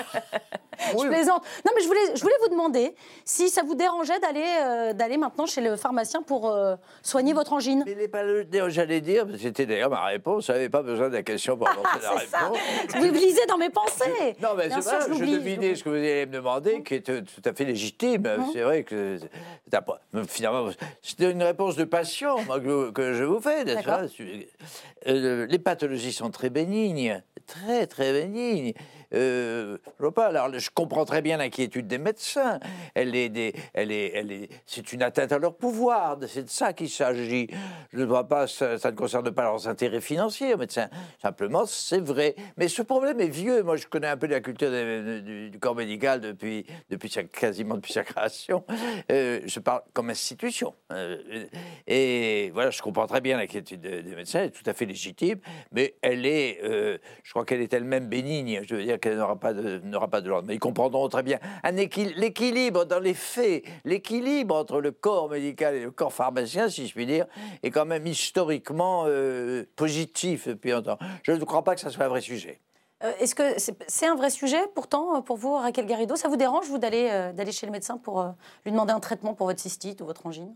S1: Je oui. plaisante. Non, mais je voulais, je voulais vous demander si ça vous dérangeait d'aller, euh, d'aller maintenant chez le pharmacien pour euh, soigner votre angine.
S3: Mais les pathologies, j'allais dire, c'était d'ailleurs ma réponse, je n'avais pas besoin de la question pour avancer la réponse.
S1: Ça. Vous lisez dans mes pensées.
S3: Non, mais c'est sûr, je, je devinais ce que vous alliez me demander, qui est tout à fait légitime. Mmh. C'est vrai que, finalement, c'était une réponse de patient moi, que, que je vous fais, n'est-ce pas ? Euh, les pathologies sont très bénignes, très très bénignes. Euh, je vois pas. Alors, je comprends très bien l'inquiétude des médecins. Elle est, des, elle est, elle est, c'est une atteinte à leur pouvoir. C'est de ça qu'il s'agit. Je ne vois pas. Ça, ça ne concerne pas leurs intérêts financiers aux médecins. Simplement, c'est vrai. Mais ce problème est vieux. Moi, je connais un peu la culture de, de, du corps médical depuis, depuis sa, quasiment depuis sa création. Euh, je parle comme institution. Euh, et voilà, je comprends très bien l'inquiétude des médecins. Elle est tout à fait légitime, mais elle est. Euh, je crois qu'elle est elle-même bénigne. Je veux dire. dire qu'il n'aura pas de, n'aura pas de l'ordre. Mais ils comprendront très bien. Un équil- l'équilibre dans les faits, l'équilibre entre le corps médical et le corps pharmacien, si je puis dire, est quand même historiquement euh, positif depuis longtemps. Je ne crois pas que ça soit un vrai sujet.
S1: Euh, est-ce que c'est, c'est un vrai sujet, pourtant, pour vous, Raquel Garrido? Ça vous dérange, vous, d'aller, euh, d'aller chez le médecin pour euh, lui demander un traitement pour votre cystite ou votre angine?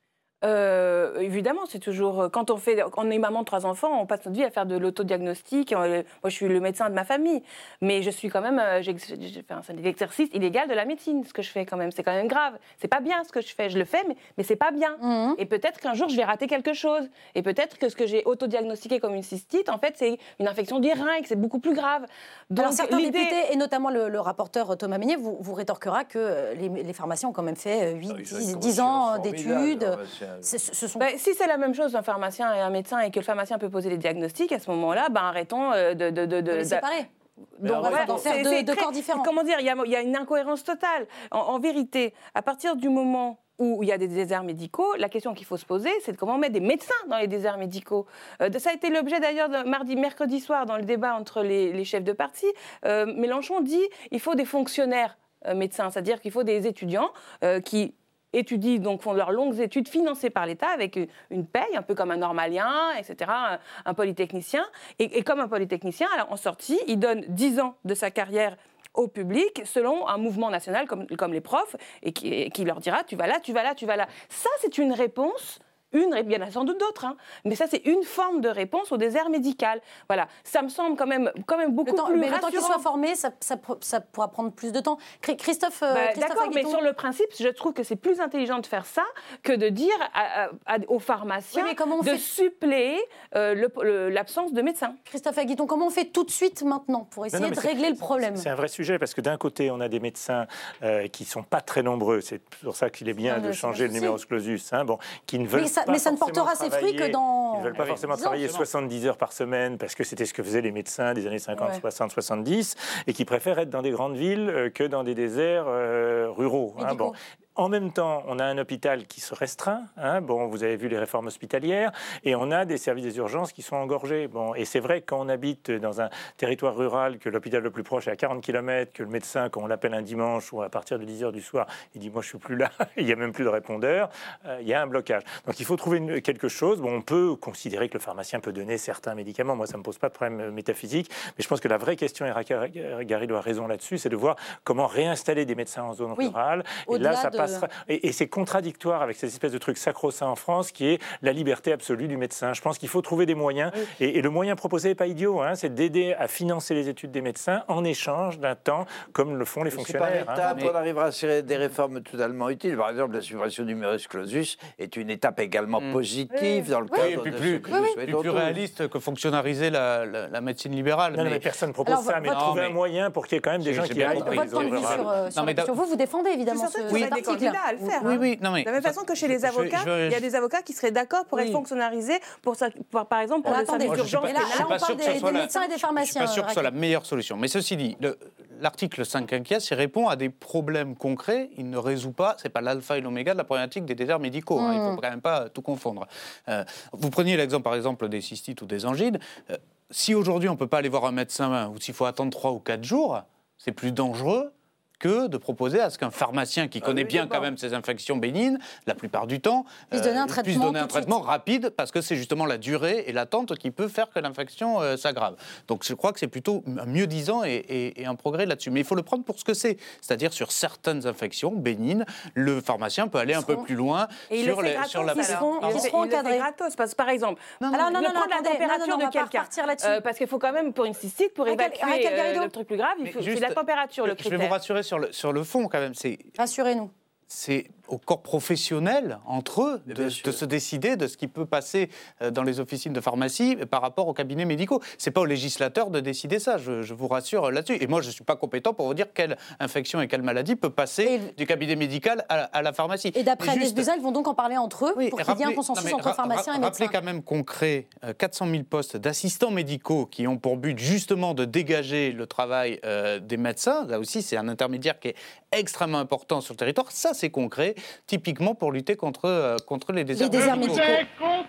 S8: Euh, évidemment, c'est toujours quand on fait, quand on est maman de trois enfants, on passe notre vie à faire de l'autodiagnostic. Moi, je suis le médecin de ma famille, mais je suis quand même, j'ai, j'ai fait un, c'est l'exercice illégal de la médecine. Ce que je fais quand même, c'est quand même grave. C'est pas bien ce que je fais. Je le fais, mais, mais c'est pas bien. Mmh. Et peut-être qu'un jour je vais rater quelque chose. Et peut-être que ce que j'ai autodiagnostiqué comme une cystite, en fait, c'est une infection des reins et que c'est beaucoup plus grave.
S1: Donc, alors, certains l'idée... députés, et notamment le, le rapporteur Thomas Mesnier, vous, vous rétorquera que les, les pharmaciens ont quand même fait huit, dix ans d'études.
S8: Ce sont... bah, si c'est la même chose un pharmacien et un médecin et que le pharmacien peut poser les diagnostics, à ce moment-là, bah, arrêtons de... de, de, de
S1: les séparer. Donc, on va en faire deux, deux corps différents.
S8: Comment dire, il y a, y a une incohérence totale. En, en vérité, à partir du moment où il y a des déserts médicaux, la question qu'il faut se poser, c'est de comment mettre des médecins dans les déserts médicaux. Euh, ça a été l'objet d'ailleurs de mardi, mercredi soir dans le débat entre les, les chefs de parti. Euh, Mélenchon dit qu'il faut des fonctionnaires euh, médecins, c'est-à-dire qu'il faut des étudiants euh, qui étudient, donc font leurs longues études financées par l'État avec une paye, un peu comme un normalien, et cetera, un, un polytechnicien. Et, et comme un polytechnicien, alors, en sortie, il donne dix ans de sa carrière au public selon un mouvement national comme, comme les profs et qui, et qui leur dira tu vas là, tu vas là, tu vas là. Ça, c'est une réponse. Une, il y en a sans doute d'autres, hein, mais ça, c'est une forme de réponse au désert médical. Voilà, ça me semble quand même, quand même beaucoup
S1: le temps,
S8: plus
S1: mais
S8: rassurant.
S1: Le temps qu'il soit formé, ça, ça, ça pourra prendre plus de temps. Christophe,
S8: bah,
S1: Christophe
S8: D'accord,
S1: Aguiton.
S8: mais sur le principe, je trouve que c'est plus intelligent de faire ça que de dire à, à, à, aux pharmaciens oui, de fait... suppléer euh, le, le, l'absence de médecins.
S1: Christophe Aguiton, comment on fait tout de suite maintenant pour essayer non, non, de régler le problème?
S4: C'est un vrai sujet parce que d'un côté, on a des médecins euh, qui ne sont pas très nombreux. C'est pour ça qu'il est bien non, de changer le numerus clausus, hein, bon, qui ne veulent
S1: mais ça,
S4: pas
S1: mais ça ne portera ses fruits que dans...
S4: Ils ne veulent pas forcément travailler soixante-dix heures par semaine parce que c'était ce que faisaient les médecins des années cinquante, ouais. soixante, soixante-dix et qui préfèrent être dans des grandes villes que dans des déserts euh, ruraux. Hein, bon. En même temps, on a un hôpital qui se restreint. Hein, bon, vous avez vu les réformes hospitalières. Et on a des services des urgences qui sont engorgés. Bon, et c'est vrai que quand on habite dans un territoire rural, que l'hôpital le plus proche est à quarante kilomètres, que le médecin, quand on l'appelle un dimanche ou à partir de dix heures du soir, il dit « moi, je ne suis plus là », il n'y a même plus de répondeur, euh, il y a un blocage. Donc, il faut trouver une, quelque chose. Bon, on peut considérer que le pharmacien peut donner certains médicaments. Moi, ça ne me pose pas de problème métaphysique. Mais je pense que la vraie question, et Raquel Garrido a raison là-dessus, c'est de voir comment réinstaller des médecins en zone oui. rurale. Et là, ça de... Et, et c'est contradictoire avec cette espèce de truc sacro-saint en France qui est la liberté absolue du médecin. Je pense qu'il faut trouver des moyens. Oui. Et, et le moyen proposé n'est pas idiot, hein, c'est d'aider à financer les études des médecins en échange d'un temps comme le font les
S3: mais
S4: fonctionnaires.
S3: C'est pas l'étape,
S4: hein.
S3: on arrivera à faire des réformes totalement utiles. Par exemple, la suppression du numerus clausus est une étape également mmh. positive oui. dans le
S7: oui.
S3: cadre
S7: oui,
S3: de
S7: plus,
S3: ce que
S7: oui,
S3: nous
S7: oui.
S3: souhaitons
S7: plus réaliste que fonctionnariser la, la, la médecine libérale.
S4: Non, mais, mais personne ne propose Alors, ça, mais votre... trouver un moyen pour qu'il y ait quand même des gens qui aillent dans les zones rurales.
S1: Sur la question, vous, vous défendez évidemment ce
S8: oui, des candidats à le faire.
S7: Oui, oui, non, mais,
S8: de la même façon que chez les avocats, je, je, il y a des avocats qui seraient d'accord pour oui. être fonctionnalisés, pour, pour, par exemple, pour
S1: Alors,
S8: le service d'urgence.
S1: Et là, là, on parle des, des médecins et des pharmaciens.
S7: Je ne suis pas sûr que ce soit la meilleure solution. Mais ceci dit, le, l'article cinq inquiet, il répond à des problèmes concrets. Il ne résout pas, ce n'est pas l'alpha et l'oméga de la problématique des déserts médicaux. Mm. Hein, il ne faut quand même pas tout confondre. Euh, vous preniez l'exemple, par exemple, des cystites ou des angines. Euh, si aujourd'hui, on ne peut pas aller voir un médecin ou s'il faut attendre trois ou quatre jours, c'est plus dangereux que de proposer à ce qu'un pharmacien qui ah, connaît oui, bien quand même ces infections bénignes, la plupart du temps,
S1: puisse euh, donner un traitement,
S7: puisse donner un traitement rapide, parce que c'est justement la durée et l'attente qui peut faire que l'infection euh, s'aggrave. Donc je crois que c'est plutôt un mieux-disant et, et, et un progrès là-dessus. Mais il faut le prendre pour ce que c'est. C'est-à-dire sur certaines infections bénignes, le pharmacien peut aller un peu plus loin
S8: et
S7: sur, les,
S8: gratos,
S7: sur la...
S8: Ils seront, ils seront encadrés. Gratos, parce que par exemple, non, non, alors, non, non, non, prendre la température de quelqu'un. Euh, parce qu'il faut quand même, pour une cystite, pour évacuer le truc plus grave, c'est la température le critère.
S7: Je vais vous rassurer sur le fond. Quand même, c'est...
S1: Rassurez-nous.
S7: C'est au corps professionnel, entre eux, de, de se décider de ce qui peut passer dans les officines de pharmacie par rapport aux cabinets médicaux. C'est pas aux législateurs de décider ça, je, je vous rassure là-dessus. Et moi, je suis pas compétent pour vous dire quelle infection et quelle maladie peut passer et du cabinet médical à, à la pharmacie.
S1: Et d'après Agnès Buzyn, ils vont donc en parler entre eux oui, pour qu'il y ait un consensus non, entre ra- pharmaciens ra- et médecins.
S7: Rappelez quand même qu'on crée quatre cent mille postes d'assistants médicaux qui ont pour but justement de dégager le travail euh, des médecins. Là aussi, c'est un intermédiaire qui est extrêmement important sur le territoire. Ça, c'est concret, typiquement pour lutter contre, euh, contre les déserts,
S1: les déserts médicaux.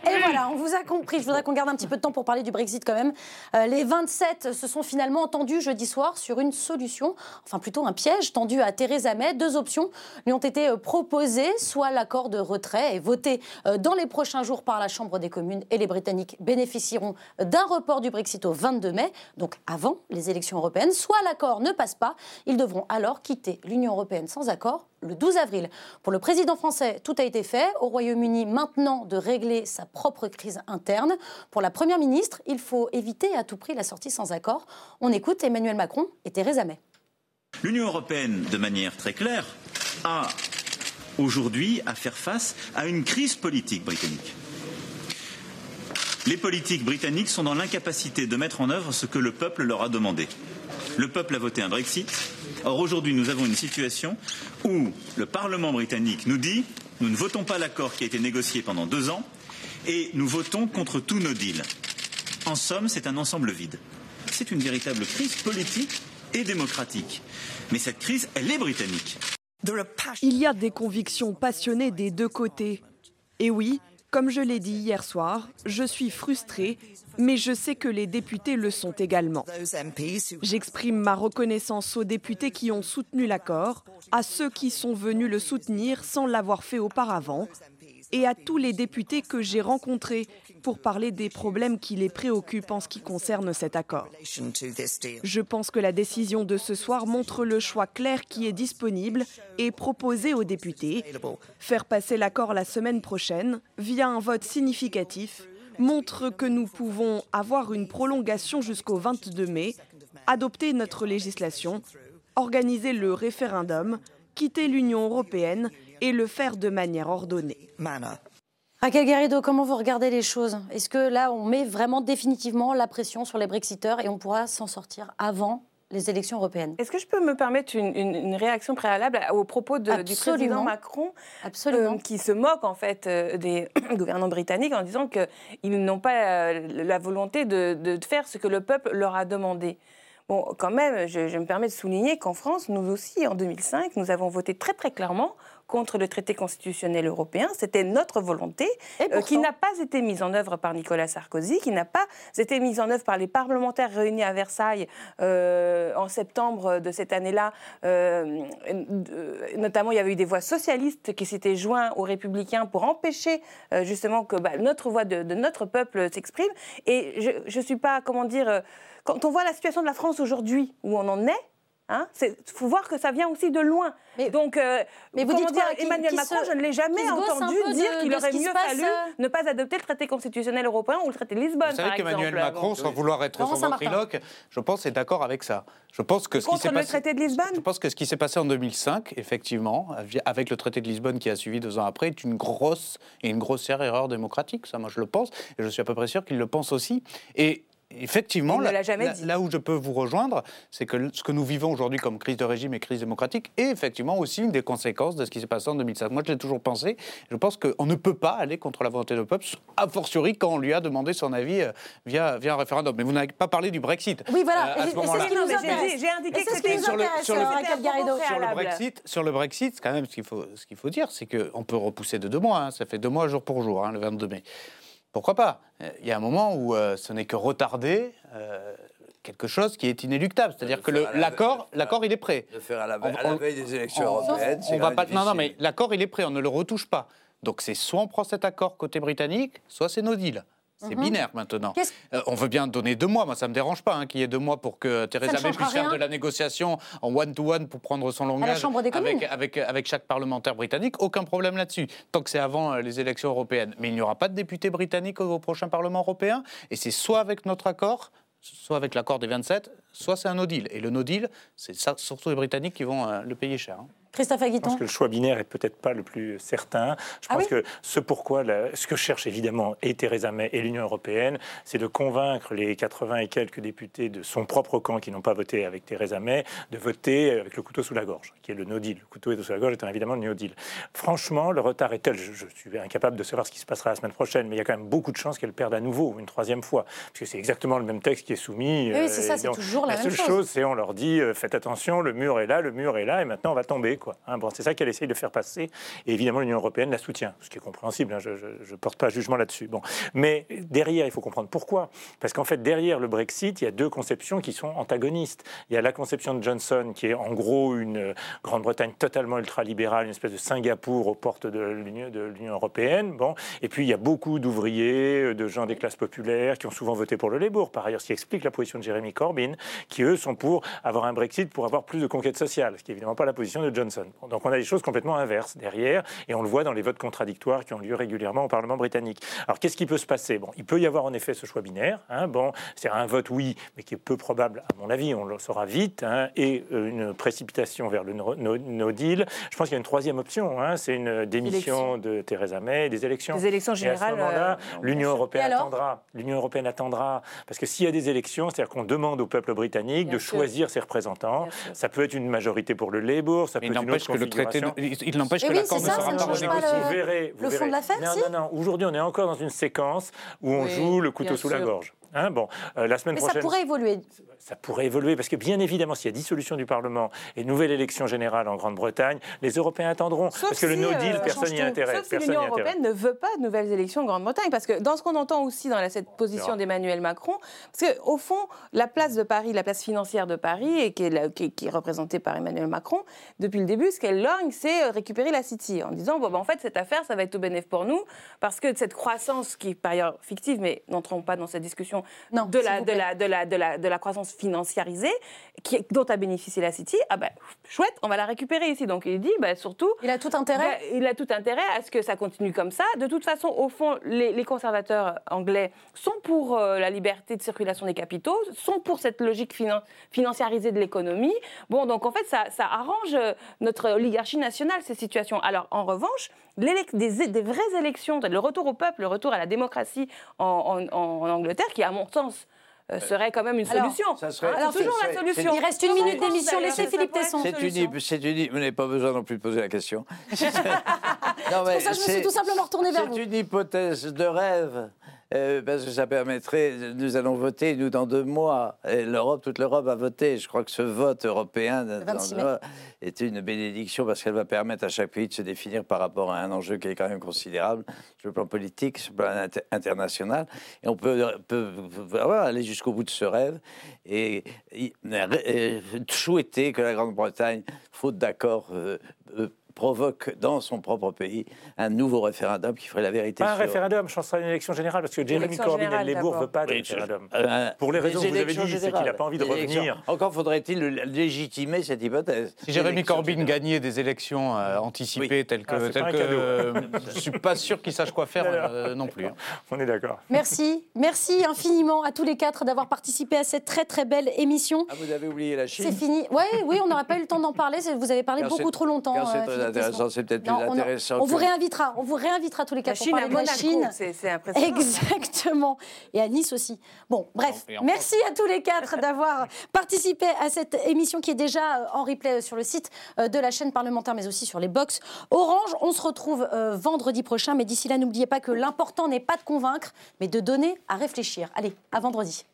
S1: Et voilà, on vous a compris. Je voudrais qu'on garde un petit peu de temps pour parler du Brexit quand même. Euh, les vingt-sept se sont finalement entendus jeudi soir sur une solution, enfin plutôt un piège tendu à Theresa May. Deux options lui ont été proposées, soit l'accord de retrait est voté dans les prochains jours par la Chambre des communes et les Britanniques bénéficieront d'un report du Brexit au vingt-deux mai, donc avant les élections européennes, soit l'accord ne passe pas, ils devront alors quitter l'Union européenne sans accord le douze avril. Pour le président français, tout a été fait. Au Royaume-Uni, maintenant de régler sa propre crise interne. Pour la Première ministre, il faut éviter à tout prix la sortie sans accord. On écoute Emmanuel Macron et Theresa May.
S6: L'Union européenne, de manière très claire, a aujourd'hui à faire face à une crise politique britannique. Les politiques britanniques sont dans l'incapacité de mettre en œuvre ce que le peuple leur a demandé. Le peuple a voté un Brexit. Or, aujourd'hui, nous avons une situation où le Parlement britannique nous dit « nous ne votons pas l'accord qui a été négocié pendant deux ans et nous votons contre tous nos deals ». En somme, c'est un ensemble vide. C'est une véritable crise politique et démocratique. Mais cette crise, elle est britannique.
S18: Il y a des convictions passionnées des deux côtés. Et oui, comme je l'ai dit hier soir, je suis frustrée, mais je sais que les députés le sont également. J'exprime ma reconnaissance aux députés qui ont soutenu l'accord, à ceux qui sont venus le soutenir sans l'avoir fait auparavant, et à tous les députés que j'ai rencontrés pour parler des problèmes qui les préoccupent en ce qui concerne cet accord. Je pense que la décision de ce soir montre le choix clair qui est disponible et proposé aux députés. Faire passer l'accord la semaine prochaine, via un vote significatif, montre que nous pouvons avoir une prolongation jusqu'au vingt-deux mai, adopter notre législation, organiser le référendum, quitter l'Union européenne et le faire de manière ordonnée.
S1: Raquel Garrido, comment vous regardez les choses? Est-ce que là, on met vraiment définitivement la pression sur les Brexiteurs et on pourra s'en sortir avant les élections européennes?
S8: Est-ce que je peux me permettre une, une, une réaction préalable aux propos de, du président Macron,
S1: Absolument.
S8: Euh, qui se moque en fait euh, des gouvernants britanniques en disant qu'ils n'ont pas euh, la volonté de, de faire ce que le peuple leur a demandé? Bon, quand même, je, je me permets de souligner qu'en France, nous aussi, en deux mille cinq, nous avons voté très très clairement contre le traité constitutionnel européen. C'était notre volonté, euh, qui n'a pas été mise en œuvre par Nicolas Sarkozy, qui n'a pas été mise en œuvre par les parlementaires réunis à Versailles euh, en septembre de cette année-là. Euh, notamment, il y avait eu des voix socialistes qui s'étaient joints aux Républicains pour empêcher euh, justement que bah, notre voix de, de notre peuple s'exprime. Et je ne suis pas, comment dire... Euh, Quand on voit la situation de la France aujourd'hui, où on en est, il faut voir que ça vient aussi de loin. Mais, Donc, euh,
S1: mais vous dites
S8: dire,
S1: quoi,
S8: Emmanuel
S1: qui, qui
S8: Macron,
S1: se,
S8: je ne l'ai jamais entendu dire qu'il aurait mieux
S1: passe,
S8: fallu euh... ne pas adopter le traité constitutionnel européen ou le traité de Lisbonne,
S7: Vous savez qu'Emmanuel Macron, sans vouloir être son ventriloque, je pense, est d'accord avec ça. Je pense que ce qui s'est
S8: passé, traité de Lisbonne
S7: je pense que ce qui s'est passé en deux mille cinq, effectivement, avec le traité de Lisbonne qui a suivi deux ans après, est une grosse et une grossière erreur démocratique. Ça, moi, je le pense, et je suis à peu près sûr qu'il le pense aussi. Et effectivement, là, là, là où je peux vous rejoindre, c'est que ce que nous vivons aujourd'hui comme crise de régime et crise démocratique est effectivement aussi une des conséquences de ce qui s'est passé en deux mille cinq. Moi, je l'ai toujours pensé. Je pense qu'on ne peut pas aller contre la volonté du peuple, a fortiori quand on lui a demandé son avis euh, via, via un référendum. Mais vous n'avez pas parlé du Brexit.
S1: Oui, voilà.
S7: Euh, à ce moment-là.
S8: J'ai indiqué que c'était
S7: sur le, sur, le, sur le
S8: Brexit.
S7: Sur le Brexit, quand même, ce qu'il faut, ce qu'il faut dire, c'est qu'on peut repousser de deux mois. Hein, ça fait deux mois jour pour jour, hein, le vingt-deux mai. Pourquoi pas? Il y a un moment où euh, ce n'est que retarder euh, quelque chose qui est inéluctable. C'est-à-dire que le, l'accord, l'accord, il est prêt.
S3: Le faire à la, veille, on, à la veille des élections on, européennes,
S7: on, on va pas, non, non, mais l'accord, il est prêt, on ne le retouche pas. Donc c'est soit on prend cet accord côté britannique, soit c'est no deal. C'est mm-hmm. binaire maintenant. Euh, on veut bien donner deux mois, moi ça ne me dérange pas hein, qu'il y ait deux mois pour que Theresa May puisse faire de la négociation en one-to-one pour prendre son langage avec, avec, avec chaque parlementaire britannique. Aucun problème là-dessus, tant que c'est avant euh, les élections européennes. Mais il n'y aura pas de députés britanniques au, au prochain Parlement européen, et c'est soit avec notre accord, soit avec l'accord des vingt-sept, soit c'est un no deal. Et le no deal, c'est ça, surtout les Britanniques qui vont euh, le payer cher. Hein.
S1: Christophe Aguiton.
S4: Je pense que le choix binaire est peut-être pas le plus certain. Je pense ah oui que ce pourquoi, la, ce que cherche évidemment et Theresa May et l'Union européenne, c'est de convaincre les quatre-vingts et quelques députés de son propre camp qui n'ont pas voté avec Theresa May de voter avec le couteau sous la gorge, qui est le no deal. Le couteau sous la gorge étant évidemment le no deal. Franchement, le retard est tel, je, je suis incapable de savoir ce qui se passera la semaine prochaine, mais il y a quand même beaucoup de chances qu'elle perde à nouveau une troisième fois, parce que c'est exactement le même texte qui est soumis.
S1: Oui, c'est ça, c'est toujours la,
S4: la
S1: même
S4: chose. La seule chose, c'est on leur dit euh, faites attention, le mur est là, le mur est là, et maintenant on va tomber. quoi. Hein, bon, c'est ça qu'elle essaye de faire passer. Et évidemment, l'Union européenne la soutient, ce qui est compréhensible. Hein, je ne porte pas jugement là-dessus. Bon. Mais derrière, il faut comprendre pourquoi. Parce qu'en fait, derrière le Brexit, il y a deux conceptions qui sont antagonistes. Il y a la conception de Johnson, qui est en gros une Grande-Bretagne totalement ultralibérale, une espèce de Singapour aux portes de l'Union, de l'Union européenne. Bon. Et puis, il y a beaucoup d'ouvriers, de gens des classes populaires qui ont souvent voté pour le Labour, par ailleurs, ce qui explique la position de Jeremy Corbyn, qui, eux, sont pour avoir un Brexit pour avoir plus de conquête sociale, ce qui n'est évidemment pas la position de Johnson. Bon, donc, on a des choses complètement inverses derrière, et on le voit dans les votes contradictoires qui ont lieu régulièrement au Parlement britannique. Alors, qu'est-ce qui peut se passer? Bon, il peut y avoir en effet ce choix binaire. Hein, bon, c'est un vote oui, mais qui est peu probable, à mon avis, on le saura vite, hein, et une précipitation vers le no, no, no deal. Je pense qu'il y a une troisième option, hein, c'est une démission de Theresa May, des élections.
S8: Des élections générales.
S4: Et à ce moment-là, euh, l'Union européenne
S8: alors
S4: attendra. L'Union européenne attendra, parce que s'il y a des élections, c'est-à-dire qu'on demande au peuple britannique Bien de sûr. choisir ses représentants. Ça peut être une majorité pour le Labour, ça peut être une autre
S7: que le traité de, Il n'empêche que
S1: oui,
S7: l'accord ne
S1: ça,
S7: sera
S1: ça
S7: pas renégocié.
S4: Vous verrez. Vous
S1: le
S4: verrez.
S1: fond de l'affaire,
S4: non,
S1: si
S4: non, non. Aujourd'hui, on est encore dans une séquence où on
S8: oui,
S4: joue le couteau sous
S8: sûr.
S4: la gorge. Hein, bon, euh, la semaine
S1: Mais
S4: prochaine,
S1: ça pourrait évoluer.
S4: Ça pourrait évoluer parce que bien évidemment, s'il y a dissolution du Parlement et nouvelle élection générale en Grande-Bretagne, les Européens attendront.
S8: Sauf
S4: parce que
S8: si,
S4: le no deal,
S8: euh,
S4: personne n'y a intérêt.
S8: Sauf si l'Union européenne ne veut pas de nouvelles élections en Grande-Bretagne. Parce que dans ce qu'on entend aussi dans la, cette position d'Emmanuel Macron, parce qu'au fond, la place de Paris, la place financière de Paris, et qui est, la, qui, qui est représentée par Emmanuel Macron, depuis le début, ce qu'elle lorgne, c'est récupérer la City en disant bon, ben, en fait, cette affaire, ça va être au bénéfice pour nous, parce que cette croissance qui est par ailleurs fictive, mais n'entrons pas dans cette discussion
S1: non,
S8: de la, de la, de la, de la, de la croissance financiarisée qui, dont a bénéficié la City, ah ben, chouette, on va la récupérer ici. Donc il dit, ben, surtout...
S1: Il a tout intérêt
S8: ben, Il a tout intérêt à ce que ça continue comme ça. De toute façon, au fond, les, les conservateurs anglais sont pour euh, la liberté de circulation des capitaux, sont pour cette logique finan financiarisée de l'économie. Bon, donc en fait, ça, ça arrange notre oligarchie nationale, ces situations. Alors, en revanche, des, des vraies élections, le retour au peuple, le retour à la démocratie en, en, en Angleterre, qui, à mon sens, Euh, serait quand même une solution.
S3: Alors, ça serait,
S8: alors toujours
S3: serait,
S8: la solution.
S1: Il reste une minute d'émission, laissez Philippe Tesson.
S3: C'est une, c'est une, vous n'avez pas besoin non plus de poser la question.
S1: Non, mais c'est pour ça que je me suis tout simplement retournée vers vous.
S3: C'est une hypothèse de rêve. Euh, parce que ça permettrait, nous allons voter, nous, dans deux mois. L'Europe, toute l'Europe va voter. Je crois que ce vote européen dans, est une bénédiction parce qu'elle va permettre à chaque pays de se définir par rapport à un enjeu qui est quand même considérable sur le plan politique, sur le plan inter international. Et on peut, peut, peut aller jusqu'au bout de ce rêve et, et, et souhaiter que la Grande-Bretagne, faute d'accord, euh, euh, provoque dans son propre pays un nouveau référendum qui ferait la vérité.
S4: Pas un
S3: sur...
S4: référendum, je pense que ce sera une élection générale, parce que Jeremy Corbyn et les Labour ne veulent pas de
S3: oui,
S4: référendum.
S3: Euh,
S4: Pour les raisons que vous avez dit, c'est qu'il n'a pas envie de revenir.
S3: Encore faudrait-il légitimer cette hypothèse.
S7: Si Jeremy Corbyn gagnait des élections euh, anticipées oui. telles que... Ah, telles que euh, je ne suis pas sûr qu'il sache quoi faire euh, non plus. Hein.
S4: On est d'accord.
S1: Merci. Merci infiniment à tous les quatre d'avoir participé à cette très très belle émission.
S3: Ah, vous avez oublié la Chine.
S1: C'est fini. Ouais, oui, on n'aura pas eu le temps d'en parler. Vous avez parlé
S3: car
S1: beaucoup trop longtemps.
S3: C'est très intéressant, c'est peut-être plus
S1: non,
S3: intéressant.
S1: On, on que... vous réinvitera. On vous réinvitera tous les quatre
S8: la
S1: pour
S8: Chine
S1: parler de la Chine.
S8: C'est impressionnant.
S1: Exactement. Et à Nice aussi. Bon, bref. Non, merci à tous les quatre d'avoir participé à cette émission qui est déjà en replay sur le site de la chaîne parlementaire, mais aussi sur les box Orange. On se retrouve euh, vendredi prochain. Mais d'ici là, n'oubliez pas que l'important n'est pas de convaincre, mais de donner à réfléchir. Allez, à vendredi.